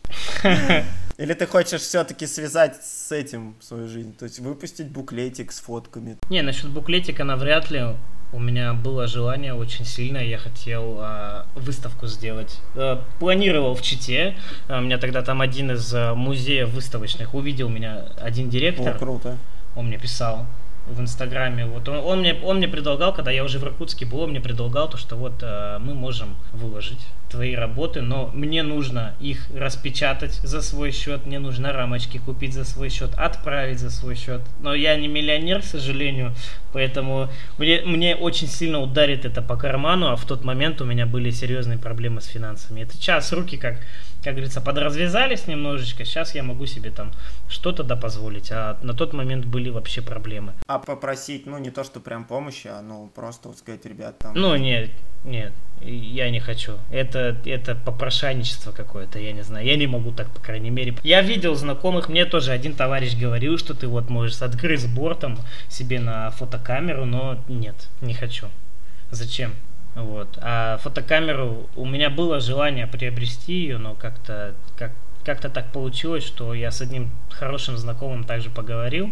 Или ты хочешь все-таки связать с этим свою жизнь? То есть выпустить буклетик с фотками? Не, насчет буклетика навряд ли. У меня было желание очень сильное, я хотел а, выставку сделать. А, планировал в Чите, а, у меня тогда там один из а, музеев выставочных, увидел меня один директор. О, круто. Он мне писал в Инстаграме, вот он, он, мне, он мне предлагал, когда я уже в Иркутске был, он мне предлагал то, что вот а, мы можем выложить твои работы, но мне нужно их распечатать за свой счет, мне нужно рамочки купить за свой счет, отправить за свой счет. Но я не миллионер, к сожалению, поэтому мне, мне очень сильно ударит это по карману, а в тот момент у меня были серьезные проблемы с финансами. Это сейчас руки, как, как говорится, подразвязались немножечко, сейчас я могу себе там что-то да позволить, а на тот момент были вообще проблемы. А попросить, ну не то, что прям помощи, а ну просто вот сказать, ребят, там... Ну нет, нет. Я не хочу. Это, это попрошайничество какое-то, я не знаю. Я не могу так, по крайней мере. Я видел знакомых, мне тоже один товарищ говорил, что ты вот можешь открыть сбор там себе на фотокамеру, но нет, не хочу. Зачем? Вот. А фотокамеру, у меня было желание приобрести ее, но как-то как, как-то так получилось, что я с одним хорошим знакомым также поговорил.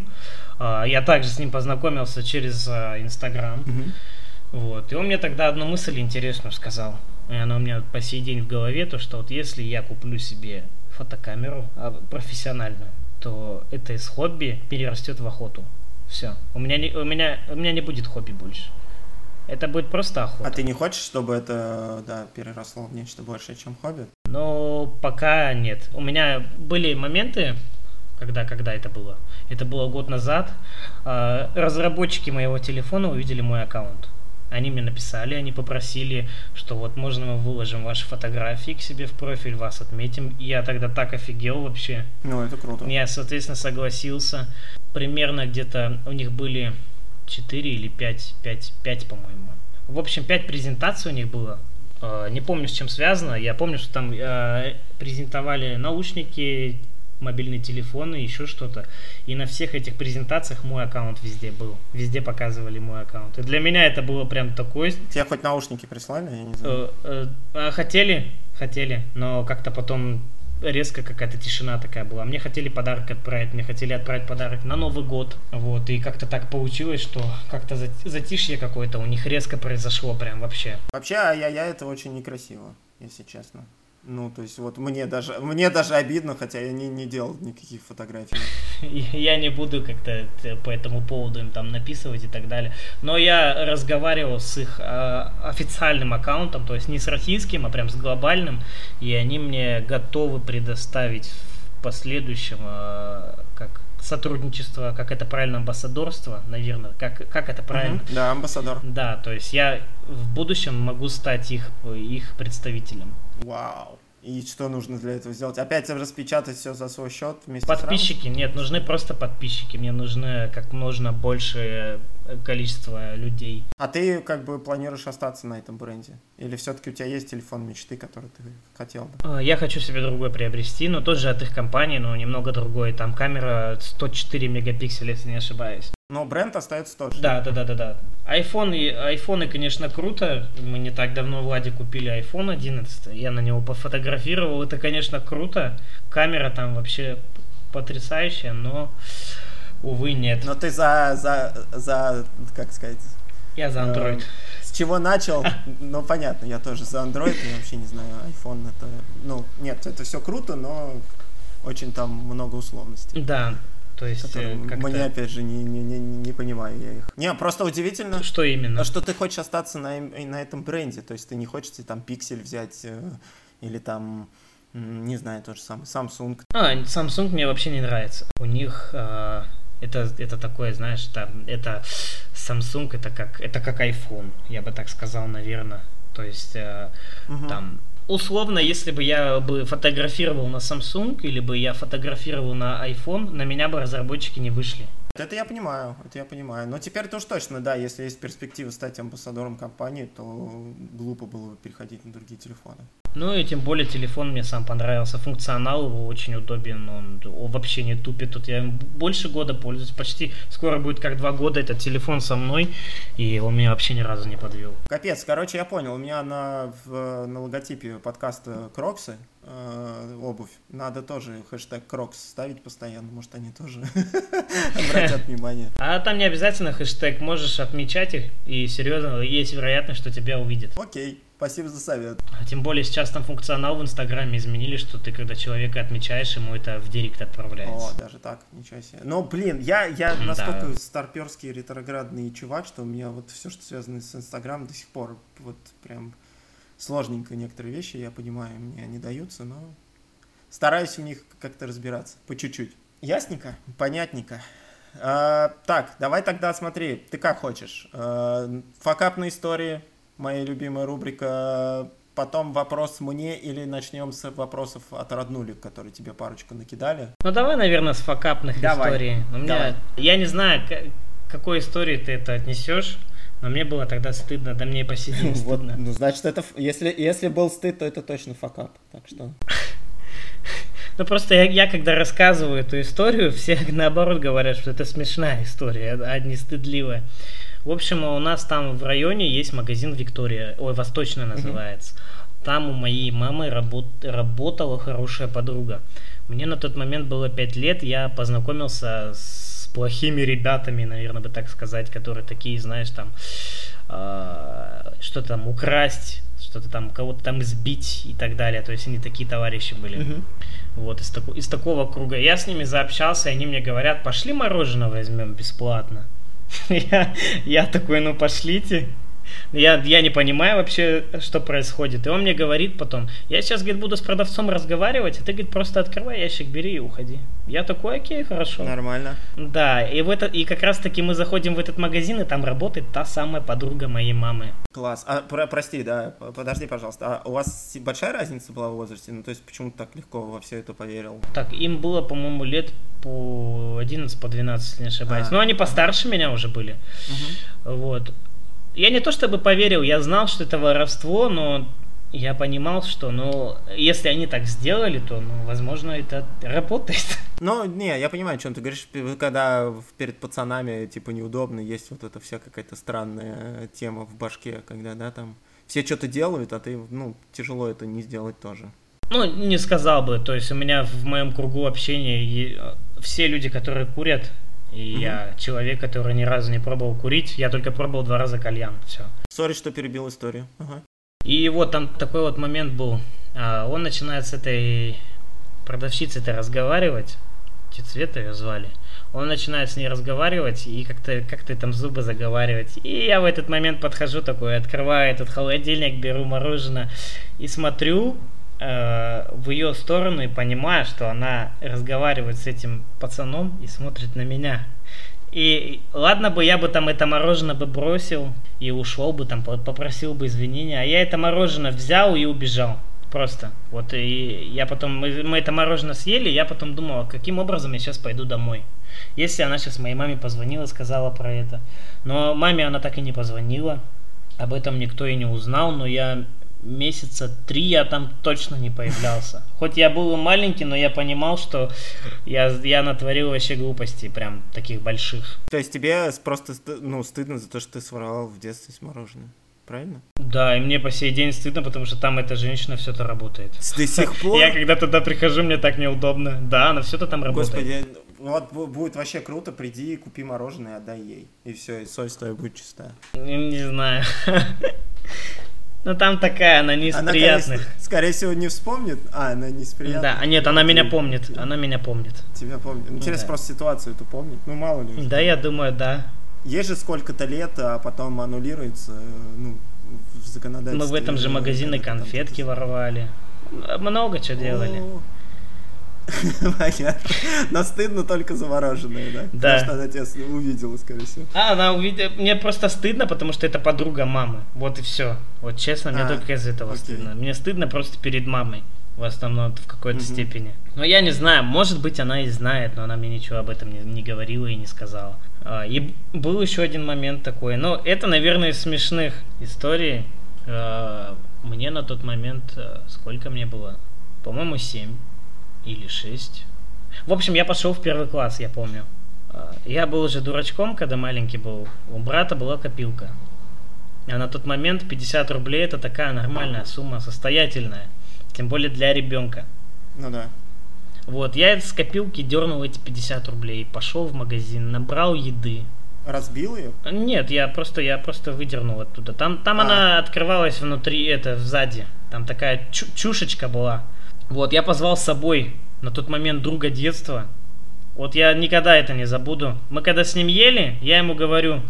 Я также с ним познакомился через Инстаграм. Mm-hmm. Вот. И он мне тогда одну мысль интересную сказал. И она у меня по сей день в голове, то что вот если я куплю себе фотокамеру профессиональную, то это из хобби перерастет в охоту. Все. У меня не, у меня, у меня не будет хобби больше. Это будет просто охота. А ты не хочешь, чтобы это, да, переросло в нечто большее, чем хобби? Ну, пока нет. У меня были моменты, когда, когда это было. Это было год назад. Разработчики моего телефона увидели мой аккаунт. Они мне написали, они попросили, что вот можно мы выложим ваши фотографии к себе в профиль, вас отметим. И я тогда так офигел вообще. Ну, это круто. Я, соответственно, согласился. Примерно где-то у них были четыре или пять, пять, пять, по-моему. В общем, пять презентаций у них было. Не помню, с чем связано. Я помню, что там презентовали наушники, мобильные телефоны, еще что-то. И на всех этих презентациях мой аккаунт везде был. Везде показывали мой аккаунт. И для меня это было прям такой... Тебе хоть наушники прислали? Я не знаю. Э, э, хотели, хотели, но как-то потом резко какая-то тишина такая была. Мне хотели подарок отправить, мне хотели отправить подарок на Новый год. Вот, и как-то так получилось, что как-то затишье какое-то у них резко произошло прям вообще. Вообще, ай-яй-яй, это очень некрасиво, если честно. Ну, то есть, вот мне даже, мне даже обидно, хотя я не, не делал никаких фотографий. Я не буду как-то по этому поводу им там написывать и так далее. Но я разговаривал с их э, официальным аккаунтом, то есть не с российским, а прям с глобальным, и они мне готовы предоставить в последующем э, как сотрудничество, как это правильно, амбассадорство, наверное, как, как это правильно? Uh-huh. Да, амбассадор. Да, то есть я в будущем могу стать их, их представителем. Вау. И что нужно для этого сделать? Опять распечатать все за свой счет вместе Подписчики? с Нет, нужны просто подписчики. Мне нужно как можно больше количество людей. А ты как бы планируешь остаться на этом бренде? Или все-таки у тебя есть телефон мечты, который ты хотел бы? Я хочу себе другой приобрести, но тоже от их компании, но немного другой. Там камера сто четыре мегапикселя, если не ошибаюсь. Но бренд остается тот же. Да, да, да, да, да. iPhone, айфоны, конечно, круто. Мы не так давно Владе купили айфон одиннадцать. Я на него пофотографировал. Это, конечно, круто. Камера там вообще потрясающая, но, увы, нет. Но ты за, за, за, как сказать... Я за Android. Э, с чего начал? Ну, понятно, я тоже за Android. Я вообще не знаю, iPhone это... Ну, нет, это все круто, но очень там много условностей. Да. То есть, мне, опять же, не, не, не, не понимаю я их. Не, просто удивительно, что именно? Что ты хочешь остаться на, на этом бренде. То есть ты не хочешь там Pixel взять э, или там, не знаю, тот же самый Samsung. А, Samsung мне вообще не нравится. У них э, это, это такое, знаешь, там, это Samsung, это как, это как iPhone, я бы так сказал, наверное. То есть э, угу. там... Условно, если бы я бы фотографировал на Samsung или бы я фотографировал на iPhone, на меня бы разработчики не вышли. Это я понимаю, это я понимаю. Но теперь тоже точно, да, если есть перспектива стать амбассадором компании, то глупо было бы переходить на другие телефоны. Ну и тем более телефон мне сам понравился. Функционал его очень удобен, он, он вообще не тупит. Тут я больше года пользуюсь, почти скоро будет как два года этот телефон со мной, и он меня вообще ни разу не подвел. Капец, короче, я понял, у меня на, в, на логотипе подкаста Кроксы э, обувь. Надо тоже хэштег Крокс ставить постоянно, может они тоже обратят внимание. А там не обязательно хэштег, можешь отмечать их, и серьезно, есть вероятность, что тебя увидят. Окей. Спасибо за совет. А тем более сейчас там функционал в Инстаграме изменили, что ты когда человека отмечаешь, ему это в директ отправляется. О, даже так, ничего себе. Но, блин, я, я настолько да. старперский ретроградный чувак, что у меня вот все, что связано с Инстаграмом, до сих пор вот прям сложненько некоторые вещи, я понимаю, мне не даются, но стараюсь в них как-то разбираться, по чуть-чуть. Ясненько? Понятненько. А, так, давай тогда смотри, ты как хочешь. А, факапные истории. Моя любимая рубрика. Потом вопрос мне или начнем с вопросов от роднулек, которые тебе парочку накидали? Ну давай, наверное, с факапных давай. историй. У меня, давай. Я не знаю, к какой истории ты это отнесешь, но мне было тогда стыдно, да мне и по сей день стыдно. Ну, значит, это, если, если был стыд, то это точно факап, так что... Ну просто я, я когда рассказываю эту историю, все наоборот говорят, что это смешная история, а не стыдливая. В общем, у нас там в районе есть магазин Виктория, ой, Восточная называется. Uh-huh. Там у моей мамы работ, работала хорошая подруга. Мне на тот момент было пять лет, я познакомился с плохими ребятами, наверное, бы так сказать, которые такие, знаешь, там, э, что-то там украсть, что-то там, кого-то там избить и так далее. То есть они такие товарищи были. Uh-huh. Вот, из, тако, из такого круга. Я с ними заобщался, и они мне говорят, пошли мороженое возьмем бесплатно. Я, я такой, ну пошлите. Я, я не понимаю вообще, что происходит. И он мне говорит потом, я сейчас, говорит, буду с продавцом разговаривать, а ты, говорит, просто открывай ящик, бери и уходи. Я такой, окей, хорошо. Нормально. Да, и, в это, и как раз таки мы заходим в этот магазин, и там работает та самая подруга моей мамы. Класс. А, про, прости, да, подожди, пожалуйста. А у вас большая разница была в возрасте? Ну, то есть, почему ты так легко во все это поверил? Так, им было, по-моему, лет по одиннадцать, по двенадцать, если не ошибаюсь. А, Но они постарше а. меня уже были. Угу. Вот. Я не то чтобы поверил, я знал, что это воровство, но я понимал, что, ну, если они так сделали, то, ну, возможно, это работает. Ну, не, я понимаю, о чем ты говоришь, когда перед пацанами, типа, неудобно, есть вот эта вся какая-то странная тема в башке, когда, да, там, все что-то делают, а ты, ну, тяжело это не сделать тоже. Ну, не сказал бы, то есть у меня в моем кругу общения все люди, которые курят, и угу. я человек, который ни разу не пробовал курить, я только пробовал два раза кальян, все. Сори, что перебил историю. Ага. И вот там такой вот момент был, он начинает с этой продавщицей-то разговаривать, Цвета ее звали, он начинает с ней разговаривать и как-то, как-то там зубы заговаривать, и я в этот момент подхожу такой, открываю этот холодильник, беру мороженое и смотрю, э, в ее сторону и понимаю, что она разговаривает с этим пацаном и смотрит на меня. И ладно бы я бы там это мороженое бы бросил и ушел бы там, попросил бы извинения, а я это мороженое взял и убежал. Просто. Вот и я потом, мы, мы это мороженое съели, я потом думал, каким образом я сейчас пойду домой. Если она сейчас моей маме позвонила, сказала про это. Но маме она так и не позвонила. Об этом никто и не узнал, но я месяца три я там точно не появлялся. Хоть я был маленький, но я понимал, что я, я натворил вообще глупостей, прям таких больших. То есть тебе просто ну, стыдно за то, что ты своровал в детстве с мороженым, правильно? Да, и мне по сей день стыдно, потому что там эта женщина все-то работает. До сих пор? Я когда туда прихожу, мне так неудобно. Да, она все-то там работает. Господи, вот будет вообще круто, приди, купи мороженое и отдай ей. И все, и совесть твоя будет чистая. Не знаю. Ну там такая, она не из она, приятных. Конечно, скорее всего, не вспомнит. А, она не из приятных. Да, нет, она меня помнит. Она меня помнит. Тебя помнит. Интересно, да. Просто ситуацию эту помнит. Ну, мало ли. Да, я думаю, да. Есть же сколько-то лет, а потом аннулируется, ну, в законодательстве. Мы в этом же магазине конфетки воровали. Много чего делали. Понятно. Но стыдно только за мороженое, да? Да. Потому что она тебя увидела, скорее всего. А, она увидела. Мне просто стыдно, потому что это подруга мамы. Вот и все. Вот честно, мне а, только из этого окей. стыдно. Мне стыдно просто перед мамой. В основном в какой-то угу. степени. Но я не знаю, может быть, она и знает, но она мне ничего об этом не, не говорила и не сказала. А, и был еще один момент такой. Но это, наверное, из смешных историй. А, мне на тот момент, сколько мне было? По-моему, семь. Или шесть. В общем, я пошел в первый класс, я помню. Я был уже дурачком, когда маленький был. У брата была копилка. А на тот момент пятьдесят рублей это такая нормальная сумма, состоятельная. Тем более для ребенка. Ну да. Вот, я с копилки дернул эти пятьдесят рублей. Пошел в магазин, набрал еды. Разбил ее? Нет, я просто, я просто выдернул оттуда. Там, там а. она открывалась внутри, это, сзади. Там такая чу- чушечка была. Вот, я позвал с собой на тот момент друга детства. Вот я никогда это не забуду. Мы когда с ним ели, я ему говорю,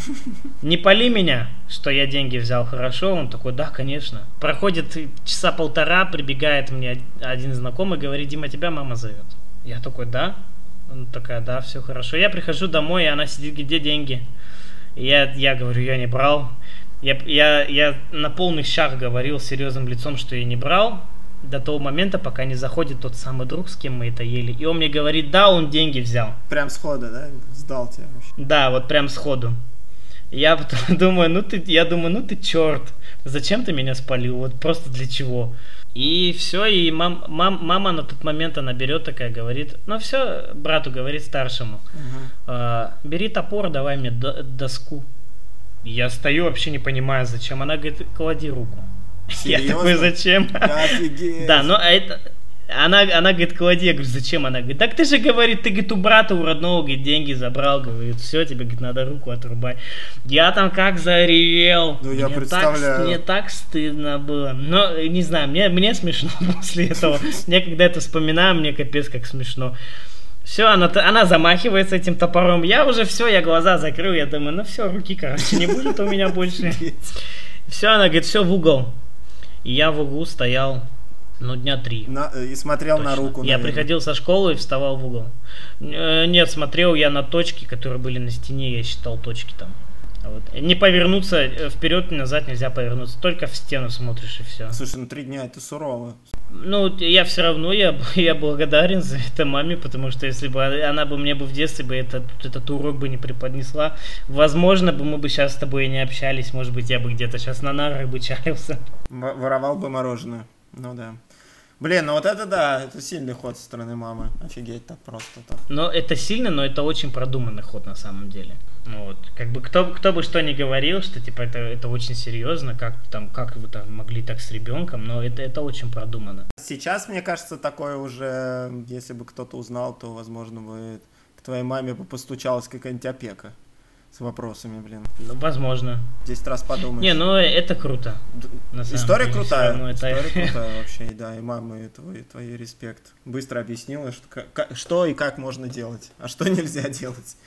не пали меня, что я деньги взял, хорошо? Он такой, да, конечно. Проходит часа полтора, прибегает мне один знакомый, говорит, Дима, тебя мама зовет. Я такой, да? Он такая, да, все хорошо. Я прихожу домой, и она сидит, где деньги? И я, я говорю, я не брал. Я, я, я на полных щах говорил серьезным лицом, что я не брал. До того момента, пока не заходит тот самый друг, с кем мы это ели. И он мне говорит, да, он деньги взял. Прям сходу, да? Сдал тебя вообще. Да, вот прям сходу. Я потом думаю, ну ты, я думаю, ну ты черт. Зачем ты меня спалил? Вот просто для чего? И все, и мам, мам, мама на тот момент, она берет такая, говорит, ну все, брату говорит старшему, угу. э, бери топор, давай мне до, доску. Я стою, вообще не понимаю, зачем. Она говорит, клади руку. Серьезно? Я такой, зачем? Офигеть. Да, но это... Она, она говорит, клади. Я говорю, зачем? Она говорит, так ты же, говорит, ты, говорит, у брата, у родного, говорит, деньги забрал. Говорит, все, тебе, говорит, надо руку отрубать. Я там как заревел. Ну, я мне представляю. Так, мне так стыдно было. Но, не знаю, мне, мне смешно после этого. Я когда это вспоминаю, мне капец как смешно. Все, она, она замахивается этим топором. Я уже все, я глаза закрыл. Я думаю, ну все, руки, короче, не будет у меня больше. Все, она говорит, все в угол. И я в углу стоял, ну, дня три. На, и смотрел точно. На руку, наверное. Я приходил со школы и вставал в угол. Нет, смотрел я на точки, которые были на стене, я считал точки там. Вот. Не повернуться вперед и назад нельзя повернуться, только в стену смотришь и все. Слушай, ну три дня это сурово. Ну, я все равно, я, я благодарен за это маме, потому что если бы она бы мне бы в детстве бы этот, этот урок бы не преподнесла, возможно бы мы бы сейчас с тобой и не общались, может быть я бы где-то сейчас на нарах бы чалился. Воровал бы мороженое, ну да. Блин, ну вот это да, это сильный ход со стороны мамы, офигеть так просто так. Но это сильно, но это очень продуманный ход на самом деле. Вот, как бы кто, кто бы что ни говорил, что типа это, это очень серьезно, как там, как вы там могли так с ребенком, но это, это очень продумано. Сейчас, мне кажется, такое уже, если бы кто-то узнал, то, возможно, бы к твоей маме бы постучалась какая-нибудь опека с вопросами, блин. Ну, возможно. Десять раз подумаешь. Не, ну это круто. Д- История деле, крутая. История это... крутая вообще, да, и мамы твой, твой респект. Быстро объяснила, что, как, что и как можно делать, а что нельзя делать.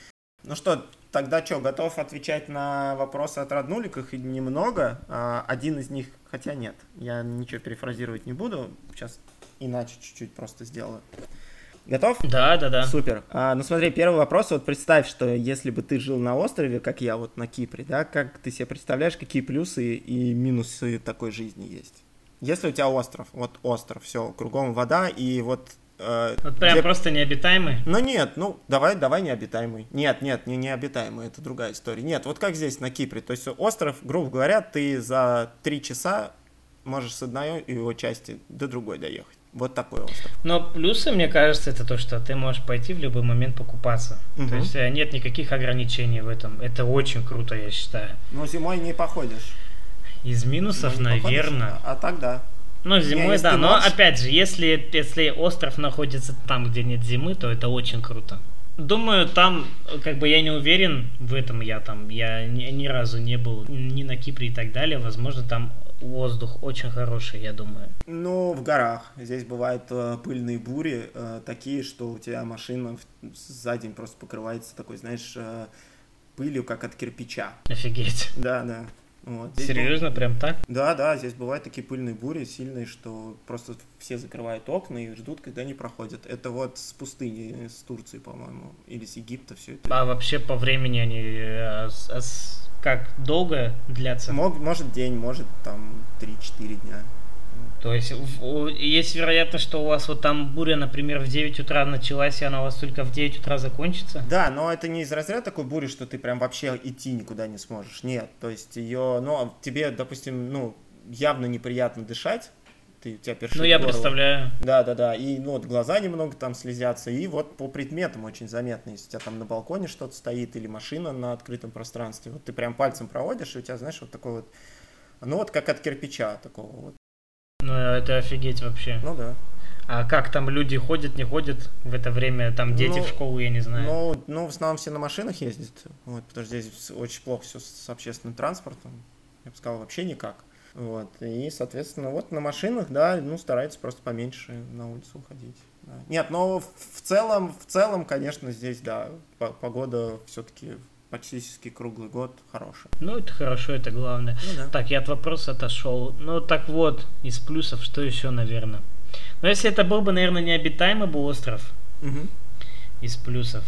Ну что, тогда что, готов отвечать на вопросы от роднуликов? Их немного. А, один из них, хотя нет, я ничего перефразировать не буду. Сейчас иначе чуть-чуть просто сделаю. Готов? Да, да, да. Супер. А, ну смотри, первый вопрос. Вот представь, что если бы ты жил на острове, как я вот на Кипре, да, как ты себе представляешь, какие плюсы и минусы такой жизни есть? Если у тебя остров, вот остров, все, кругом вода, и вот... Э, вот прям где... просто необитаемый? Ну нет, ну давай, давай необитаемый. Нет, нет, не необитаемый, это другая история. Нет, вот как здесь на Кипре. То есть остров, грубо говоря, ты за три часа можешь с одной его части до другой доехать. Вот такой остров. Но плюсы, мне кажется, это то, что ты можешь пойти в любой момент покупаться. Угу. То есть нет никаких ограничений в этом. Это очень круто, я считаю. Но зимой не походишь. Из минусов, наверное. А, а так да. Ну, зимой, не, да. Но можешь... опять же, если, если остров находится там, где нет зимы, то это очень круто. Думаю, там, как бы я не уверен в этом, я там, я ни, ни разу не был ни на Кипре и так далее. Возможно, там воздух очень хороший, я думаю. Ну, в горах. Здесь бывают э, пыльные бури, э, такие, что у тебя машина в, за день просто покрывается такой, знаешь, э, пылью, как от кирпича. Офигеть. Да, да. Вот. Серьезно, был... прям так? Да, да, здесь бывают такие пыльные бури сильные, что просто все закрывают окна и ждут, когда они проходят. Это вот с пустыни, с Турции, по-моему, или с Египта все это. А вообще по времени они а, а, как долго длятся? Мог, может день, может там три-четыре дня. То есть есть вероятность, что у вас вот там буря, например, в девять утра началась, и она у вас только в девять утра закончится? Да, но это не из разряда такой бури, что ты прям вообще идти никуда не сможешь. Нет, то есть ее, ну, тебе, допустим, ну, явно неприятно дышать, ты, у тебя першит Ну, я горло. представляю. Да, да, да, и ну, вот глаза немного там слезятся, и вот по предметам очень заметно, если у тебя там на балконе что-то стоит, или машина на открытом пространстве, вот ты прям пальцем проводишь, и у тебя, знаешь, вот такой вот, ну, вот как от кирпича такого вот. Ну, это офигеть вообще. Ну, да. А как там люди ходят, не ходят в это время? Там дети ну, в школу, я не знаю. Ну, ну, в основном все на машинах ездят, вот, потому что здесь очень плохо все с общественным транспортом. Я бы сказал, вообще никак. Вот, и, соответственно, вот на машинах, да, ну, стараются просто поменьше на улицу уходить. Да. Нет, но в целом, в целом, конечно, здесь, да, погода все-таки практически круглый год хороший. Ну, это хорошо, это главное. Ну, да. Так, я от вопроса отошел. Ну, так вот, из плюсов, что еще, наверное? Ну, если это был бы, наверное, необитаемый бы остров, угу. из плюсов,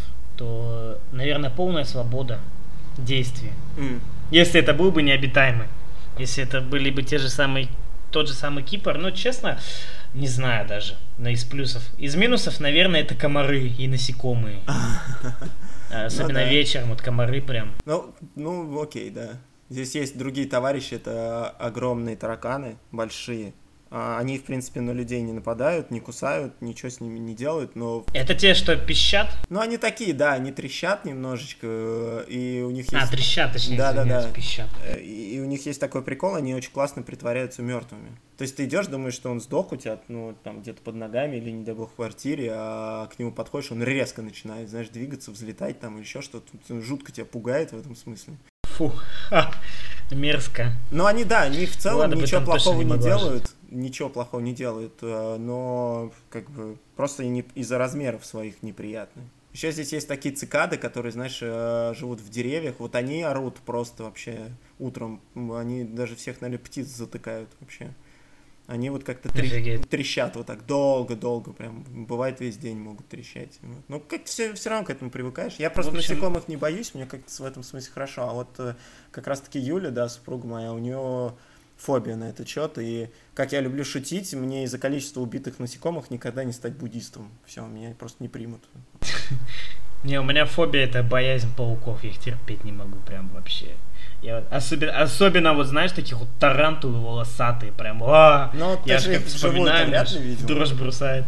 то, наверное, полная свобода действий. Mm. Если это был бы необитаемый. Если это были бы те же самые, тот же самый Кипр, ну, честно, не знаю даже, но из плюсов. Из минусов, наверное, это комары и насекомые. Особенно ну, да. вечером, вот комары прям. Ну, ну, окей, да. Здесь есть другие товарищи, это огромные тараканы, большие. Они, в принципе, на людей не нападают, не кусают, ничего с ними не делают, но... Это те, что пищат? Ну, они такие, да, они трещат немножечко, и у них есть... А, трещат, точнее, да, да, да. пищат. И, и у них есть такой прикол, они очень классно притворяются мертвыми. То есть ты идешь, думаешь, что он сдох у тебя, ну, там, где-то под ногами или, не дай бог, в квартире, а к нему подходишь, он резко начинает, знаешь, двигаться, взлетать там, или еще что-то. Жутко тебя пугает в этом смысле. Фу, ха, мерзко. Ну, они, да, они в целом Ладно, ничего плохого не, не делают. Ничего плохого не делают, но как бы просто из-за размеров своих неприятны. Еще здесь есть такие цикады, которые, знаешь, живут в деревьях. Вот они орут просто вообще утром. Они даже всех, наверное, птиц затыкают вообще. Они вот как-то трещ... трещат вот так долго-долго прям. Бывает, весь день могут трещать. Вот. Ну, как все, все равно к этому привыкаешь. Я просто общем... насекомых не боюсь, мне как-то в этом смысле хорошо. А вот как раз-таки Юля, да, супруга моя, у нее... фобия на этот счет, и как я люблю шутить, мне из-за количества убитых насекомых никогда не стать буддистом. Все, меня просто не примут. Не, у меня фобия — это боязнь пауков, я их терпеть не могу прям вообще. Я особенно, особенно вот знаешь, таких вот тарантулы волосатые, прям, а, я же как вспоминаю, дрожь бросает.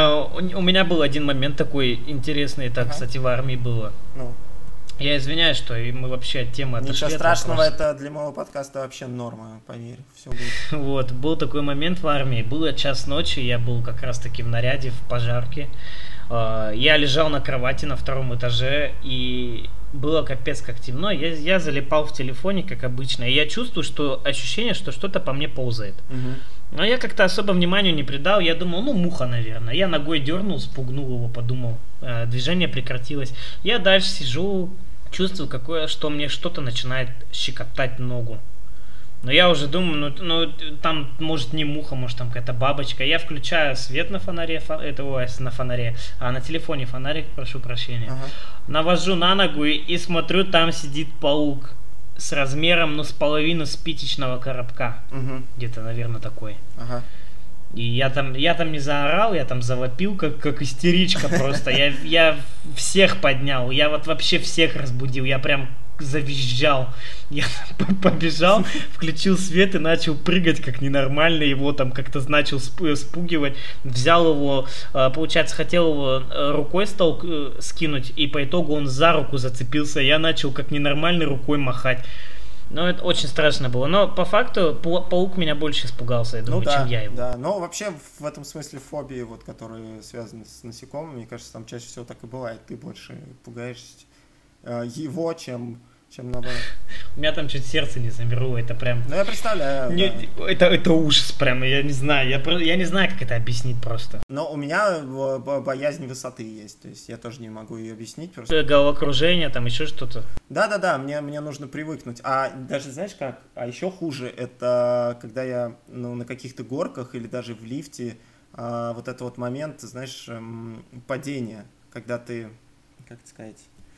У меня был один момент такой интересный, это, кстати, в армии было. Я извиняюсь, что мы вообще от темы отошли. Ничего страшного, это для моего подкаста вообще норма, поверь, все будет. Вот, был такой момент в армии, было час ночи, я был как раз-таки в наряде, в пожарке. Я лежал на кровати на втором этаже, и было капец как темно, я, я залипал в телефоне, как обычно, и я чувствую, что ощущение, что что-то по мне ползает. Угу. Но я как-то особо внимания не придал, я думал, ну, муха, наверное. Я ногой дернул, спугнул его, подумал, э, движение прекратилось. Я дальше сижу, чувствую какое, что мне что-то начинает щекотать ногу. Но я уже думаю, ну, ну там может не муха, может там какая-то бабочка. Я включаю свет на фонаре, фо, это, ой, на фонаре, а на телефоне фонарик, прошу прощения. Ага. Навожу на ногу и, и смотрю, там сидит паук с размером, ну, с половину спичечного коробка. Угу. Где-то, наверное, такой. Ага. И я там, я там не заорал, я там завопил, как, как истеричка просто. Я, я всех поднял, я вот вообще всех разбудил, я прям завизжал. Я побежал, включил свет и начал прыгать как ненормальный, его там как-то начал спугивать. Взял его, получается, хотел его рукой стал скинуть, и по итогу он за руку зацепился. Я начал как ненормальный рукой махать. Ну, это очень страшно было. Но по факту паук меня больше испугался, я думаю, ну, да, чем я его. Да, но вообще в этом смысле фобии, вот, которые связаны с насекомыми, мне кажется, там чаще всего так и бывает. Ты больше пугаешься его, чем, чем наоборот. У меня там чуть сердце не замерло, это прям... Ну, я представляю, не, да. это, это ужас прям, я не знаю, я, я не знаю, как это объяснить просто. Но у меня боязнь высоты есть, то есть я тоже не могу ее объяснить. Просто... Головокружение, там еще что-то. Да-да-да, мне, мне нужно привыкнуть. А даже, знаешь как, а еще хуже, это когда я ну, на каких-то горках или даже в лифте, а, вот этот вот момент, знаешь, эм, падения, когда ты, как это сказать...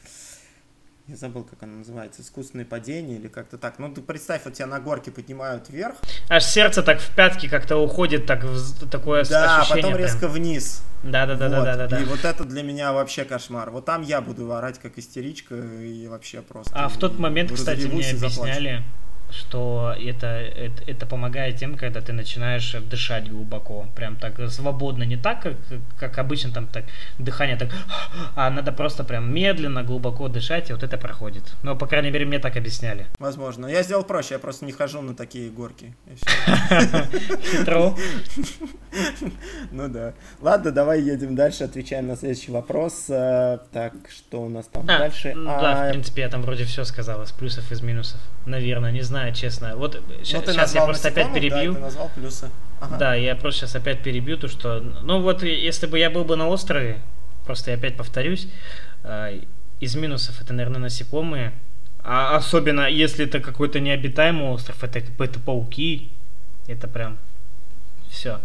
Я забыл, как оно называется, искусственное падение или как-то так. Ну, ты представь, вот тебя на горке поднимают вверх. Аж сердце так в пятки как-то уходит, так, такое да, ощущение. Да, потом резко прям вниз. Да-да-да-да-да-да. Вот. И вот это для меня вообще кошмар. Вот там я буду орать как истеричка и вообще просто... А в тот момент, кстати, мне объясняли, что это, это, это помогает тем, когда ты начинаешь дышать глубоко, прям так свободно, не так, как, как обычно там так дыхание так, а надо просто прям медленно, глубоко дышать, и вот это проходит. Но, по крайней мере, мне так объясняли. Возможно. Я сделал проще, я просто не хожу на такие горки. Хитро. Ну да. Ладно, давай едем дальше, отвечаем на следующий вопрос. Так, что у нас там дальше? Да, в принципе, я там вроде все сказал, из плюсов, из минусов. Наверное, не знаю, честно. Вот сейчас я просто опять перебью. Да, ты назвал плюсы. Ага. Да, я просто сейчас опять перебью то, что... Ну вот, если бы я был бы на острове, просто я опять повторюсь, из минусов это, наверное, насекомые. А особенно, если это какой-то необитаемый остров, это, это пауки. Это прям все.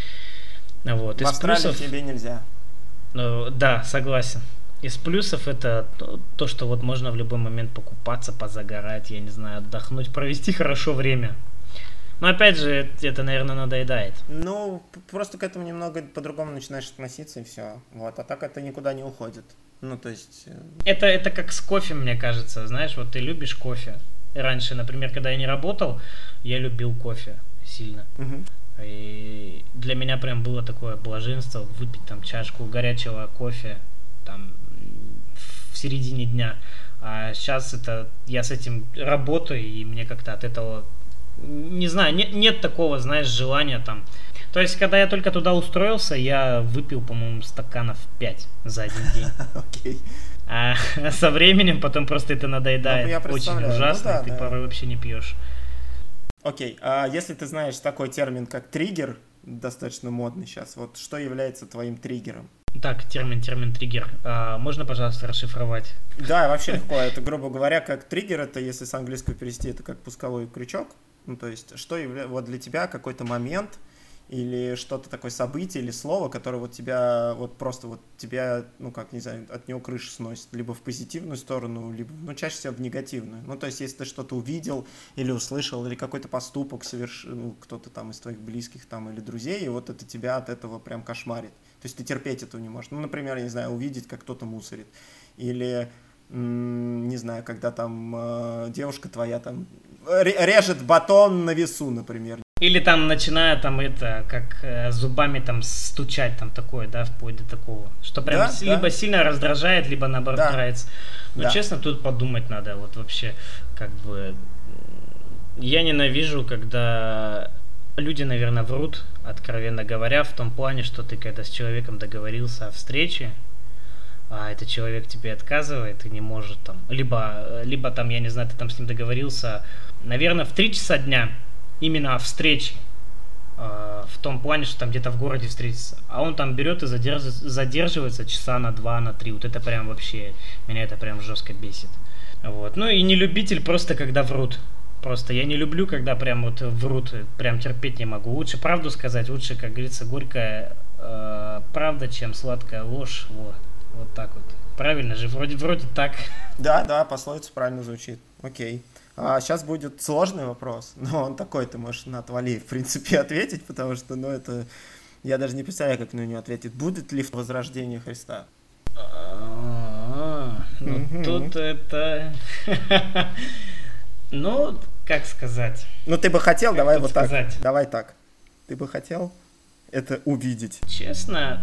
Вот. В Австралии плюсов, тебе нельзя. Ну, да, согласен. Из плюсов это то, то, что вот можно в любой момент покупаться, позагорать, я не знаю, отдохнуть, провести хорошо время. Но опять же, это, наверное, надоедает. Ну, просто к этому немного по-другому начинаешь относиться, и все. Вот, а так это никуда не уходит. Ну, то есть... Это, это как с кофе, мне кажется. Знаешь, вот ты любишь кофе. Раньше, например, когда я не работал, я любил кофе сильно. Угу. И для меня прям было такое блаженство выпить там чашку горячего кофе там в середине дня. А сейчас это я с этим работаю, и мне как-то от этого, не знаю, нет, нет такого, знаешь, желания там. То есть, когда я только туда устроился, я выпил, по-моему, стаканов пять за один день. Окей. А со временем потом просто это надоедает. Ну, очень ужасно, ну, да, ты да. порой вообще не пьешь. Окей, а если ты знаешь такой термин, как триггер, достаточно модный сейчас, вот что является твоим триггером? Так, термин, термин триггер. А, можно, пожалуйста, расшифровать? Да, вообще легко. Это, грубо говоря, как триггер, это, если с английского перевести, это как пусковой крючок. Ну, то есть, что является, вот для тебя какой-то момент или что-то такое событие или слово, которое вот тебя, вот просто вот тебя, ну, как, не знаю, от него крышу сносит, либо в позитивную сторону, либо, ну, чаще всего в негативную. Ну, то есть, если ты что-то увидел или услышал, или какой-то поступок совершил, ну, кто-то там из твоих близких там или друзей, и вот это тебя от этого прям кошмарит. То есть, ты терпеть этого не можешь. Ну, например, я не знаю, увидеть, как кто-то мусорит. Или, м- не знаю, когда там э- девушка твоя там режет батон на весу, например. Или там начинает там это, как э, зубами там стучать, там такое, да, вплоть до такого. Что прям да, с, да. либо сильно раздражает, либо наоборот да. нравится. Но да. честно, тут подумать надо, вот вообще, как бы, я ненавижу, когда люди, наверное, врут, откровенно говоря, в том плане, что ты когда с человеком договорился о встрече, а этот человек тебе отказывает и не может там, либо, либо там, я не знаю, ты там с ним договорился, наверное, в три часа дня, именно о встрече, э, в том плане, что там где-то в городе встретиться, а он там берет и задерж... задерживается часа на два, на три, вот это прям вообще, меня это прям жестко бесит. Вот. Ну и не любитель просто, когда врут. Просто я не люблю, когда прям вот врут, прям терпеть не могу. Лучше правду сказать, лучше, как говорится, горькая э, правда, чем сладкая ложь. Вот, вот так вот. Правильно же, вроде, вроде так. Да, да, пословица правильно звучит. Окей. А сейчас будет сложный вопрос, но он такой, ты можешь на отвали, в принципе, ответить, потому что, ну, это... Я даже не представляю, как на него ответить. Будет ли возрождение Христа? Ну, тут это... Ну, как сказать? Ну, ты бы хотел, давай вот так. Давай так. Ты бы хотел это увидеть? Честно,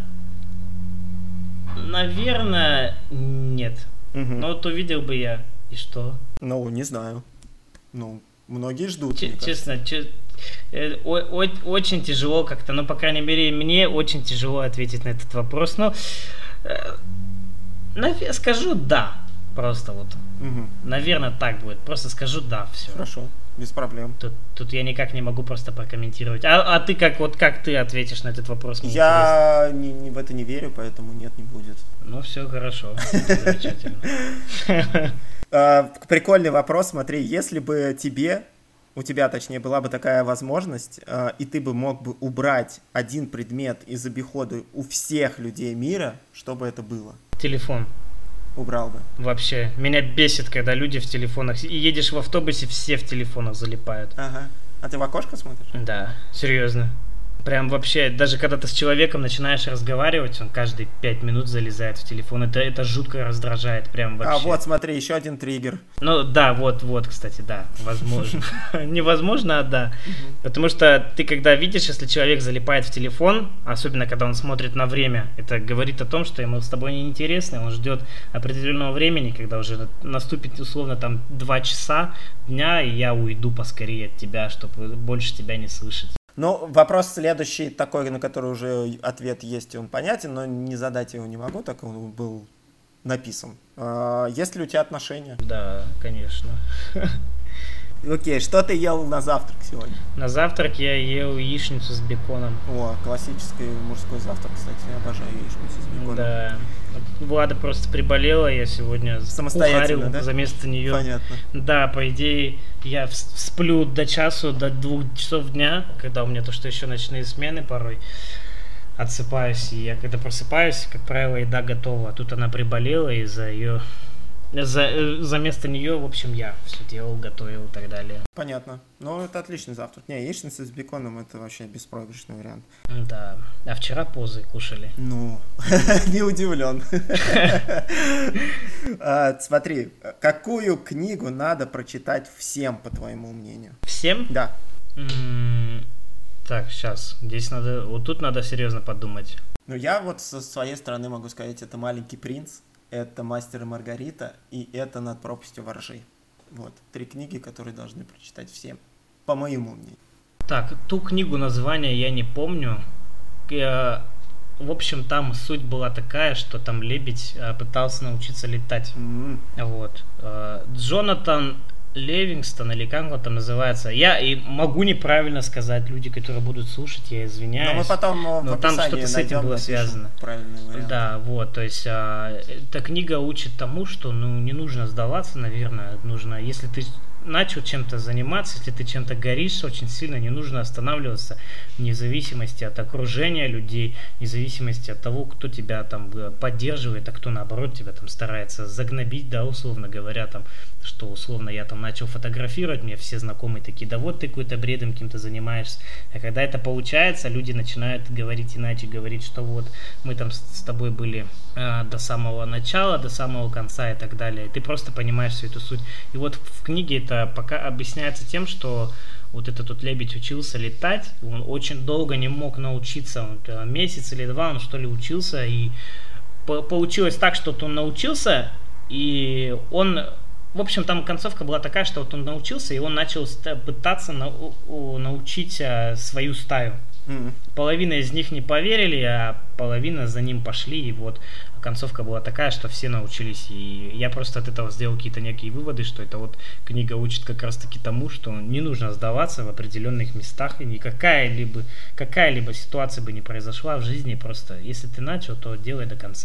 наверное, нет. Но вот увидел бы я, и что? Ну, не знаю. Ну, многие ждут. Ч- честно, ч- э, о- о- очень тяжело как-то, ну, по крайней мере, мне очень тяжело ответить на этот вопрос. Но э, наве- скажу да, просто вот. Угу. Наверное, так будет. Просто скажу да, все. Хорошо, без проблем. Тут, тут я никак не могу просто прокомментировать. А, а ты как вот как ты ответишь на этот вопрос? Мне я не, не в это не верю, поэтому нет, не будет. Ну все хорошо, замечательно. Прикольный вопрос, смотри, если бы тебе, у тебя точнее, была бы такая возможность, и ты бы мог бы убрать один предмет из обихода у всех людей мира, что бы это было? Телефон. Убрал бы. Вообще, меня бесит, когда люди в телефонах, и едешь в автобусе, все в телефонах залипают. Ага. А ты в окошко смотришь? Да, серьезно. Прям вообще, даже когда ты с человеком начинаешь разговаривать, он каждые пять минут залезает в телефон. Это, это жутко раздражает, прям вообще. А вот, смотри, еще один триггер. Ну да, вот, вот, кстати, да, возможно. Невозможно, а да. Потому что ты когда видишь, если человек залипает в телефон, особенно когда он смотрит на время, это говорит о том, что ему с тобой неинтересно, он ждет определенного времени, когда уже наступит условно там два часа дня, и я уйду поскорее от тебя, чтобы больше тебя не слышать. Ну, вопрос следующий, такой, на который уже ответ есть, и он понятен, но не задать его не могу, так он был написан. А, есть ли у тебя отношения? Да, конечно. Окей, что ты ел на завтрак сегодня? На завтрак я ел яичницу с беконом. О, классический мужской завтрак, кстати, я обожаю яичницу с беконом. Да. Влада просто приболела, я сегодня самостоятельно, кухарил да? заместо нее. Понятно. Да, по идее, я сплю до часу, до двух часов дня, когда у меня то, что еще ночные смены порой. Отсыпаюсь, и я когда просыпаюсь, как правило, еда готова. А тут она приболела, и за ее... За, за место нее, в общем, я все делал, готовил и так далее. Понятно. Ну, это отличный завтрак. Не, яичница с беконом — это вообще беспроигрышный вариант. Да. А вчера позы кушали. Ну, не удивлен. Смотри, какую книгу надо прочитать всем, по твоему мнению? Всем? Да. Так, сейчас. Здесь надо... Вот тут надо серьезно подумать. Ну, я вот со своей стороны могу сказать, это «Маленький принц», это «Мастер и Маргарита» и это «Над пропастью воржей». Вот, три книги, которые должны прочитать всем, по моему мнению. Так, ту книгу название я не помню. Я... В общем, там суть была такая, что там лебедь пытался научиться летать. Mm-hmm. Вот. Джонатан Ливингстон, или как он там называется. Я и могу неправильно сказать, люди, которые будут слушать, я извиняюсь. Но мы потом в Но там что-то с этим было связано. Да, вот, то есть а, эта книга учит тому, что ну не нужно сдаваться, наверное, нужно, если ты начал чем-то заниматься, если ты чем-то горишь очень сильно, не нужно останавливаться вне зависимости от окружения людей, вне зависимости от того, кто тебя там поддерживает, а кто наоборот тебя там старается загнобить, да, условно говоря, там, что условно я там начал фотографировать, мне все знакомые такие, да вот ты какой-то бредом каким-то занимаешься, а когда это получается, люди начинают говорить иначе, говорить, что вот мы там с, с тобой были э, до самого начала, до самого конца и так далее, и ты просто понимаешь всю эту суть. И вот в книге это пока объясняется тем, что вот этот вот лебедь учился летать, он очень долго не мог научиться, он, месяц или два он что ли учился, и по- получилось так, что вот он научился, и он, в общем, там концовка была такая, что вот он научился, и он начал пытаться на- научить свою стаю. Mm-hmm. Половина из них не поверили, а половина за ним пошли, и вот концовка была такая, что все научились, и я просто от этого сделал какие-то некие выводы, что это вот книга учит как раз-таки тому, что не нужно сдаваться в определенных местах, и никакая-либо какая-либо ситуация бы не произошла в жизни, просто если ты начал, то делай до конца.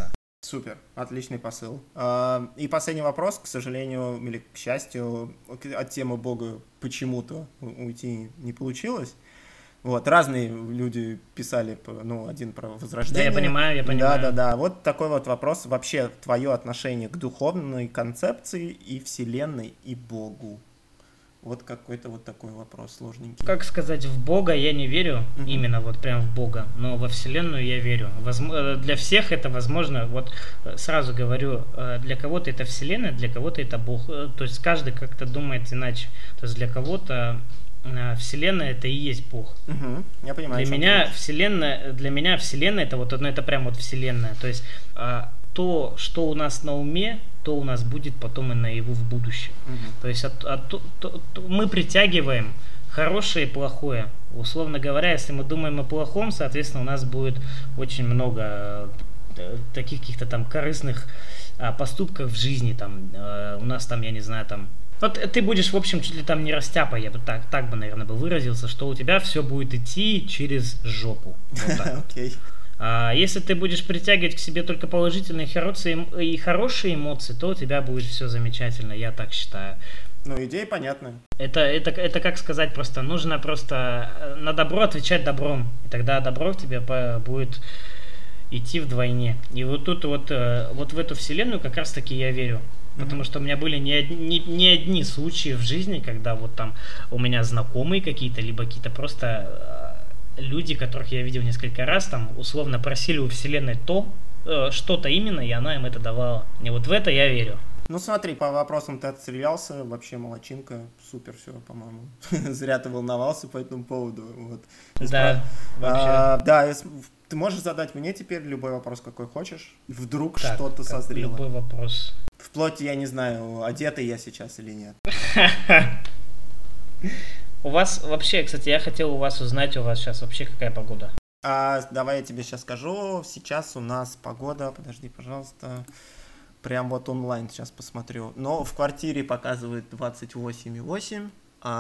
Супер, отличный посыл. А, И последний вопрос, к сожалению, или к счастью, от темы Бога почему-то уйти не получилось. Вот, разные люди писали, ну, один про возрождение. Да, я понимаю, я понимаю. Да-да-да, вот такой вот вопрос. Вообще, твое отношение к духовной концепции и Вселенной, и Богу? Вот какой-то вот такой вопрос сложненький. Как сказать, в Бога я не верю, uh-huh. именно вот прям в Бога, но во Вселенную я верю. Возможно, для всех это возможно, вот сразу говорю, для кого-то это Вселенная, для кого-то это Бог. То есть каждый как-то думает иначе. То есть для кого-то Вселенная это и есть Бог. Uh-huh. Я понимаю. Для меня Вселенная, для меня Вселенная это вот, ну, это прям вот Вселенная. То есть то, что у нас на уме, то у нас будет потом и наяву в будущем. Uh-huh. То есть от, от, то, то, то, мы притягиваем хорошее и плохое. Условно говоря, если мы думаем о плохом, соответственно, у нас будет очень много таких каких-то там корыстных а, поступков в жизни. Там, а, у нас там, я не знаю, там... Вот ты будешь, в общем, чуть ли там не растяпа, я бы так, так бы, наверное, бы выразился, что у тебя все будет идти через жопу. Вот так вот. Okay. А если ты будешь притягивать к себе только положительные и хорошие эмоции, то у тебя будет все замечательно, я так считаю. Ну, идея понятная. Это, это, это как сказать просто, нужно просто на добро отвечать добром, и тогда добро к тебе будет идти вдвойне. И вот тут вот, вот в эту вселенную как раз таки я верю. Потому что у меня были не одни, не, не одни случаи в жизни, когда вот там у меня знакомые какие-то, либо какие-то просто люди, которых я видел несколько раз, там условно просили у Вселенной то, э, что-то именно, и она им это давала. И вот в это я верю. Ну смотри, по вопросам ты отстрелялся, вообще молодчинка, супер все, по-моему. Зря ты волновался по этому поводу. Вот. Да, вообще. А, да, ты можешь задать мне теперь любой вопрос, какой хочешь. Вдруг так, что-то созрело. Любой вопрос. Вплоть, я не знаю, одетый я сейчас или нет. У вас вообще, кстати, я хотел у вас узнать, у вас сейчас вообще какая погода? А, давай я тебе сейчас скажу. Сейчас у нас погода, подожди, пожалуйста. Прям вот онлайн сейчас посмотрю. Но в квартире показывает двадцать восемь и восемь.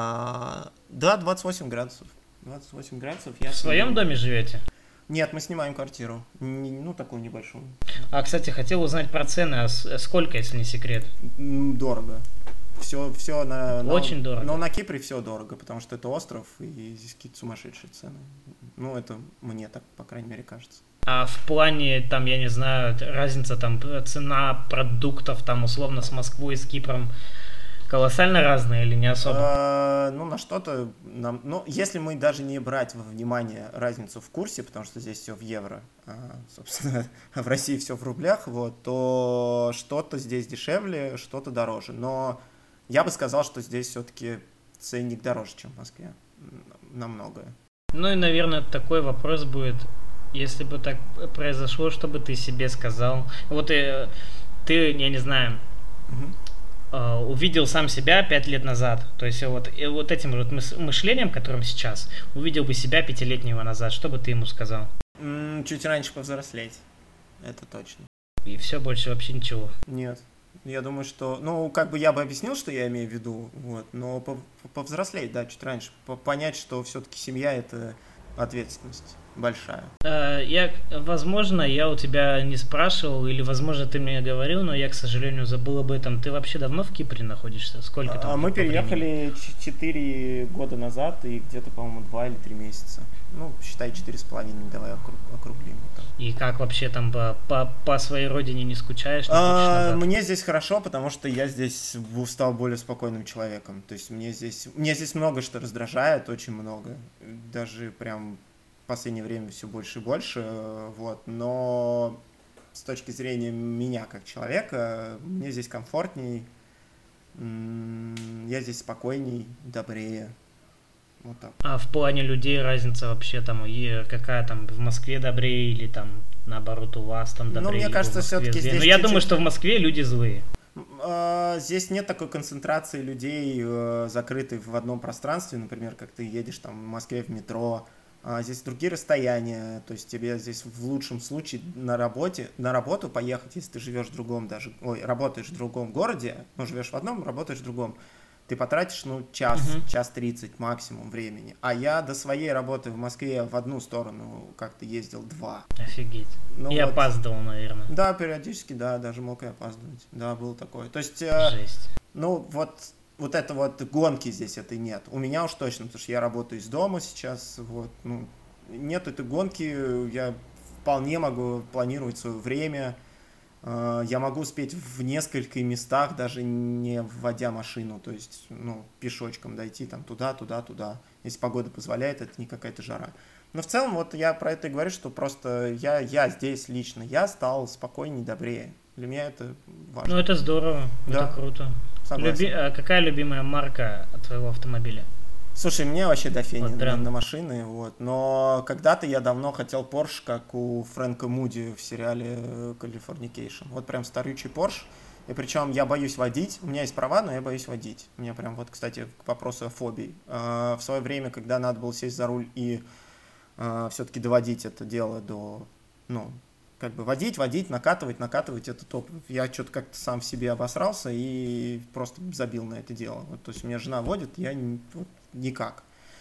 А, да, двадцать восемь градусов. двадцать восемь градусов. Я в своем доме живете? Нет, мы снимаем квартиру. Ну, такую небольшую. А, кстати, хотел узнать про цены. А сколько, если не секрет? Дорого. Все, все на... Очень на, дорого. Но на Кипре все дорого, потому что это остров, и здесь какие-то сумасшедшие цены. Ну, это мне так, по крайней мере, кажется. А в плане, там, я не знаю, разница, там, цена продуктов, там, условно, с Москвой и с Кипром колоссально разные или не особо? А, ну, на что-то... Нам, ну, если мы даже не брать во внимание разницу в курсе, потому что здесь все в евро, а, собственно, в России все в рублях, вот, то что-то здесь дешевле, что-то дороже. Но я бы сказал, что здесь все-таки ценник дороже, чем в Москве. Намного. Ну и, наверное, такой вопрос будет, если бы так произошло, что бы ты себе сказал? Вот и, ты, я не знаю... Угу. увидел сам себя пять лет назад, то есть вот, и вот этим вот мышлением, которым сейчас, увидел бы себя пятилетнего назад, что бы ты ему сказал? Mm, чуть раньше повзрослеть, это точно. И все, больше вообще ничего? Нет, я думаю, что, ну, как бы я бы объяснил, что я имею в виду, вот, но повзрослеть, да, чуть раньше, понять, что все-таки семья — это ответственность большая. Я, возможно, я у тебя не спрашивал, или, возможно, ты мне говорил, но я, к сожалению, забыл об этом. Ты вообще давно в Кипре находишься? Сколько там? А мы переехали четыре года назад, и где-то, по-моему, два или три месяца. Ну, считай, четыре с половиной, давай округлим. И как вообще там по, по, по своей родине не скучаешь? Не а, мне здесь хорошо, потому что я здесь стал более спокойным человеком. То есть мне здесь, мне здесь много что раздражает, очень много. Даже прям в последнее время все больше и больше. Вот. Но с точки зрения меня как человека, мне здесь комфортней. Я здесь спокойней, добрее. Вот так. А в плане людей разница вообще там, какая там в Москве добрее или там наоборот у вас там добрее? Ну, мне кажется, все-таки здесь... Но я думаю, что в Москве люди злые. Здесь нет такой концентрации людей, закрытой в одном пространстве, например, как ты едешь там в Москве в метро. Здесь другие расстояния, то есть тебе здесь в лучшем случае на работе, на работу поехать, если ты живешь в другом даже, ой, работаешь в другом городе, ну, живешь в одном, работаешь в другом, Ты потратишь, ну, час, Мгм. час тридцать максимум времени. А я до своей работы в Москве в одну сторону как-то ездил два. Офигеть. Ну И вот. опаздывал, наверное. Да, периодически, да, даже мог и опаздывать. Да, было такое. То есть, э, Жесть. ну, вот, вот это вот гонки здесь этой нет. У меня уж точно, потому что я работаю из дома сейчас, вот, ну, нет этой гонки, я вполне могу планировать свое время. Э, Я могу успеть в нескольких местах, даже не вводя машину, то есть, ну, пешочком дойти там туда, туда, туда. Если погода позволяет, это не какая-то жара. Но в целом, вот я про это и говорю, что просто я, я здесь лично, я стал спокойнее, добрее. Для меня это важно. Ну, это здорово, Да. это круто. Согласен. Люби- а какая любимая марка твоего автомобиля? Слушай, мне вообще до фени Вот на, прям. на машины, вот. Но когда-то я давно хотел Porsche, как у Фрэнка Муди в сериале э, Californication. Вот прям старючий Porsche. И причем я боюсь водить. У меня есть права, но я боюсь водить. У меня прям вот, кстати, к вопросу о фобии. Э, В свое время, когда надо было сесть за руль и э, все-таки доводить это дело до, ну, как бы водить, водить, накатывать, накатывать этот опыт. Я что-то как-то сам в себе обосрался и просто забил на это дело. Вот, то есть у меня жена водит, я не- вот, никак.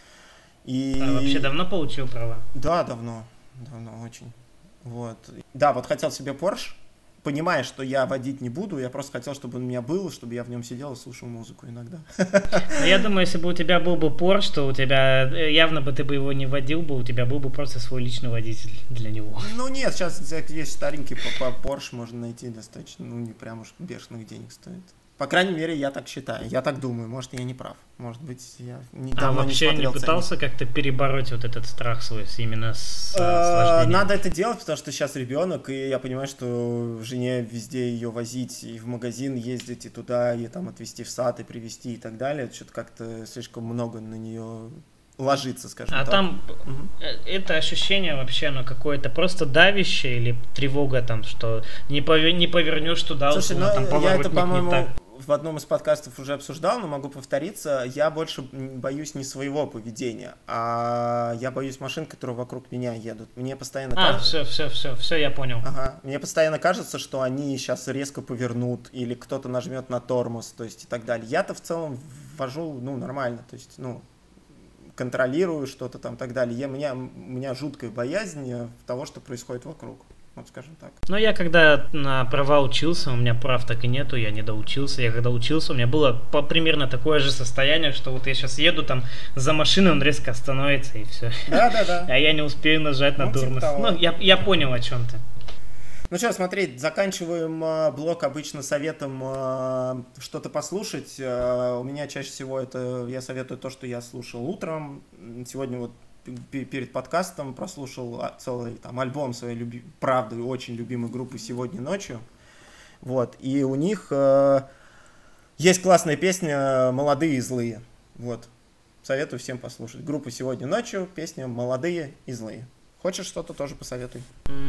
И... А вообще давно получил права? Да, давно, давно очень. Вот. Да, вот хотел себе Porsche, понимая, что я водить не буду, я просто хотел, чтобы он у меня был, чтобы я в нем сидел и слушал музыку иногда. Ну, я думаю, если бы у тебя был бы Porsche, то у тебя э, явно бы ты бы его не водил бы, у тебя был бы просто свой личный водитель для него. Ну нет, сейчас есть старенький по, по Porsche, можно найти достаточно, ну не прям уж бешеных денег стоит. По крайней мере, я так считаю, я так думаю, может, я не прав, может быть, я не, А давно вообще не не смотрел пытался как-то перебороть вот этот страх свой с- именно с, э, с Э, вождением? Надо это делать, потому что сейчас ребенок, и я понимаю, что жене везде ее возить, и в магазин ездить, и туда, и там отвезти в сад, и привезти, и так далее. Что-то как-то слишком много на нее ложится, скажем А так. там Мгм. э, это ощущение вообще, оно какое-то просто давящее или тревога там, что не, пове- не повернешь туда, Слушай, условно, ну там я это, поворотник не по-моему, так. в одном из подкастов уже обсуждал, но могу повториться. Я больше м, боюсь не своего поведения, а я боюсь машин, которые вокруг меня едут. Мне постоянно А, кажется... все, все, все, все, я понял. Ага. Мне постоянно кажется, что они сейчас резко повернут, или кто-то нажмет на тормоз, то есть и так далее. Я-то в целом вожу, ну, нормально, то есть, ну, контролирую что-то там и так далее. Я, у, меня, у меня жуткая боязнь э, того, что происходит вокруг, вот скажем так. Но я когда на права учился, у меня прав так и нету, я не доучился. Я когда учился, у меня было по- примерно такое же состояние, что вот я сейчас еду там за машиной, он резко остановится и все. Да-да-да. А я не успею нажать на Ну, типа тормоз. того. Ну, я, я понял, о чем ты. Ну что, смотри, заканчиваем э, блок обычно советом э, что-то послушать. Э, у меня чаще всего это, я советую то, что я слушал утром. Сегодня вот п- перед подкастом прослушал а, целый там альбом своей, люби... правда, очень любимой группы «Сегодня ночью». Вот, и у них э, есть классная песня «Молодые и злые». Вот, советую всем послушать. Группа «Сегодня ночью», песня «Молодые и злые». Хочешь что-то, тоже посоветуй.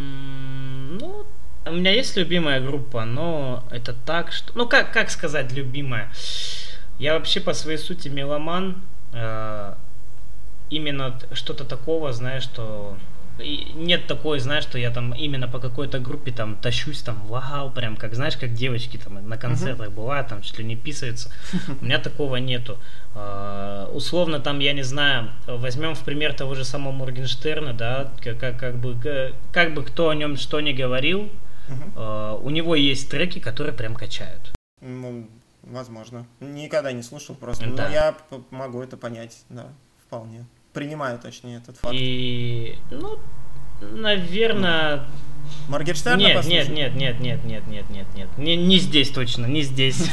М, Ну, у меня есть любимая группа, но это так, что... Ну, как, как сказать любимая? Я вообще по своей сути меломан. э, Именно т- что-то такого, знаешь, что... и нет такой, знаешь, что я там именно по какой-то группе там тащусь, там, вау, прям, как, знаешь, как девочки там на концертах бывают, там, чуть ли не писаются. У меня такого нету. А, Условно, там, я не знаю, возьмем в пример того же самого Моргенштерна, да, как, как, как бы, к- как бы кто о нем что ни говорил, Мгм. а, у него есть треки, которые прям качают. Ну, возможно. Никогда не слушал просто. Да. Но я п- могу это понять, да, вполне. Принимаю, точнее, этот факт. И, ну, наверное... Моргенштерна Нет, послушай. нет, нет, нет, нет, нет, нет, нет, нет. Не, не здесь точно, не здесь.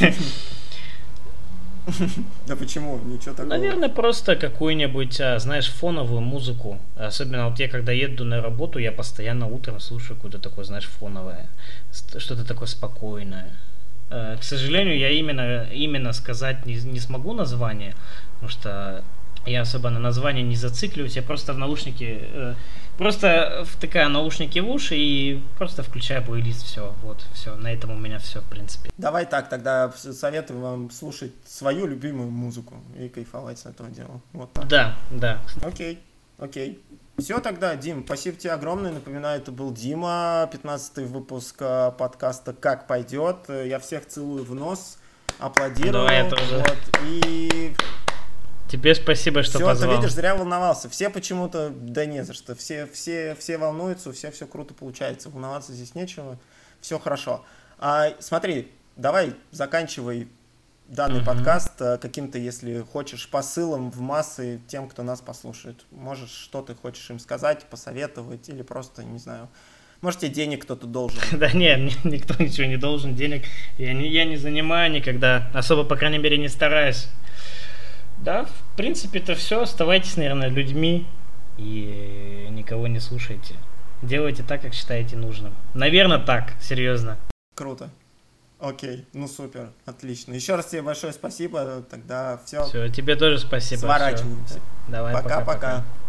Да почему? Ничего такого. Наверное, просто какую-нибудь, а, знаешь, фоновую музыку. Особенно вот я, когда еду на работу, я постоянно утром слушаю какое-то такое, знаешь, фоновое. Ст- Что-то такое спокойное. Э, К сожалению, я именно, именно сказать не, не смогу название, потому что я особо на название не зацикливаюсь. Я просто в наушнике, э, просто втыкаю наушники в уши и просто включаю плейлист. Все, вот, все. На этом у меня все, в принципе. Давай так, тогда с- советую вам слушать свою любимую музыку и кайфовать с этого дела. Вот так. Да, да. Окей, окей. Все тогда, Дим, спасибо тебе огромное. Напоминаю, это был Дима, пятнадцатый выпуск э, подкаста «Как пойдет». Э, Я всех целую в нос. аплодировал. Да, я тоже. Вот, и тебе спасибо, что все, позвал. ты видишь, зря волновался. Все почему-то, да не за что. Все, все, все волнуются, у всех все круто получается. Волноваться здесь нечего. Все хорошо. А, смотри, давай заканчивай данный uh-huh. подкаст каким-то, если хочешь, посылом в массы тем, кто нас послушает. Можешь, что ты хочешь им сказать, посоветовать или просто, не знаю, может, тебе денег кто-то должен. Да нет, никто ничего не должен, денег я не, я не занимаю никогда, особо, по крайней мере, не стараюсь. Да, в принципе, это все. Оставайтесь, наверное, людьми и никого не слушайте. Делайте так, как считаете нужным. Наверное, так, серьезно. Круто. Окей, ну супер, отлично. Еще раз тебе большое спасибо, тогда все. Все, тебе тоже спасибо. Сворачиваемся. Давай, пока-пока.